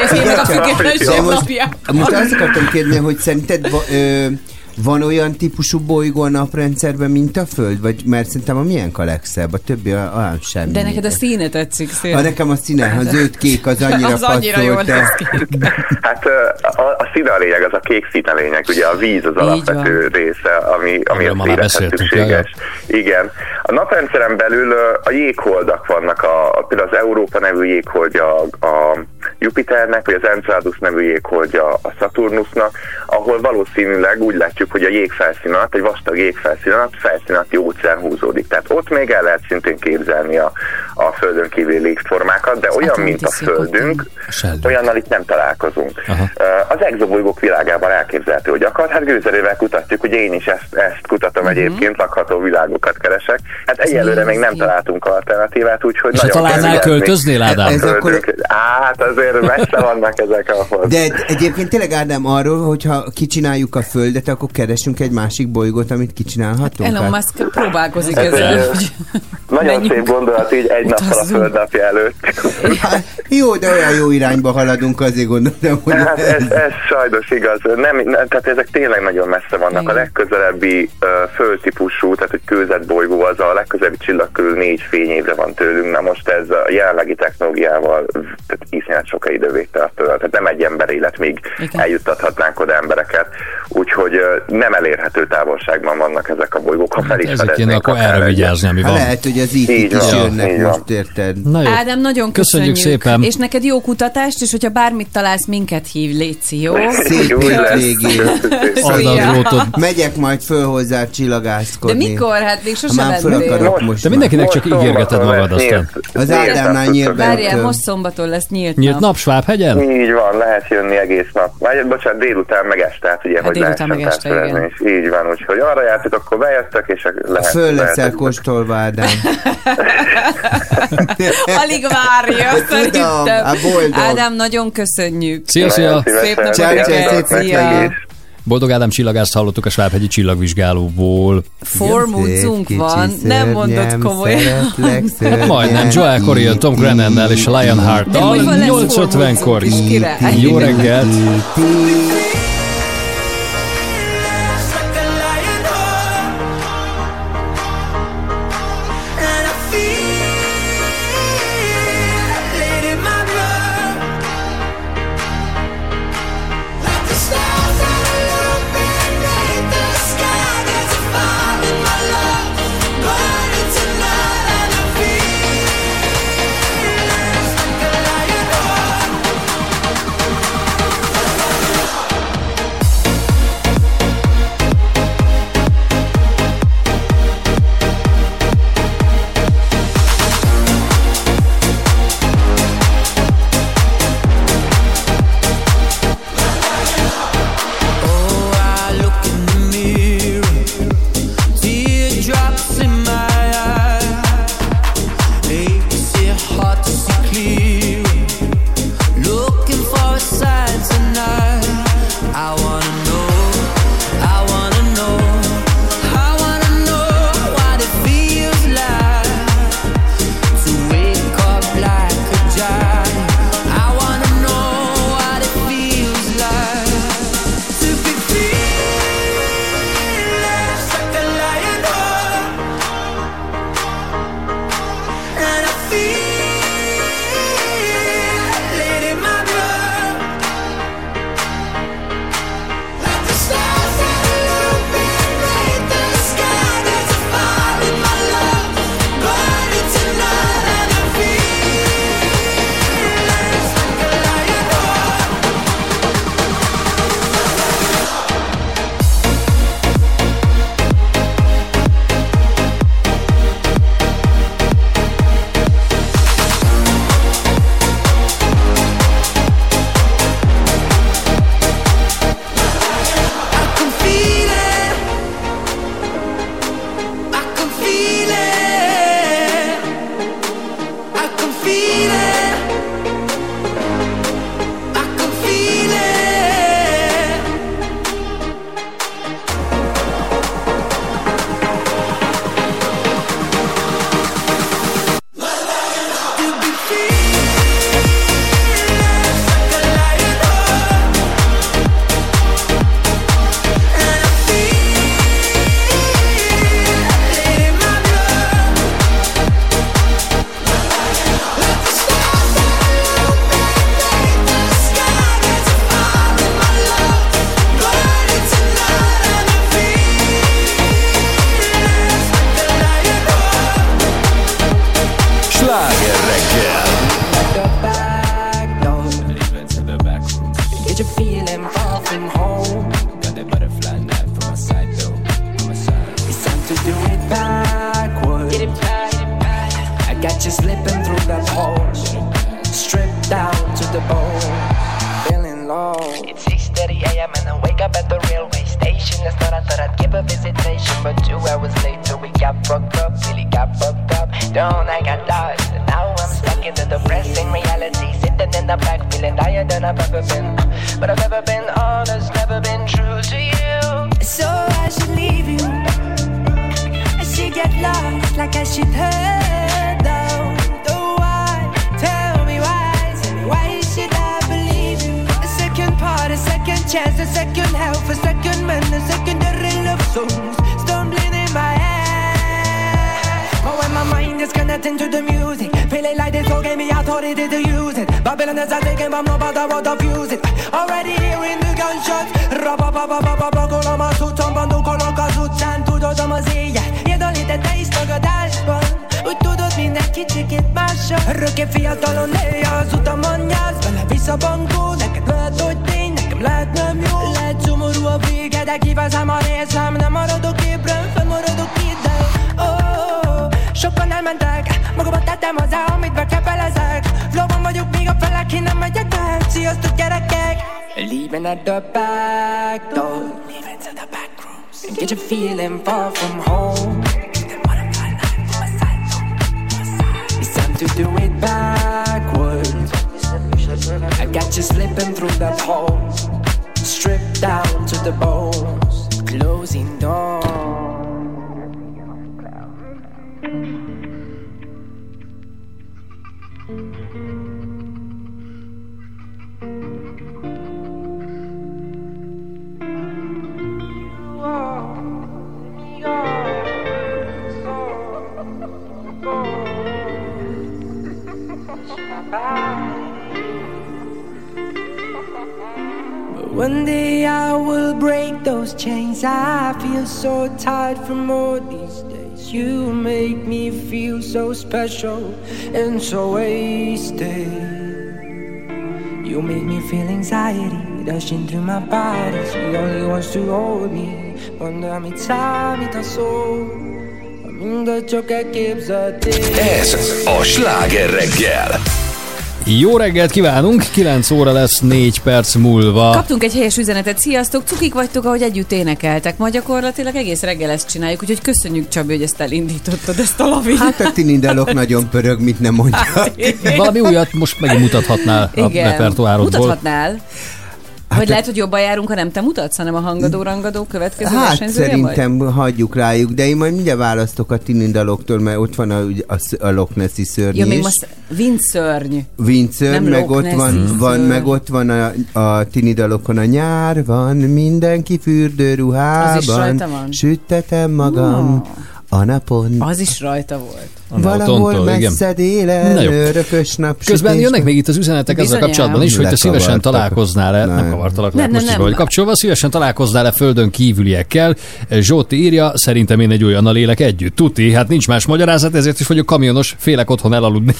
most, most azt akartam kérdni, hogy szerinted ö, van olyan típusú bolygó a naprendszerben, mint a Föld? Vagy, mert szerintem a miénk a legszebb, a többi a, a semmi. De neked a színe tetszik szépen. A nekem a színe, a zöld-kék az annyira az annyira jól lesz ki. Hát a, a színe a lényeg, az a kék szín a lényeg, ugye a víz az alapvető része, ami, ami az élethez szükséges. Igen. A naprendszeren belül a jégholdak vannak, a, például az Európa nevű jégholdja a Jupiternek, vagy az Enceladus nevű jégholdja a Saturnusnak, ahol valószínűleg úgy látjuk, hogy a jégfelszín alatt, egy vastag jégfelszín alatt felszín alatti óceán húzódik. Tehát ott még el lehet szintén képzelni a, a Földön kívüli légformákat, de olyan, mint a Földünk, olyannal itt nem találkozunk. Aha. Az exobolygók világában elképzelhető, hogy akar. Hát gőzerővel kutatjuk, ugye én is ezt, ezt kutatom uh-huh. egyébként, lakható világokat keresek. Hát egyelőre még nem találtunk alternatívát, úgyhogy és nagyon találnál, költöznél, Ádám? Ez akkor... Hát azért messze vannak ezek a... De egyébként tényleg, Ádám, arról, hogyha kicsináljuk a Földet, akkor keresünk egy másik bolygót, amit kicsinálhatunk. Hát Elon Musk próbálkozik ezzel. Nagyon szép gondolat, így egy nappal a Földnapja előtt. Hát, jó, de olyan jó irányba haladunk, azért gondoltam, hogy... Hát ez, ez sajnos igaz. Nem, nem, tehát ezek tényleg nagyon messze vannak. A legközelebbi uh, földtípusú, tehát egy kőzetbolygó az a legközelebbi csillag körül négy fényévre van tőlünk. Na most ez a jelenlegi technológiával tehát iszonyat sokkal idővétel tőle. Tehát nem egy ember élet, még igen. eljuttathatnánk oda embereket. Úgyhogy uh, nem elérhető távolságban vannak ezek a bolygók. Ha fel is ezek kéne akkor erre vigyázni, ami van. Lehet, hogy az itt is jönnek most, érted? Na jó. Ádám, nagyon köszönjük. köszönjük szépen. És neked jó kutatást, és hogyha bármit találsz, minket hív, léci, jó? Szép végén. Megyek majd föl hozzá csillagászkodni. De mikor? Hát még sose lettél. De mindenkinek csak ígérgeted magad aztán. Az Ádámnál nyílt. Várjál, most szombaton lesz nyílt nap. Nyílt nap Svábhegyen? Így van, lehet jönni egész nap. Vagy, bocsánat, délután meg este, hát ugye, hogy lehessen társadalmi. Így van, úgyhogy arra jártuk, akkor bejöttek, és lehet... Föl leszel kóstolva, Ádám. Alig várja, szerintem. Ádám, nagyon köszönjük. Szia, szia! Szép napot neked! Szia! Boldog Ádám csillagászt hallottuk a Svábhegyi csillagvizsgálóból. Formúcunk van, nem mondod komolyan. Majdnem, Joel Corey, Tom Grennannel és a Lionheart-tal nyolc ötvenkor. Jó reggelt! you slipping through that hole. Stripped down to the bone, feeling low. It's six thirty a.m. and I wake up at the railway station. That's not I thought I'd give a visitation, but two hours later we got fucked up, really got fucked up. Don't I got lost, and now I'm stuck in the depressing reality. Sitting in the back, feeling higher than I've ever been. But I've never been honest, never been true to you. So I should leave you. I should get lost, like I should hurt though. The why? Tell me why? Tell me why should I believe you? A second part, a second chance, a second help, a second man, a secondary love songs stumbling in my head. But when my mind is connecting to the music, feeling like this all gave me authority to use it. Babylon is a taking bomb, no matter what I fuse it. Already hearing the gunshots. Rabba-ba-ba-ba-ba-ba, kolama sucsan, bandukoloka sucsan, tudod a mazéje. Érdalített te is tagadásban, úgy tudod minden kicsikét mással. Örökké fiatalon élje az utamon nyász, vele vissza bankó, neked lehet, hogy tény, nekem lehet nem jó. Lehet szomorú a vége, de kiveszem a részem, nem maradok ébren, fennmaradok ide. Oh, oh, oh, sokan elmentek, magamat tettem hozzá, amit bekepelezek. Flowban vagyok még a felek, én nem megyek el. Sziasztok gyerekek! Leaving at the back door, leaving to the back rooms, and get you feeling far from home. It's time to do it backwards. I got you slipping through that hole, stripped down to the bones, closing doors. But one day I will break those chains. I feel so tired from all these days. You make me feel so special and so wasted. You make me feel anxiety rushing through my body. She only wants to hold me. Wonder mit számít a szó, mindegy csak elképzelték. Ez a Sláger reggel. Jó reggelt kívánunk, kilenc óra lesz négy perc múlva. Kaptunk egy helyes üzenetet, sziasztok, cukik vagytok, ahogy együtt énekeltek. Ma gyakorlatilag egész reggel ezt csináljuk, úgyhogy köszönjük, Csabi, hogy ezt elindítottad, ezt a lavin. Hát a tinindalok nagyon pörög, mit nem mondja. Hát, valami újat most megint mutathatnál a repertoárodból. Mutathatnál. Vagy hát lehet, hogy jobban járunk, ha nem te mutatsz, hanem a hangadó-rangadó következő hát versenyzője szerintem vagy? hagyjuk rájuk, de én majd mindjárt választok a tinindaloktól, mert ott van a, a, a Loch Nessi szörny ja, is. még most Windszörny. Windszörny, meg ott van, van, meg ott van a, a tinidalokon a nyár van, mindenki fürdőruhában. Az is rajta van? Süttetem magam. Oh. A napon. Az is rajta volt. Valahol messze délen, örökös nap. Közben jönnek még itt az üzenetek ezzel kapcsolatban is, hogy te szívesen találkoznál-e, nem, nem kavartalak, nem, most nem, is vagy kapcsolva, szívesen találkoznál-e földön kívüliekkel. Zsóti írja, szerintem én egy olyannal élek együtt. Tuti, hát nincs más magyarázat, ezért is vagyok kamionos, félek otthon elaludni.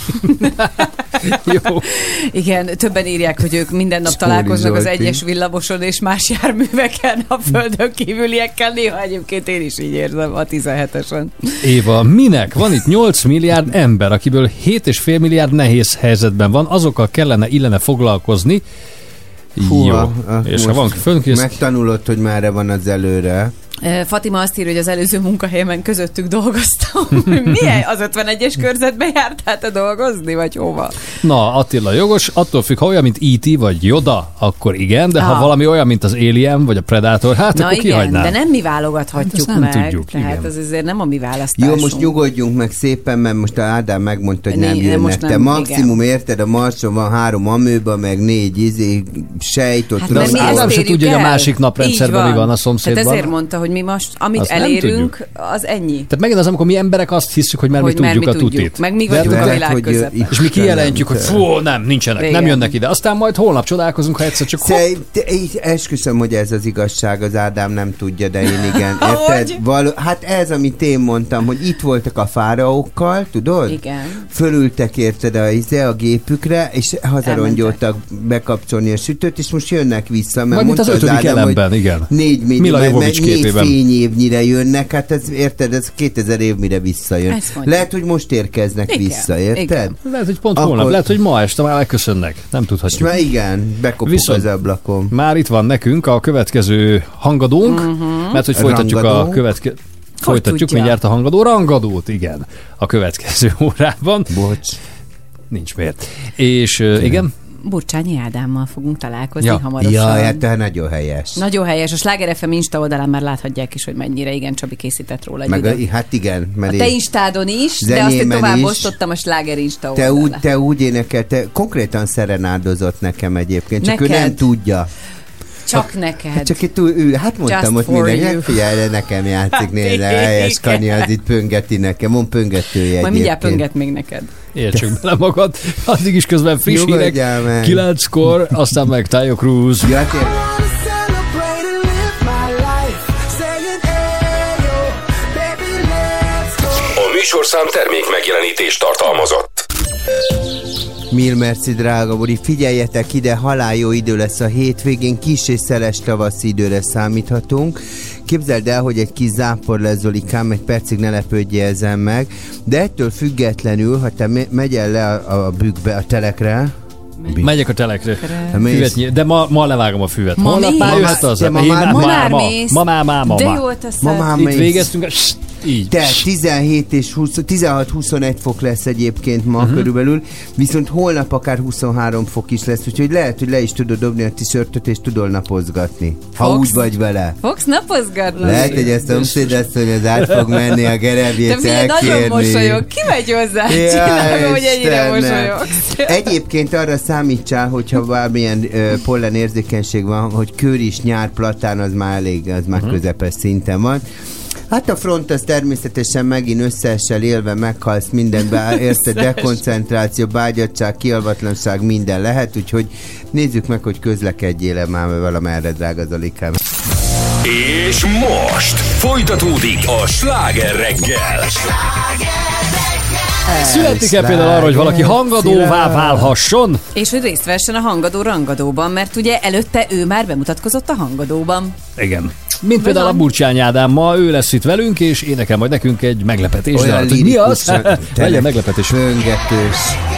Jó. Igen, többen írják, hogy ők minden nap találkoznak az egyes villamoson és más járműveken a földön kívüliekkel. Néha egyébként én is így érzem a tizenhetesen. Éva, minek? Van itt nyolc milliárd ember, akiből hét és fél milliárd nehéz helyzetben van, azokkal kellene, illene foglalkozni. Hú, jó. A, a, és ha van fönnkész... Megtanulod, hogy merre van az előre. Fatima azt írja, hogy az előző munkahelyemen közöttük dolgoztam. Milyen? Az ötvenegyes körzetben jártál te dolgozni, vagy hova? Na, Attila jogos, attól függ, ha olyan, mint é té vagy Yoda, akkor igen, de ah. ha valami olyan, mint az Alien vagy a Predator, hát na akkor igen, kihagynám. de nem mi válogathatjuk hát meg. Nem tudjuk, tehát igen. az azért nem a mi választásunk. Jó, most nyugodjunk meg szépen, mert most a Ádám megmondta, hogy nem né, jönnek. nem, te maximum igen. érted, a Marson van három amőba, meg négy izé, sejt, ott hát rossz. Ádám se tudja, hogy a másik naprendszerben mi van a szomszédban. Tehát ezért mondta, hogy mi most, amit azt elérünk, az ennyi. Tehát megint az, amikor mi emberek azt hiszük, hogy már hogy mi tudjuk mi a tutit. tudjuk. Meg mi vagyunk a világ közepe. És mi kijelentjük, hogy fú, nem, nincsenek, igen. nem jönnek ide. Aztán majd holnap csodálkozunk, ha egyszer csak hopp. Esküszöm, hogy ez az igazság, az Ádám nem tudja, de én igen. Érted? Való, hát ez, amit én mondtam, hogy itt voltak a fáraókkal, tudod? Igen. Fölültek, érted, a, a gépükre, és hazarongyoltak bekapcsolni a sütőt, és most jönnek vissza. Mert majd mint az ötödik elemben, igen. Négy, négy, Mila Jovovics képében évben. fényévnyire jönnek, hát ez, érted, ez kétezer év mire visszajön. Lehet, hogy most érkeznek igen, vissza, érted? Igen. Lehet, hogy pont Akkor... holnap, lehet, hogy ma este már megköszönnek. Nem tudhatjuk. Már igen, bekopok Viszont az ablakon. Már itt van nekünk a következő hangadónk, uh-huh. mert hogy folytatjuk Rangadó. a következő... Folytatjuk tudja? mindjárt a hangadó rangadót, igen, a következő órában. Bocs. Nincs miért. És uh, igen? Burcsányi Ádámmal fogunk találkozni ja. hamarosan. Ja, hát te nagyon helyes. Nagyon helyes. A Sláger ef em Insta oldalán már láthatják is, hogy mennyire igen, Csabi készített róla egy Meg a, hát igen. A te Instádon is, de azt én tovább is. osztottam a Sláger Insta te úgy, te úgy énekel, te konkrétan szerenádozott nekem egyébként, csak Neked? ő nem tudja. Csak neked. Hát csak itt ő, hát mondtam, hogy mindenki, figyelj, nekem játszik, nézd, helyes Kani, az itt pöngeti nekem, mond pöngetője. Majd mindjárt pönget még neked. Értsük bele magad, addig is közben friss hírek, kilenckor, aztán meg Tayo Cruz. Ja, a műsorszám termék megjelenítést tartalmazott. Mil merci, drága Bori, figyeljetek ide, halál jó idő lesz a hétvégén, kis és szeles tavaszi időre számíthatunk. Képzeld el, hogy egy kis zápor lesz, Zolikám, egy percig ne lepődj ezen meg, de ettől függetlenül, ha te megy el le a, a bükkbe, a telekre, Megyek a telekre. Füvet, de ma, ma levágom a füvet. Ma Holnap már jöhet az. Ma már, ma már mész. Ma már, ma, ma, de jól teszed. Itt végeztünk. Így. Te tizenhét és húsz, tizenhat huszonegy fok lesz egyébként ma uh-huh. körülbelül, viszont holnap akár huszonhárom fok is lesz, úgyhogy lehet, hogy le is tudod dobni a t-shirtöt és tudod napozgatni. Ha Fogsz? úgy vagy vele. Fogsz napozgatni? Lehet, hogy ezt szomszéd azt, hogy az át fog menni a gerebjét elkérni. Te nagyon mosolyog. Ki megy hozzá? Csinálom, hogy ennyire mosolyogsz. Egyébként arra számítsál, hogyha bármilyen uh, pollen érzékenység van, hogy kőris, nyár, platán, az már elég, az már uh-huh. közepes szinten van. Hát a front az természetesen megint összeessel élve meghalsz mindenbe, érted, dekoncentráció, bágyadság, kialvatlanság, minden lehet, úgyhogy nézzük meg, hogy közlekedjél már valamerre, drága Zolikám. És most folytatódik a Sláger reggel. Születik-e például arra, hogy valaki hangadóvá válhasson? És hogy részt vessen a hangadó rangadóban, mert ugye előtte ő már bemutatkozott a hangadóban. Igen. Mint például a Burcsány Ádám, ma ő lesz itt velünk, és énekel majd nekünk egy meglepetés. Olyan de, mi az? Legyen meglepetés. Föngetős.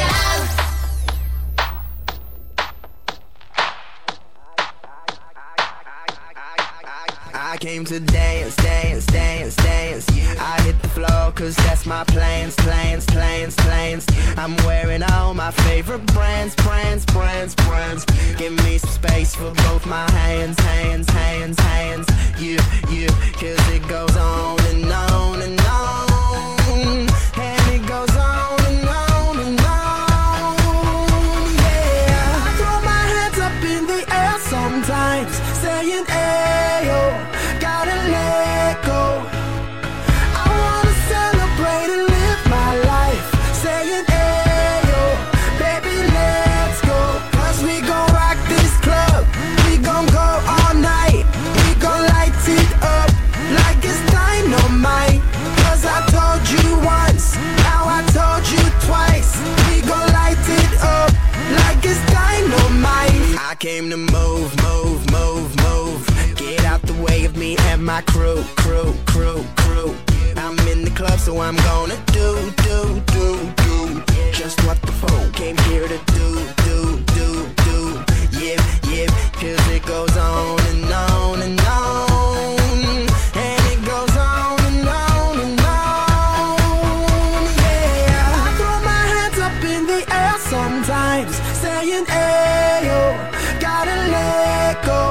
I came to dance, dance, dance, dance. I hit the floor cause that's my plans, plans, plans, plans. I'm wearing all my favorite brands, brands, brands, brands. Give me some space for both my hands, hands, hands, hands. You, you, cause it goes on and on and on. And it goes on and on and on. Yeah, I throw my hands up in the air sometimes, saying ayo. Gotta let go. I wanna celebrate and live my life, saying ayo, baby let's go. Cause we gon' rock this club, we gon' go all night. We gon' light it up like it's dynamite. Cause I told you once, now I told you twice. We gon' light it up like it's dynamite. I came to move, move, move, move. Get out the way of me and my crew, crew, crew, crew. I'm in the club, so I'm gonna do, do, do, do just what the folk came here to do, do, do, do. Yeah, yeah, cause it goes on and on and on. And it goes on and on and on. Yeah, I throw my hands up in the air sometimes, saying ayo, gotta let go.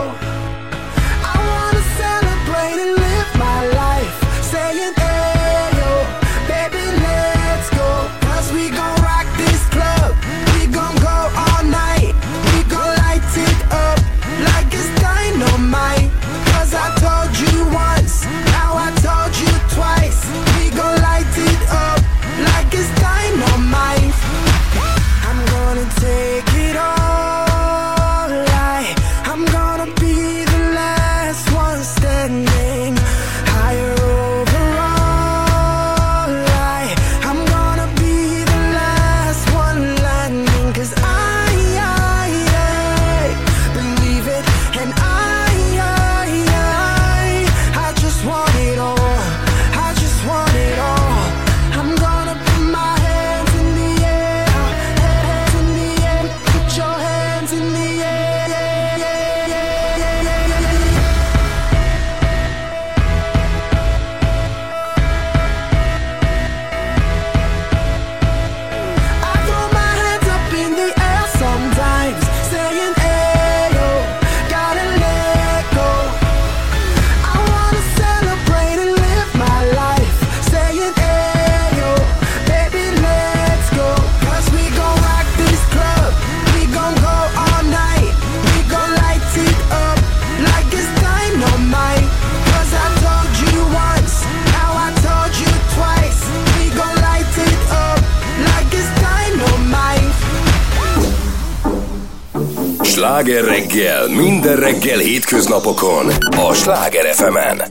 Sláger reggel, minden reggel hétköznapokon a Sláger ef emen.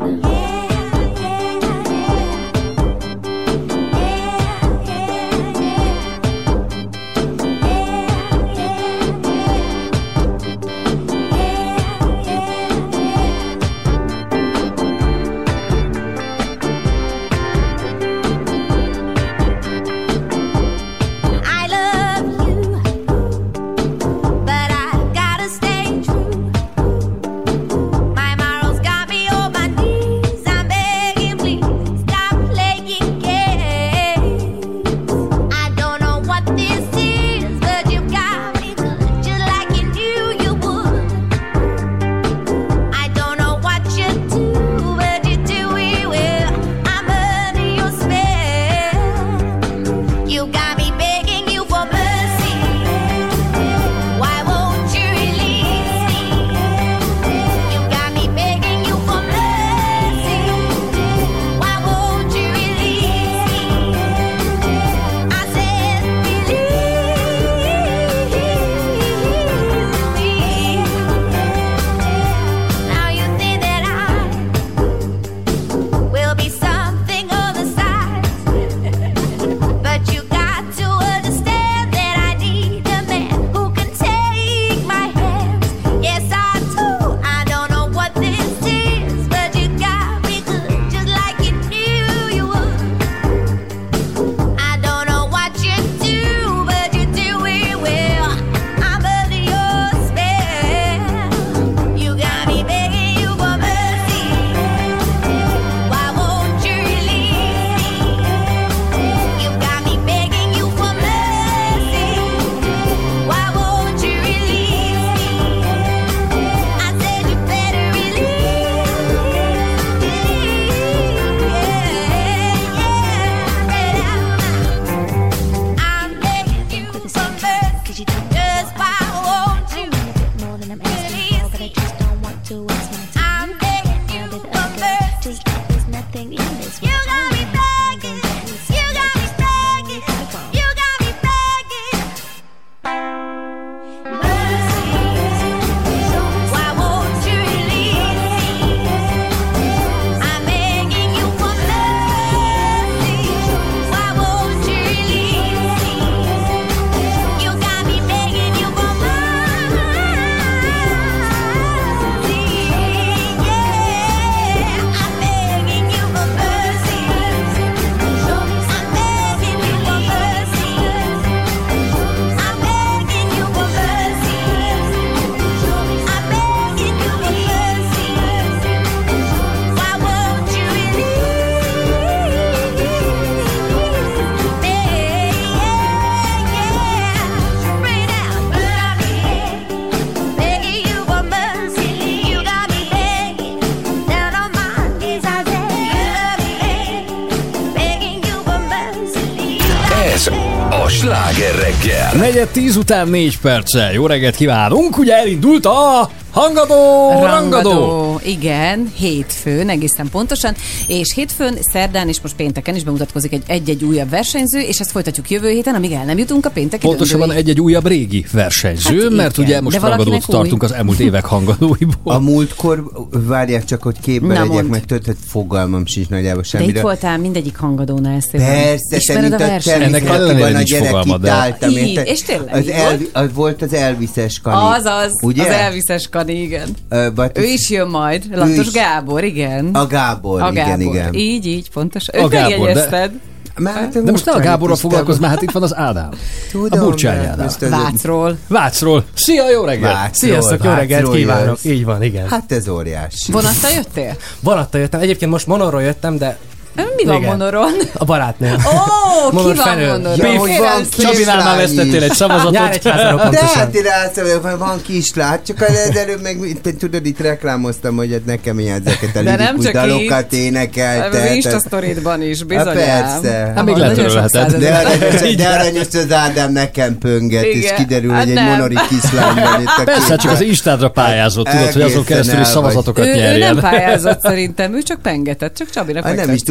Sláger reggel. Negyed tíz után négy perccel. Jó reggelt kívánunk. Ugye elindult a hangadó, rangadó. rangadó. Igen, hétfőn egészen pontosan. És hétfőn, szerdán és most pénteken is bemutatkozik egy egy-egy újabb versenyző, és ezt folytatjuk jövő héten, amíg el nem jutunk a pénteki Pontosabban döntőig. egy-egy újabb régi versenyző, Hát mert igen, ugye most de rangadót tartunk az elmúlt évek hangadóiból. A múltkor, várják csak, hogy képbe Na, legyek, mondd. mert tudod, hogy fogalmam sincs nagyjából De semmire. itt voltál mindegyik hangadónál szépen. Persze, te Ismered mint a a versenyt? Ennek ellenére nincs fogalmad, de- Így, és tényleg az, így Elvi, az volt az Elvises Kani. Azaz, ugye? az Elvises Kani, igen. Uh, but Ő is jön majd, Lantos is. Gábor, igen. A Gábor, a igen, Gábor. igen. Így, így, pontos. A Őt Gábor, de- megjegyezted. Már De most ne a Gáborral foglalkozz, mert hát itt van az Ádám. Tudom, a Burcsány de Ádám. most az- Vácról. Vácról. Szia, jó reggelt! Vácról, Sziasztok, jó reggelt Vácról kívánok! jössz. Így van, igen. Hát ez óriási. Vonattal jöttél? Vonattal jöttem. Egyébként most monorról jöttem, de... Mi van Igen. monoron? A barátnő. Ó, ki Monor van felől. monoron? Ja, hogy Kérem van szépen. Csabinál már vesztettél egy szavazatot. Nyáregyházra De pontosan. hát én rászavak, van, van kislát, csak az előbb meg, te tudod, itt reklámoztam, hogy hát nekem ilyen ezeket a De nem lirikus csak dalokat itt. énekelte. Az Insta sztoridban is, bizonyám. persze. Hát még Ahol lehet, nagyon hogy sok lehetett. százezer- De aranyos, de aranyos az Ádám nekem pönget, és Igen. kiderül, Hát hogy egy nem. monori kislány van itt a Persze, képen. csak az Instádra pályázott, tudod, hogy azon Egészen keresztül is el vagy. szavazatokat Ő, ő nyerjen. nem pályázott szerintem, ő csak pengetett, csak Csabinak Hát nem is megtetszett.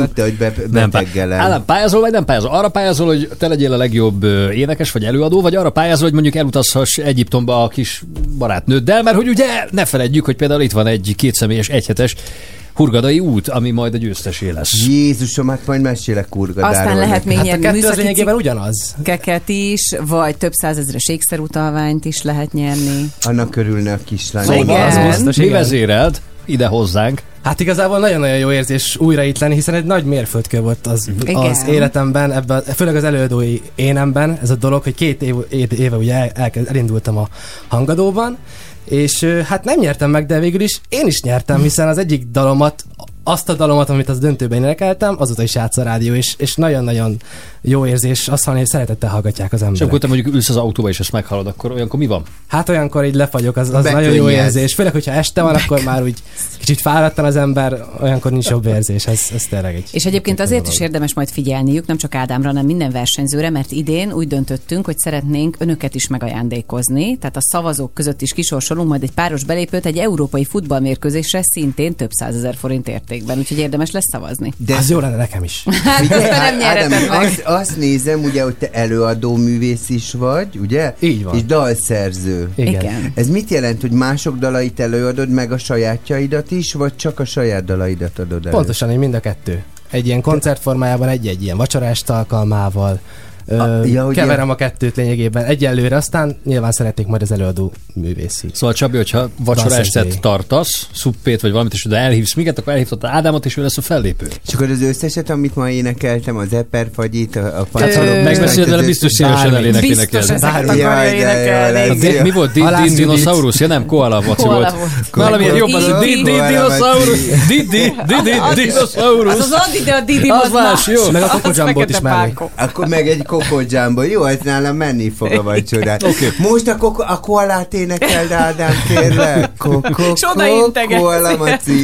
mondta, hogy be, beteggelem. Ádám, pályázol vagy nem pályázol? Arra pályázol, hogy te legyél a legjobb ö, énekes vagy előadó, vagy arra pályázol, hogy mondjuk elutazhass Egyiptomba a kis barátnőddel, mert hogy ugye ne feledjük, hogy például itt van egy kétszemélyes, egyhetes hurgadai út, ami majd a győztesé lesz. Jézusom, hát majd mesélek hurgadáról. Aztán lehet még Hát a nyerni kettő az műszaki lényegében ugyanaz. cikkeket is, vagy több százezres ékszerutalványt is lehet nyerni. Annak örülne a kislány. Szóval az biztos, Mi igen. vezérelt ide hozzánk? Hát igazából nagyon-nagyon jó érzés újra itt lenni, hiszen egy nagy mérföldkő volt az, Igen. az életemben, ebben, főleg az előadói énemben ez a dolog, hogy két év, éve ugye el, el, elindultam a Hangadóban, és hát nem nyertem meg, de végül is én is nyertem, hiszen az egyik dalomat, azt a dalomat, amit az döntőben énekeltem, azóta is játsz a rádió, és, és nagyon-nagyon jó érzés azt hallani, hogy szeretettel hallgatják az És emberek. amikor te mondjuk ülsz az autóba, és ezt meghallod, akkor olyankor mi van? Hát olyankor így lefagyok, az, az nagyon jó érzés. Főleg, hogyha este van, akkor már úgy kicsit fáradtan az ember, olyankor nincs jobb érzés. Ez, ez tényleg egy... És egyébként azért is érdemes majd figyelniük, nem csak Ádámra, hanem minden versenyzőre, mert idén úgy döntöttünk, hogy szeretnénk önöket is megajándékozni, tehát a szavazók között is kisorsolunk majd egy páros belépőt egy európai futballmérkőzésre, szintén több százezer forint értékben, úgyhogy érdemes lesz szavazni. De ez jó lenne nekem is. Hát Figyelj, ezt nem Ádám, nyereted meg. azt, azt nézem, ugye, hogy te előadó művész is vagy, ugye? Így van. És dalszerző. Igen. Igen. Ez mit jelent, hogy mások dalait előadod, meg a sajátjaidat is, vagy csak a saját dalaidat adod elő? Pontosan, én mind a kettő. Egy ilyen koncertformájában, egy-egy ilyen vacsorást alkalmával. Ö, A- ja, ugye- keverem a kettőt lényegében egyelőre, aztán nyilván szeretnék majd az előadó művészi. Szóval Csabi, hogyha vacsorást Dalszerzői. tartasz, szuppét vagy valamit, és oda elhívsz minket, akkor elhívtad Ádámot, és ő lesz a fellépő. És akkor az összeset, amit ma énekeltem, az eperfagyit, a, a Hát, pácoló... megbeszéled vele, biztos szívesen elének Biztos énekelni. ezeket Bármi. akarja Jaj, de jó énekelni. lesz. A di- Mi volt? Din, Halász din, Judit. dinosaurus? Ja nem, koala maci Koala volt. volt. Valamilyen jobb az, hogy din, din, Koala dinosaurus. maci. Din, din, din, din, dinosaurus. Az az Adi, de a Didi Az az más, jó. Meg a Az Coco Jumbo-t fekete is mellé. pákó. Akkor meg egy kokodzsámba. Jó, ez nálam menni fog a vacsorát. Oké. Most a, koko, a koalát énekeld, Ádám, kérlek. Koko, És oda integetsz. koala, maci.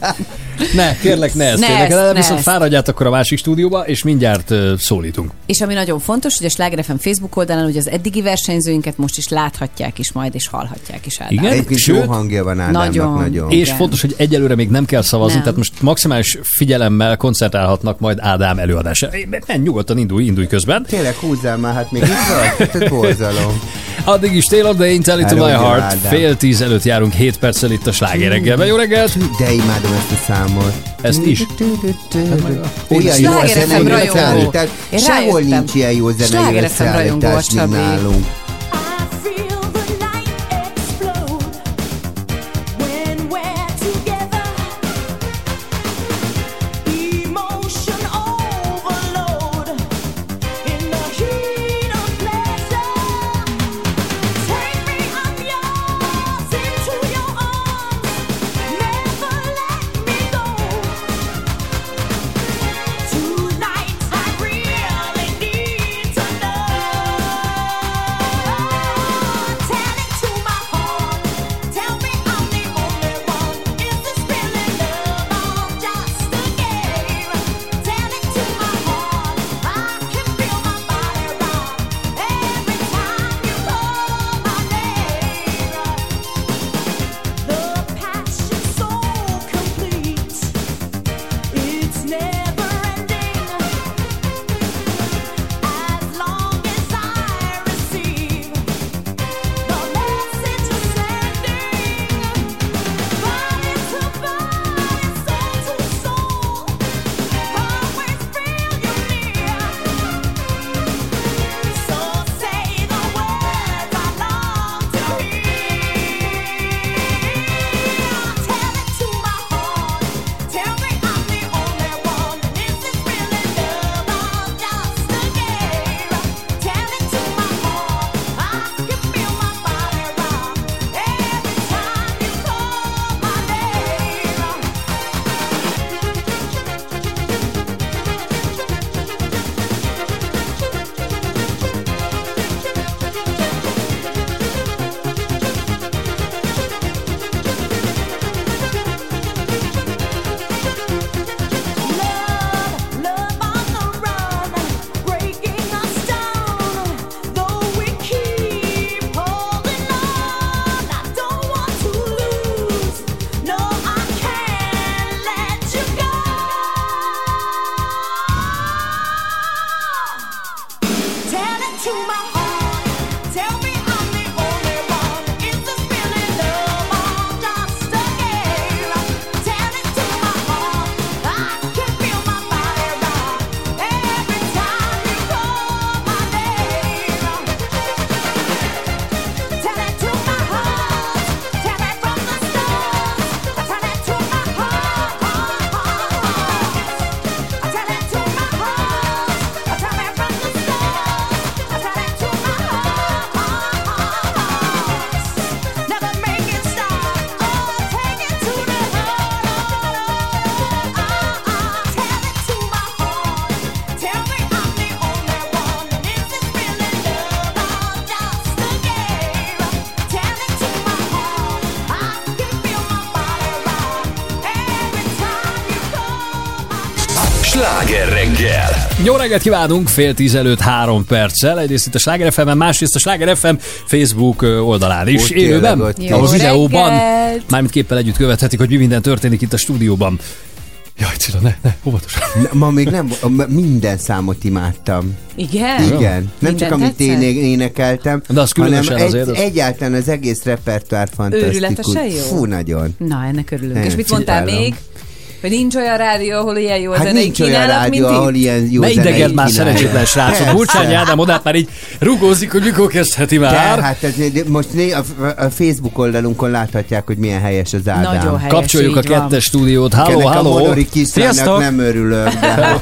Ne, kérlek, ne ezt Ne kérlek ezt, el, ne viszont ezt. fáradját akkor a másik stúdióba, és mindjárt uh, szólítunk. És ami nagyon fontos, hogy a Sláger ef em Facebook oldalán, hogy az eddigi versenyzőinket most is láthatják is majd, és hallhatják is Ádám. Igen? Egyébként Sőt, jó hangja van Ádámnak, nagyon. nagyon. És Igen. fontos, hogy egyelőre még nem kell szavazni, Nem. tehát most maximális figyelemmel koncentrálhatnak majd Ádám előadása. Nem, nyugodtan indulj, indulj közben. Tényleg húzzál már, hát még itt vagy? Ez borzalom. Addig is Taylor Dane, Tell It To My Hello, Heart. Ádám. Fél tíz előtt járunk hét perccel itt a Sláger reggelben. Jó reggelt! De imádom ezt a számot. Ezt is. Olyan jó a Sláger ef em zenei rajongó. összeállítás. Én Sehol rájöttem. nincs ilyen jó zenei Sláger ef em rajongó a összeállítás, mint Csabi. nálunk. reggel. Jó reggelt kívánunk, fél tíz előtt három perccel. Egyrészt itt a Sláger ef em-en, másrészt a Sláger ef em Facebook oldalán is. Élőben, ahol videóban, mármint képpel együtt követhetik, hogy mi minden történik itt a stúdióban. Jaj, Cilla, ne, ne, óvatosan. Ma még nem, minden számot imádtam. Igen? Igen. Nem Minden csak amit én tetszett? énekeltem, de az hanem különösen egy, azért az... egyáltalán az egész repertoár fantasztikus. Őrületesen jó? Fú, nagyon. Na, ennek örülünk. Én És mit mondtál csodálom. még? Hogy nincs olyan rádió, ahol ilyen jó Hát zenei nincs olyan kínálat, rádió, mint ahol itt? ilyen jó Ne zenei ideged már, kínálat. szerencsétlen srácok. Persze. Burcsányi Ádám odát már így rugózik, hogy mikor kezdheti már. Tehát ez, most né- a, a Facebook oldalunkon láthatják, hogy milyen helyes az Ádám. Nagyon helyes, Kapcsoljuk a így van. kettes stúdiót. Halló, Ennek a halló. modori kiszlának Sziasztok. nem örülök, de...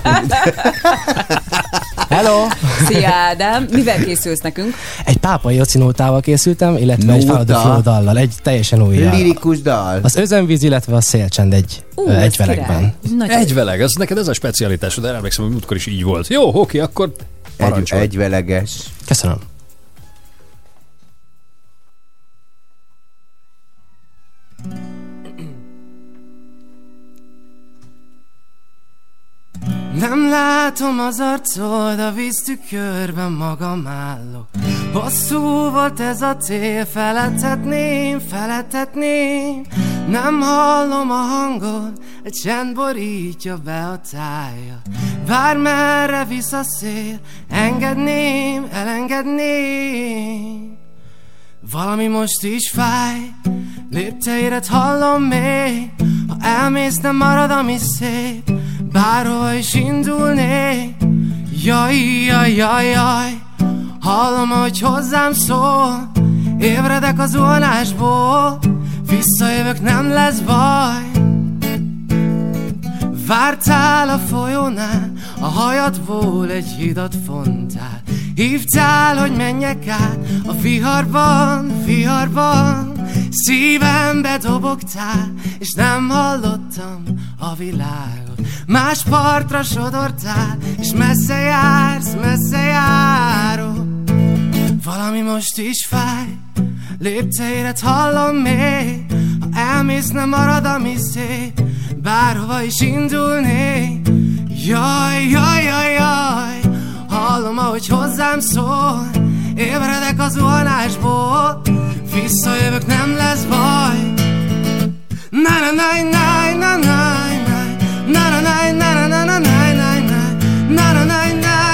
Hello! Szia Ádám, mivel készülsz nekünk? Egy Pápai Joci nótával készültem, illetve egy Nóta? Follow the Flow dallal, egy teljesen új dal. Lirikus dal. Az özönvíz, illetve a szélcsend egy Ú, ö, ez egyvelegben. király. Egyveleg, az neked ez a specialitásod, de emlékszem, hogy múltkor is így volt. Jó, oké, akkor Egy, parancsolj. egyveleges. Köszönöm. Nem látom az arcod, a víztükörben magam állok. Hosszú volt ez a cél, feledhetném, feledhetném. Nem hallom a hangod, egy csend borítja be a tája. Bármerre visz a szél, engedném, elengedném. Valami most is fáj, lépteidet hallom még. Ha elmész, nem marad, ami szép, bárhova is indulnék. Jaj, jaj, jaj, jaj, hallom, hogy hozzám szól. Ébredek az zuhanásból, visszajövök, nem lesz baj. Vártál a folyónál, a hajadból egy hidat fontál. Hívtál, hogy menjek át a viharban, viharban. Szívembe dobogtál, és nem hallottam a világot. Más partra sodortál, és messze jársz, messze járok. Valami most is fáj, lépteidet hallom még. Ha elmész, nem marad, ami szép, bárhova is indulnék. Jaj, jaj, jaj, jaj, hallom, ahogy hozzám szól. Ébredek az zuhanásból, visszajövök, nem lesz baj. Na na na na na na na na na na na na na na na na na na na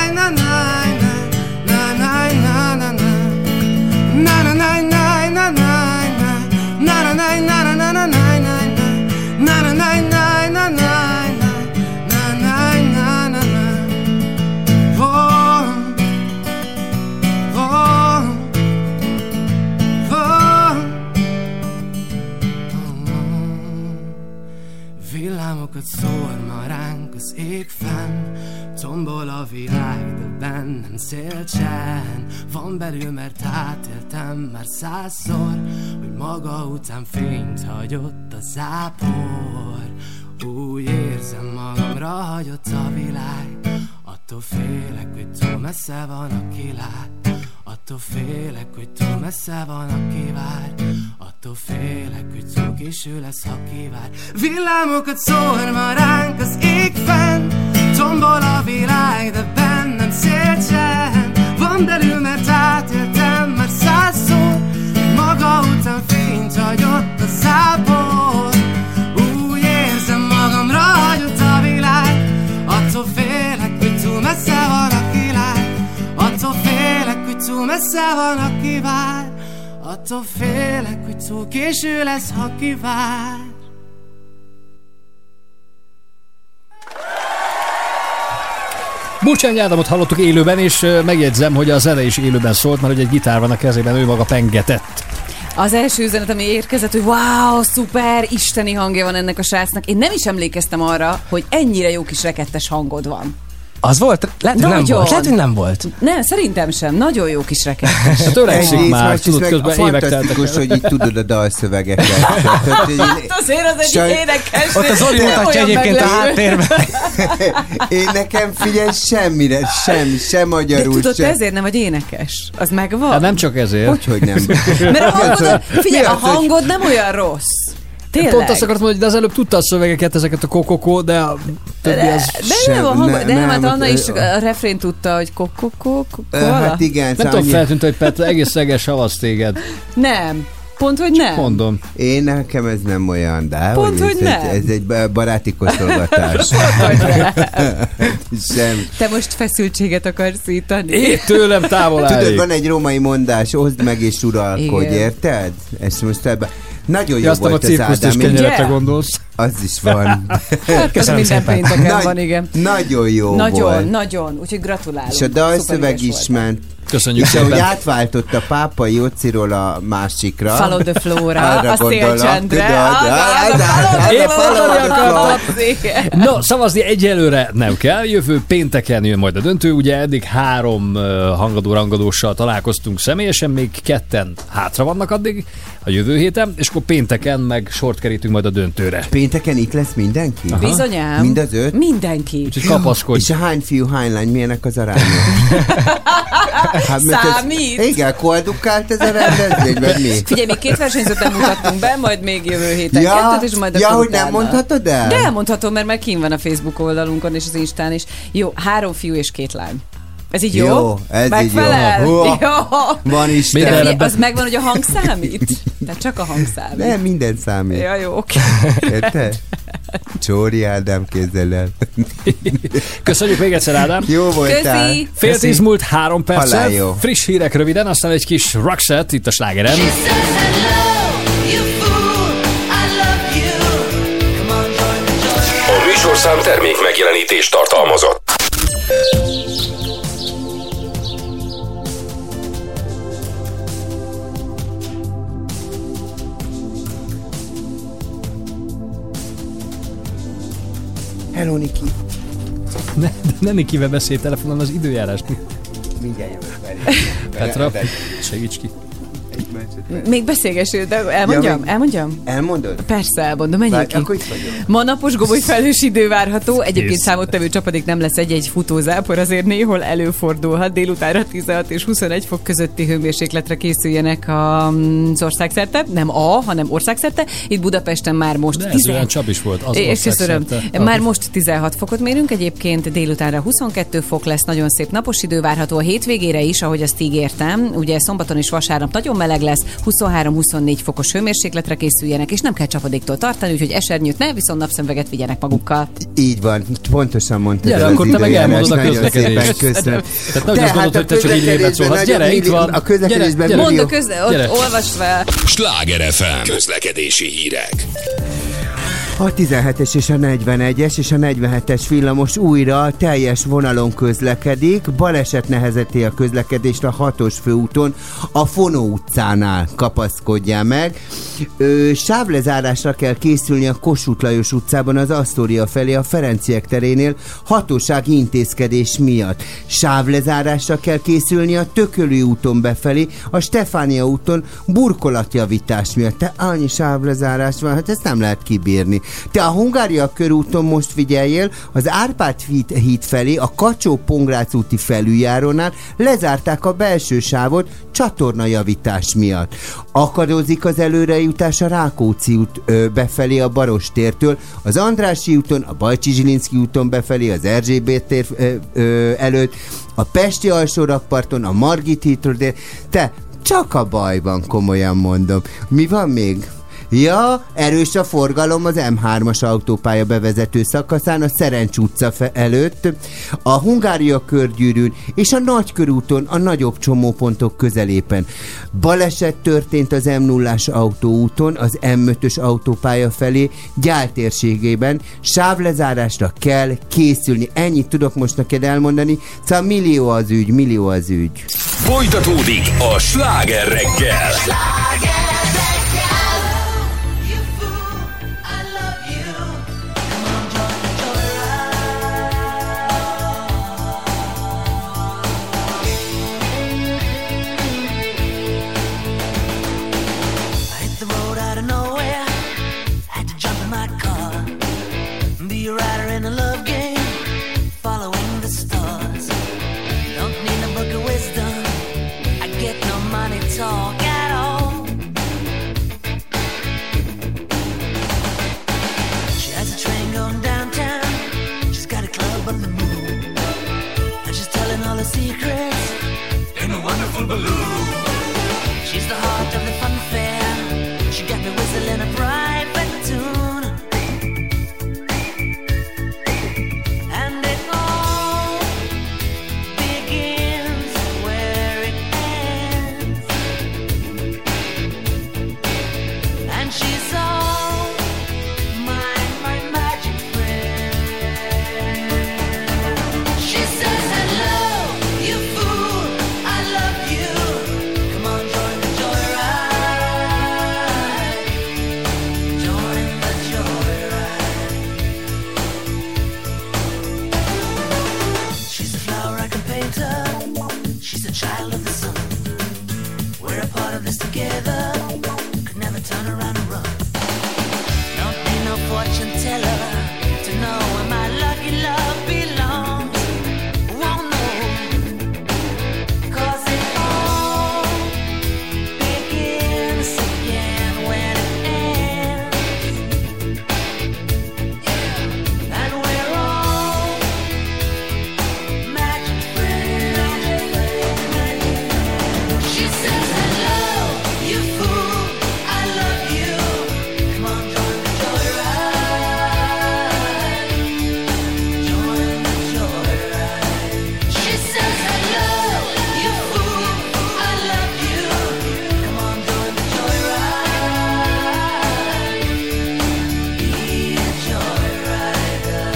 Villámokat szór ma ránk az ég fenn, tombol a világ, de bennem szélcsend. Van belül, mert átéltem már százszor, hogy maga után fényt hagyott a zápor. Úgy érzem, magamra hagyott a világ, attól félek, hogy túl messze van, aki lát. Attól félek, hogy túl messze van, aki vár. Attól félek, hogy túl késő lesz, ha kivár. Villámokat szór ma ránk az ég fenn, tombol a világ, de bennem szélcsend. Van belül, mert átéltem már százszor, hogy maga után fényt hagyott a zápor. Úgy érzem, magamra hagyott a világ, attól félek, hogy túl messze van, aki lát. Attól félek, hogy túl messze van, aki vár. Attól félek, hogy túl késő lesz, ha kivár. Burcsányi Ádámot hallottuk élőben, és megjegyzem, hogy a zene is élőben szólt, mert hogy egy gitár van a kezében, ő maga pengetett. Az első üzenet, ami érkezett, hogy wow, szuper, isteni hangja van ennek a srácnak. Én nem is emlékeztem arra, hogy ennyire jó kis rekettes hangod van. Az volt? Lehet, hogy nem volt. Lehet, hogy nem volt. Nem, szerintem sem. Nagyon jó kis rekettes. Hát öregszik már, tudod, közben évek teltek. Fantasztikus, hogy így tudod a dalszövegeket. Hát azért az egy énekes. Ott az Zoli mutatja egyébként a háttérben. Én nekem figyelj, semmire, semmi, sem magyarul. De tudod, sem. ezért nem vagy énekes. Az megvan. Hát nem csak ezért. Hogyhogy nem. Mert a hangod, figyelj, a hangod nem olyan rossz. Tényleg? Pont azt akartam mondani, de az előbb tudta a szövegeket, ezeket a kokokó, de a többi az De sem. nem, a hang, ne- de nem, hát nem, Anna ö, is a refrén tudta, hogy kokokó, Ö, Hát igen. Nem szóval tudom, annyi- feltűnt, hogy Petra egész reggel savasz téged. Nem. Pont, hogy nem. Mondom. Én nekem ez nem olyan, de Pont, hogy ez, nem. Egy, ez egy baráti kóstolgatás. Sem. Te most feszültséget akarsz szítani? Én tőlem távol Tudod, állj. van egy római mondás, oszd meg és uralkodj, Igen. érted? Ezt most ebben. Nagyon jó Ja, aztán a volt az cirkuszt is Ádám. kenyerekre Ugye? gondolsz. Az is van. Hát az minden pénteken Nagy- van, igen. Nagyon jó Nagyon, volt. nagyon. Úgyhogy gratulálunk. És a dalszöveg Szuper is ügyes ment. Köszönjük És ahogy szépen. átváltott a pápa Jóciról a másikra. Follow the flow-ra, arra a gondolok, szélcsendre. tudod? Az a- az a follow the Épp flow-ra mondani akartam. kapcsolódik. No, szavazni egyelőre nem kell. Jövő pénteken jön majd a döntő. Ugye eddig három uh, hangadó-rangadóssal találkoztunk személyesen, még ketten hátra vannak addig a jövő héten, és akkor pénteken meg sort kerítünk majd a döntőre. Pénteken itt lesz mindenki? Aha. Bizonyám. Mind az öt? Mindenki. Úgyhogy kapaszkodj. És a hány fiú, hány lány, milyenek az arányok? Hát, mert ez- Számít. Igen, koedukált ez a rendezvény, vagy mi? Figyelj, még két versenyzőt nem mutattunk be, majd még jövő héten Ja, kettőt, és majd ja, akkor hogy nem utána. mondhatod el? De elmondhatom, mert már kín van a Facebook oldalunkon és az Instán is. Jó, három fiú és két lány. Ez így jó? Jó, ez így jó. Megfelel? Húha. Jó. Van Isten. De figyelj, az megvan, hogy a hang számít? Tehát csak a hang számít. Nem, minden számít. Ja, jó, oké. Érted? Csóri Ádám, kézzel el. Köszönjük még egyszer, Ádám. Jó voltál. Köszi. Fél tíz múlt három perccel. Halál jó. Friss hírek röviden, aztán egy kis Roxette itt a slágeren. A műsorszám termék megjelenítést tartalmazott. Hello, Niki. Ne, de ne Nikivel beszélj telefonon az időjárást. Mindjárt jövök felé. Petra, segíts ki. Még beszélgessünk, de elmondjam? Ja, Elmondjam? Elmondod? Persze, elmondom, menjünk Várj, ki. akkor itt vagyok. Ma napos gomoly felhős idő várható, egyébként Kész. számottevő csapadék nem lesz, egy-egy futózápor azért néhol előfordulhat. Délutánra tizenhat és huszonegy fok közötti hőmérsékletre készüljenek az országszerte, nem a, hanem országszerte. Itt Budapesten már most De ez tizenhat. olyan csap is volt. Az És köszönöm. országszerte. Már most tizenhat fokot mérünk, egyébként délutánra huszonkettő fok lesz, nagyon szép napos idő várható a hétvégére is, ahogy azt ígértem. Ugye szombaton és vasárnap nagyon meleg lesz, huszonhárom-huszonnégy fokos hőmérsékletre készüljenek, és nem kell csapadéktól tartani, úgyhogy esernyőt ne, viszont napszemüveget vigyenek magukkal. Így van, pontosan mondtad. Gyere, el az akkor te meg időjárás. elmondod a Nagyon közlekedést. szépen köszönöm. Tehát nehogy azt gondolod, hát hogy te csak így lépedsz szól. Hát gyere, itt van. A közlekedésben Gyere, Mondd millió... a közle, ott Gyere. olvasd fel. Sláger ef em közlekedési hírek. A tizenhetes és a negyvenegyes és a negyvenhetes villamos újra teljes vonalon közlekedik. Baleset nehezeti a közlekedést a hatos főúton, a Fonó utcánál, kapaszkodjál meg. Ö, sávlezárásra kell készülni a Kossuth Lajos utcában az Asztória felé a Ferenciek terénél hatósági intézkedés miatt. Sávlezárásra kell készülni a Tököli úton befelé, a Stefánia úton burkolatjavítás miatt. Te annyi sávlezárás van, hát ezt nem lehet kibírni. Te a Hungária körúton most figyeljél, az Árpád híd, híd felé, a Kacsó-Pongrác úti felüljárónál lezárták a belső sávot csatornajavítás miatt. Akadozik az előrejutás a Rákóczi út ö, befelé a Barostértől, az Andrássy úton, a Bajcsi Zsilinszky úton befelé az Erzsébet tér ö, ö, előtt, a Pesti alsórakparton, a Margit hídtól, te csak a bajban, komolyan mondom. Mi van még? Ja, erős a forgalom az em hármas autópálya bevezető szakaszán, a Szerencs utca fe- előtt, a Hungária körgyűrűn és a Nagykörúton a nagyobb csomópontok közelében. Baleset történt az em nullás autóúton, az em ötös autópálya felé, Gyál térségében, sávlezárásra kell készülni. Ennyit tudok most neked elmondani, szóval millió az ügy, millió az ügy. Folytatódik a Sláger reggel. Talk at all. the secrets in a wonderful balloon. She's the heart of the fun fair. She got me whistling a private tune. And it all begins where it ends. And she's all my, my magic friend. She says, hello, you fool, I love you. Come on, join the joyride. Join the joyride. She's a flower I can paint her. She's a child of the sun. We're a part of this together. Could never turn around and run. Don't need no fortune teller to know where my lucky love belongs. Won't know, 'cause it all begins again when it ends. And we're all magic friends. She says, hello, you fool, I love you. Come on, join the joyride. Join the joyride. She says, hello, you fool, I love you. Come on, join the joyride. Be a joyrider.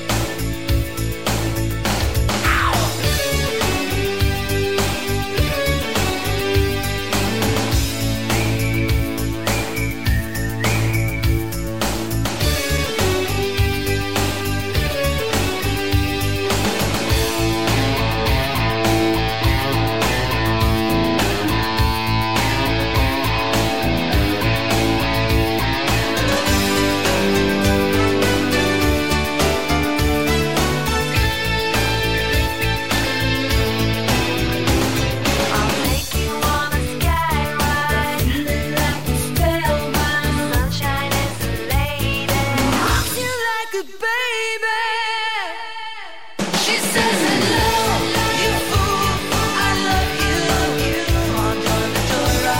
I'll take you on a sky ride. Feeling like a spellbound. Sunshine is a lady. Rocks you like a baby. She says, hello, you fool, I love you. Come on, join the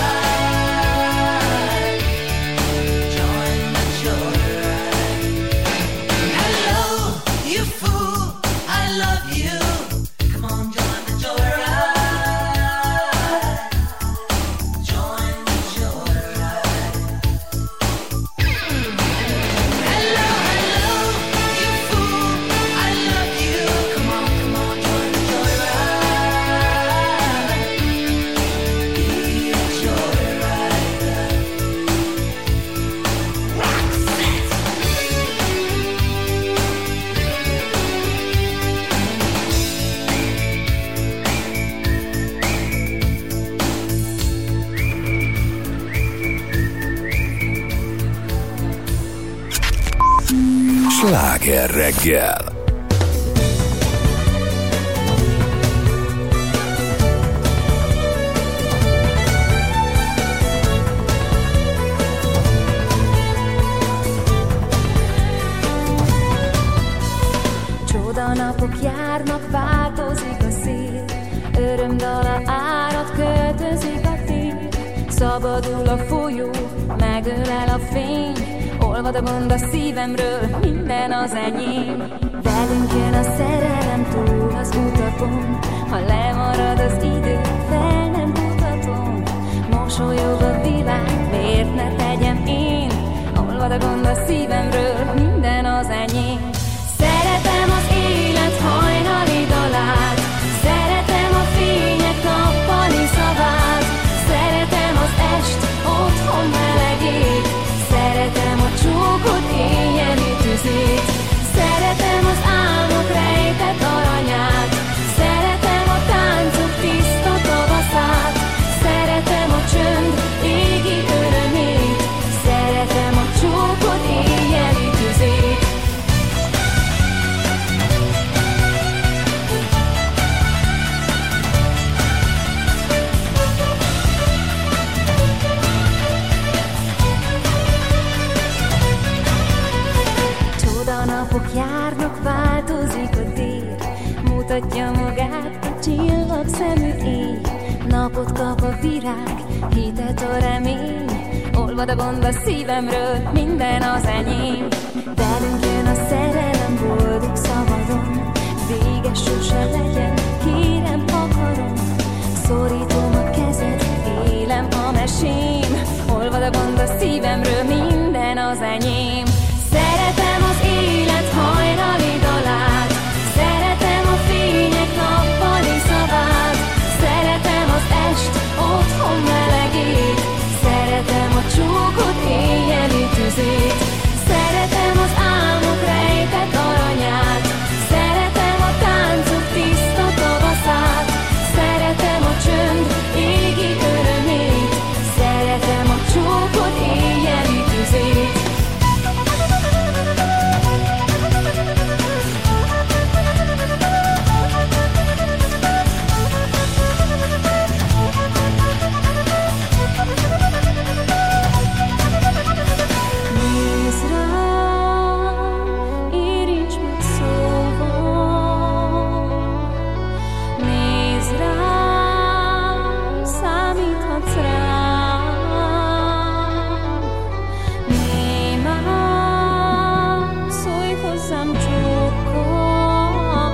joyride. Join the joyride. Hello, you fool, I love you. Come on, join the joyride. Join the joyride. Hello, hello, you fool, I love you. Come on, come on, join the joyride. Be a joyrider. Roxette. Sláger reggel. Csoda napok járnak, változik a szél. Örömdala árad, költözik a tél. Szabadul a folyó, megölel a fény. Olvad a gond a szívemről, minden az enyém. Velünk jön a szerelem túl az utakon. Ha lemarad az idő, fel nem mutatom. Mosolyog a világ, miért ne tegyem én? Olvad a gond a szívemről, minden az enyém. Szeretem az élet hajnali dalát. Szeretem a fények nappali szavát. Szeretem az est, otthon melegét. Szeretem a csókot, éjjeli tüzét. Szeretem az álmok rejtett aranyát. Szeretem a táncok tiszta tavaszát. Szeretem a csönd régi örömét. Szeretem a csókot, éjjeli mutatja magát a csillagszemű éj. Napot kap a virág, hitet a remény. Olvad a gond a szívemről, minden az enyém. Velünk jön a szerelem, boldog szabadon. Véges sose legyen, kérem, akarom. Szorítom a kezed, élem a mesém. Olvad a gond a szívemről, minden az enyém. Szeretem az élet hajnali dalát. Szeretem a fények nappali szavát. Szeretem az est, otthon melegét. Szeretem a csókot, éjjeli tüzét. Szeretem az álmok rejtett aranyát. Szeretem a táncok tiszta tavaszát. Szeretem a csönd égi örömét. Szeretem a csókot, éjjeli tüzét. Nézd rám, érints meg szóval. Nézd rám, számíthatsz rám. Némán, szólj hozzám csókkal.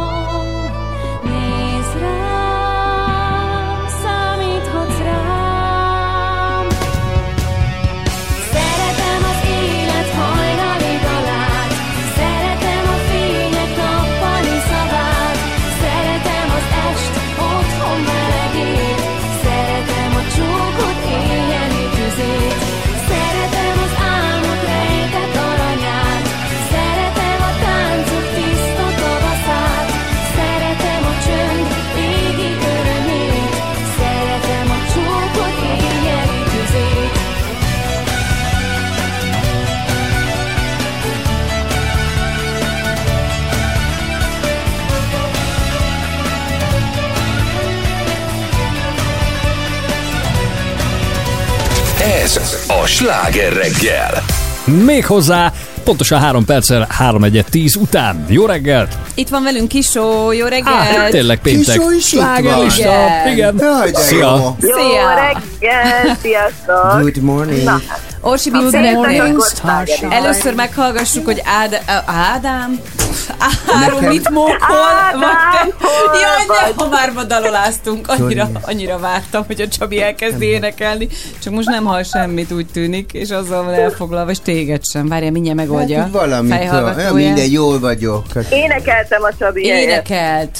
Nézd rám, számíthatsz rám. Szeretem az élet hajnali dalát. Szeretem a fények nappali szavát. Szeretem az est, otthon melegét. Szeretem a csókot, éjjeli tüzét. Szeretem az álmok rejtett aranyát. Szeretem a táncok tiszta tavaszát. Szeretem a csönd égi örömét. Szeretem a csókot, éjjeli tüzét. Ez a Sláger reggel. Méghozzá pontosan három perccel három egyet tíz után. Jó reggelt! Itt van velünk Kisó, jó reggelt! Á, tényleg péntek. Kisó is itt van. Slágerlista. Igen. Jaj, de Szia. jó. Jó Szia! reggel, sziasztok! Good morning. Na, Orsi, Good mit morning, szeretnél? Starshine. Először meghallgassuk, hogy Ád- Ádám... Áron Nekem- mit mókol? Ádám, Vagy te- hol Jaj, de vagy? ha már ma daloláztunk, annyira, Tudja. annyira vártam, hogy a Csabi elkezdi énekelni, csak most nem hall semmit, úgy tűnik, és azzal van elfoglalva, és téged sem. Várja, mindjárt megoldja. Hát, valamit. Fejhallgatóját. Ja, minden, jól vagyok. Hát, Énekeltem a Csabi helyet. Énekelt.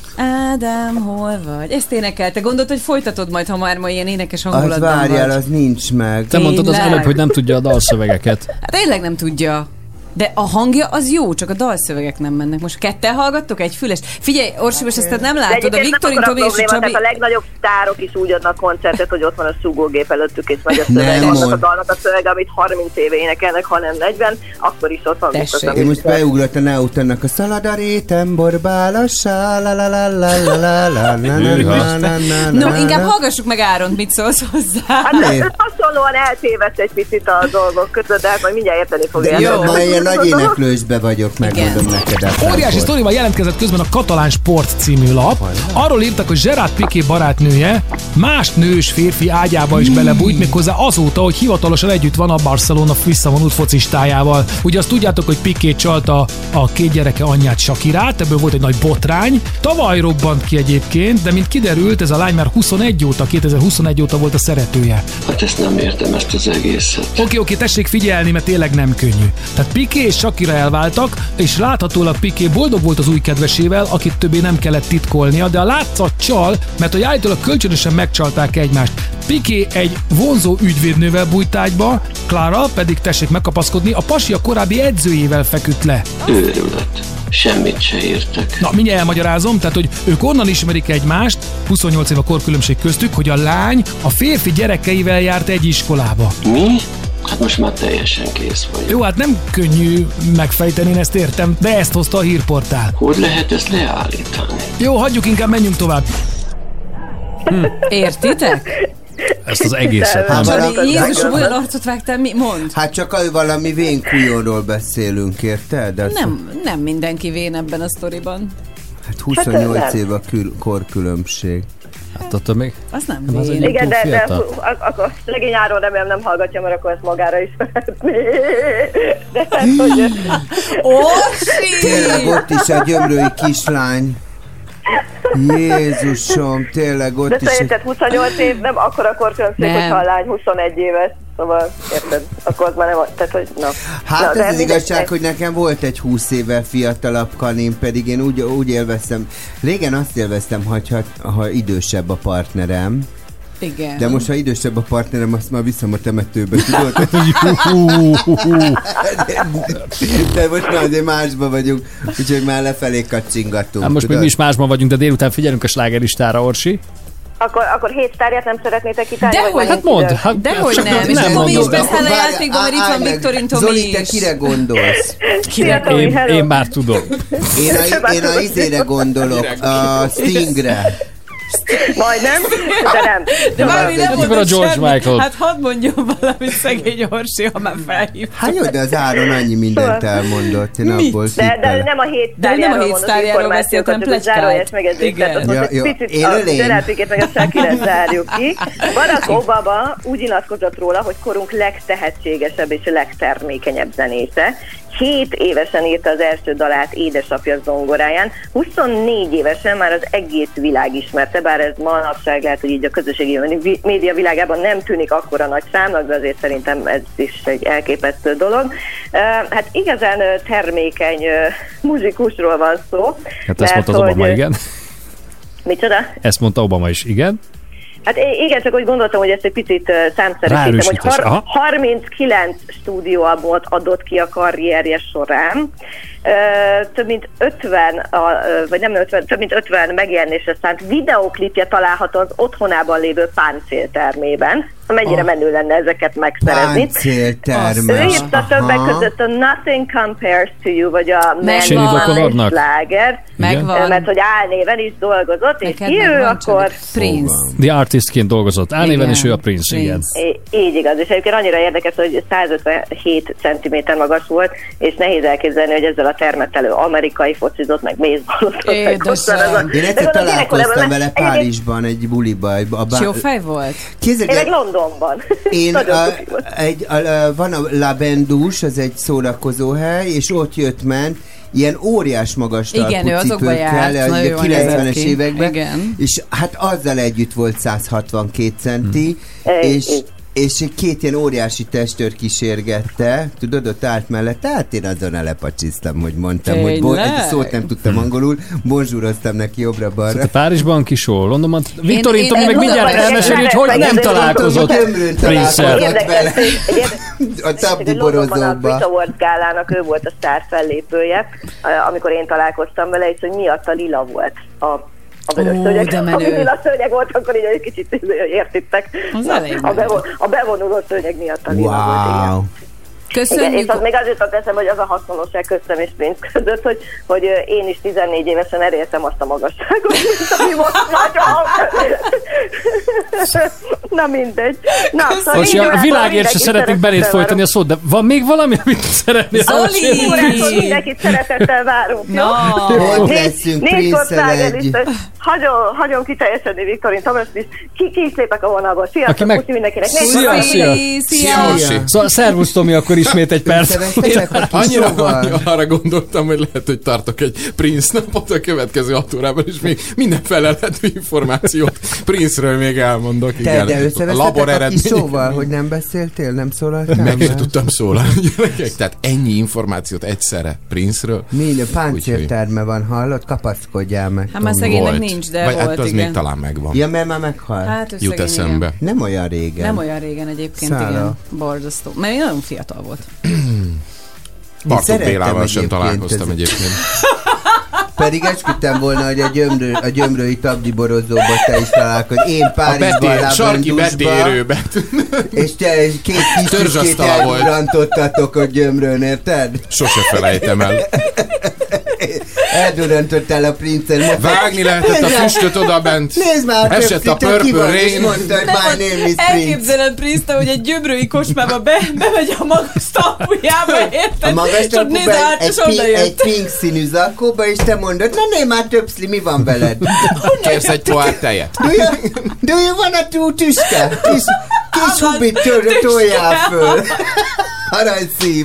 Ádám, hol vagy? Ezt énekelte. Gondolt, hogy folytatod majd, ha már ma ilyen énekes az hangulatban várjál, vagy. az nincs meg. Te mondtad az Tényleg? előbb, hogy nem tudja a dalszövegeket. Hát tényleg nem tudja. De a hangja az jó, csak a dalszövegek nem mennek. Most ketten hallgattok egy fülest? Figyelj, Orsi, most ezt te nem De látod, a egyébként Viktorin, nem Tomi és a probléma, Csabi... tehát a legnagyobb sztárok is úgy adnak koncertet, hogy ott van a szúgógép előttük, és megy a szöveg. Nem Annak a mond. dalnak a szöveg, amit harminc éve énekelnek, hanem negyven, akkor is ott van. Tessék. biztos, Én amit most beugrott a Neutonnak a szaladarétem, borbálassa, la la la la la la la la la la la la. No, inkább hallgassuk meg Áront, mit szólsz hozzá. Hát ez hasonlóan eltévedt egy picit a dolgok között, de hát majd mindjárt érteni fogja. Jó. Ma ilyen nagy éneklősbe vagyok, megmondom neked. a Óriási táncot. sztorival jelentkezett közben a Katalán Sport című lap. Arról írtak, hogy Gerard Piqué barátnője más nős férfi ágyába is belebújt, méghozzá azóta, hogy hivatalosan együtt van a Barcelona visszavonult focistájával. Ugye azt tudjátok, hogy Piqué csalta a két gyereke anyját, Shakirát, ebből volt egy nagy botrány. Tavaly robbant ki egyébként, de mint kiderült, ez a lány már huszonegy óta, kétezer-huszonegy óta volt a szeretője. Hát ezt nem értem, ezt az egészet. Oké, okay, oké, okay, tessék figyelni, mert tényleg nem könnyű. Tehát Piqué és Shakira elváltak, és láthatólag Piqué boldog volt az új kedvesével, akit többé nem kellett titkolnia, de a látszat csal, mert hogy állítólag kölcsönösen megcsalták egymást. Piqué egy vonzó ügyvédnővel bújt ágyba, Clara pedig, tessék megkapaszkodni, a pasi a korábbi edzőjével feküdt le. Őrület. Semmit se értek. Na, mindjárt elmagyarázom, tehát, hogy ők onnan ismerik egymást, huszonnyolc év a korkülönbség köztük, hogy a lány a férfi gyerekeivel járt egy iskolába. Mi? Hát most már teljesen kész vagyok. Jó, hát nem könnyű megfejteni, én ezt értem, de ezt hozta a hírportál. Hogy lehet ezt leállítani? Jó, hagyjuk, inkább menjünk tovább. Hm. Értitek? Ezt az egészet. Hát Csabi, valami- Jézusom, olyan arcot vágtál, mi? Mondd. Hát csak a- valami vénkujóról beszélünk, érted? De Nem, nem mindenki vén ebben a sztoriban. Hát huszonnyolc év a kül- korkülönbség. Hát attól még... Az nem nem az Igen, de, de fiatal. akkor szegény Áron remélem nem hallgatja, mert akkor ezt magára is vehetné. De hát, hogy... Orsi! Tényleg ott is a gyömrői kislány. Jézusom, tényleg ott De is... szerinted huszonnyolc év nem akkora korkülönbség, hogyha a lány huszonegy éves. Szóval, érted? Akkor az már nem... Tehát, hogy na. Hát na, ez az mindegy- igazság, hogy nekem volt egy húsz évvel fiatalabb kanim, pedig én úgy, úgy élveztem, régen azt élveztem, hogyha, ha idősebb a partnerem, Igen. de most, ha idősebb a partnerem, azt már viszem a temetőbe, tudod? De most már azért másba vagyunk, úgyhogy már lefelé kacsingatunk. Hát most még tudod? mi is másban vagyunk, de délután figyelünk a slágerlistára, Orsi. Akkor, akkor hét sztárját nem szeretnétek kitálni? Dehogy, vagy hát megint mondd, idő? hát Dehogy csak nem, és nem akkor mi is mondod. beszáll a Várj, játékban, mert itt állj van meg. Viktorin Tomi Zoli, te is. kire gondolsz? Kire? Én, én már tudom. Én a, én a izére gondolok, a Stingre. Majdnem, de nem. De valami nem Akkor a mondott George semmit. Michael. Hát hadd mondjon valamit szegény Orsi, ha már felhívtam. Hát jó, de az Áron annyi mindent elmondott, én Mit? abból De, de tippelek. nem a hét De nem a sztárjáról hét mondott sztárjáról beszélt, információkat, hanem csak a zárójeles pletykált. megjegyzést. Igen. Tehát azt Ja, most jó. egy picit Én a elején. Gerard Piquet meg a Shakira zárjuk ki. Barack Obama úgy nyilatkozott róla, hogy korunk legtehetségesebb és legtermékenyebb zenésze. Hét évesen írta az első dalát édesapja zongoráján, huszonnégy évesen már az egész világ ismerte, bár ez manapság lehet, hogy így a közösségi média világában nem tűnik akkora nagy számnak, de azért szerintem ez is egy elképesztő dolog. Hát igazán termékeny muzsikusról van szó. Hát ezt mondta az Obama, igen. Micsoda? Ezt mondta Obama is, igen. Hát igen, csak úgy gondoltam, hogy ezt egy picit uh, számszerűsítem, hogy Ráerősítés, har- aha. harminckilenc stúdióalbumot adott ki a karrierje során. Uh, több mint ötven, a, uh, vagy nem ötven, több mint ötven megjelenésre szánt videóklipje található az otthonában lévő páncéltermében. Mennyire Ah. menő lenne ezeket megszerezni. Páncéltermes. Ő írta többek között a Nothing Compares to You, vagy a Shane O'Connornak. sláger, Megvan. mert hogy álnéven is dolgozott, és Neked ki ő megvan, akkor... csak Prince. The Artistként dolgozott. Álnéven, Igen. és ő a Prince, igen. É- így igaz, és egyébként annyira érdekes, hogy százötvenhét centiméter magas volt, és nehéz elképzelni, hogy ezzel a termettelő amerikai focizott, meg baseballozott. meg Édesem. hosszan az a- Én de egyszer gondolom, találkoztam gyerekkorában- vele egyébként Párizsban, egy buliba. egy- A bá... És jó fej volt? Képzeld Én el, meg Londonban. Én Nagyon a, cuki volt. egy, a, a, van a La Bendouche, az egy szórakozóhely, és ott jött ment, ilyen óriás magas Igen, talpú ő azokba cipőkkel, járt, a nagyon jól kilencvenes nézett ki. években, Igen. és hát azzal együtt volt száz hatvankét centi, Hm. és és két ilyen óriási testőr kísérgette, tudod, ott állt mellett, tehát én azon elepacsiztam, hogy mondtam, hogy bo- Tényleg? egy szót nem tudtam angolul, bonzsúroztam neki jobbra-balra. A Párizsban kisó, Londonban. Viktorin én Tomi meg tudom, mindjárt hogy elmeséli, hogy ez- hogy ez- nem ez- találkozott Tömrön Prince-el. találkozott vele. A Londonban a tabdiborozóba. Brit Awards gálának ő volt a sztár fellépője, amikor én találkoztam vele, és hogy miatta lila volt a a vörös Ó, szőnyeg. de menő. Amikor lila szőnyeg volt, akkor így egy kicsit értitek. Az Na, elég a, menő. bevo- a bevonuló szőnyeg miatt a lila volt, igen. Wow. Igen, és Köszönjük. az még az jutott eszembe, hogy az a hasonlóság köztem és Prince között, hogy, hogy ö, én is tizennégy évesen elértem azt a magasságot, mint ami most vagyok. Na mindegy. Na, szóval Most így a órától világért se mindenkit szeretnék beléd szeretettel folytani a szót, de van még valami, amit szeretnél? Zoli! Órától mindenkit szeretettel várunk, jó? Ott Négy- leszünk négy Prince-szel kockáger egy... is, Hagyom, hagyom kiteljesedni Viktorin Thomas is. Ki, ki is lépek a vonalból. Aki Sziasztok, meg- puszi mindenkinek. Négy Szia, kockáger. szia. Szia! Szia. Szóval szervusz Tomi, akkor ismét egy perc. Összevesztetek a Annyira, kisóval? annyira arra gondoltam, hogy lehet, hogy tartok egy Prince napot a következő hat órában, és még minden felelhető információt Prince-ről még elmondok. Te, igen. de A összevesztetek labor a eredmények- kisóval, hogy nem beszéltél, nem szólaltál? Meg sem már? tudtam szólalni, gyerekek. Tehát ennyi információt egyszerre Prince-ről. Minden páncélterme van, hallott? Kapaszkodjál meg. Hát már Tomi. szegénynek Volt. nincs, de Vagy volt, hát az igen. még talán megvan. Ja, mert már meghalt. Hát ő Jut szegény, eszembe. igen. Nem olyan régen. Nem olyan régen egyébként, Szála. igen. Borzasztó. Mert én nagyon fiatal volt. Bartók szerettem Bélával sem egyébként találkoztam ez- egyébként. Pedig esküdtem volna, hogy a, gyömrő, a gyömrői tabdiborozóba te is találkozol. Én A Párizsban, betér, sarki Lavendusban, betérőbe. és te két kis tüskét Törzsasztala volt. elrantottatok a gyömrőn, érted? Sose felejtem el. Eldurrantottál a princet. Vágni lehetett a füstöt oda bent. Nézd már, esett a Purple Rain. Mondta, hogy my name is Prince. Elképzelem Prince-t, hogy egy gyöbrői kocsmába be, bemegy a magas tapujába, érted? A magas És ott nézze tapuba át, egy, és pi- oda egy jött. pink színű zakóba, és te mondod, na négy már többszli, mi van veled? Kérsz egy pohár tejet. Do you, do you wanna do tüske? Kis, kis hubit tör, toljál föl. Aranyszív.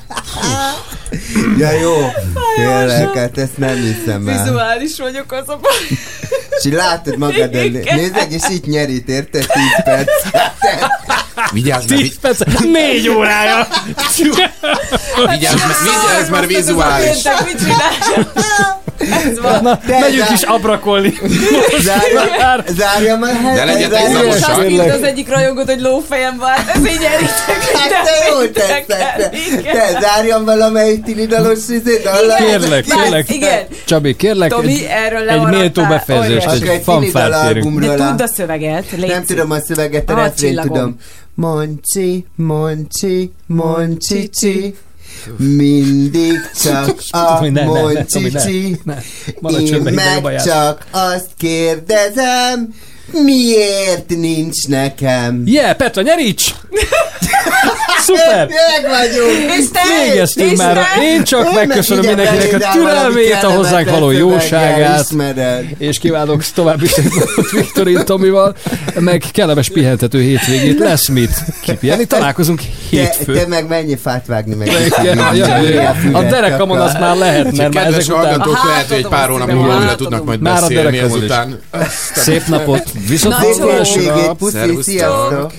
Ja jó, tényleg, hát ezt nem hiszem el. Vizuális vagyok az a baj. És látod magad elé. Nézd, és itt nyerít, érted? tíz perc. Vigyázz, tíz perc, négy órája. Vigyázz, vigyázz, mert vizuális. Mit csinálja? Ez van. Na, megyünk is abrakolni. Zárja, zárja már. De legyetek És azt zamosak. írta az egyik rajongot, hogy lófejem vált, ez így nyeritek. Hát te jó tetszett. Te, te zárjam valamelyik tinidalos izé, dallat. Kérlek, kérlek. Igen. Csabi, kérlek, Tomi, egy, erről egy lemaradtál. méltó befejezést, Óriási. egy fanfárt kérünk. De tudd a szöveget, légy Nem tudom a szöveget, a Ah, refrént csillagom. tudom. Moncsi, Moncsi, Moncsicsi, mindig csak a Tomi, ne, ne, ne, Tomi, ne, Moncsicsi. ne. Maradj Én csöndben, ide jobb a meg játsz. csak azt kérdezem, miért nincs nekem? Yeah, Petra, nyeríts! Szuper! Meg vagyunk! És te? Végeztünk És már. te? Én csak Én megköszönöm meg mindenkinek ide a beléd áll türelmét, a valami hozzánk való kellemetlen szöveggel, jóságát, ismered. és kívánok további szép napot Viktorin Tomival, meg kellemes pihentető hétvégét. Lesz mit kipihenni, találkozunk Te, hétfőn. te meg mennyi fát vágni meg? Ja, ja, ja. A derekamon azt már lehet, mert már Kedves ezek után... hallgatók, lehet, hogy egy pár hónap múlva újra tudnak majd Már a beszélni derekamon is. ezután. Szép napot, viszont Na, jó Végét, puszi, Szervusztok. sziasztok!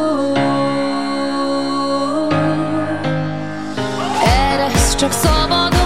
Erre csak szabad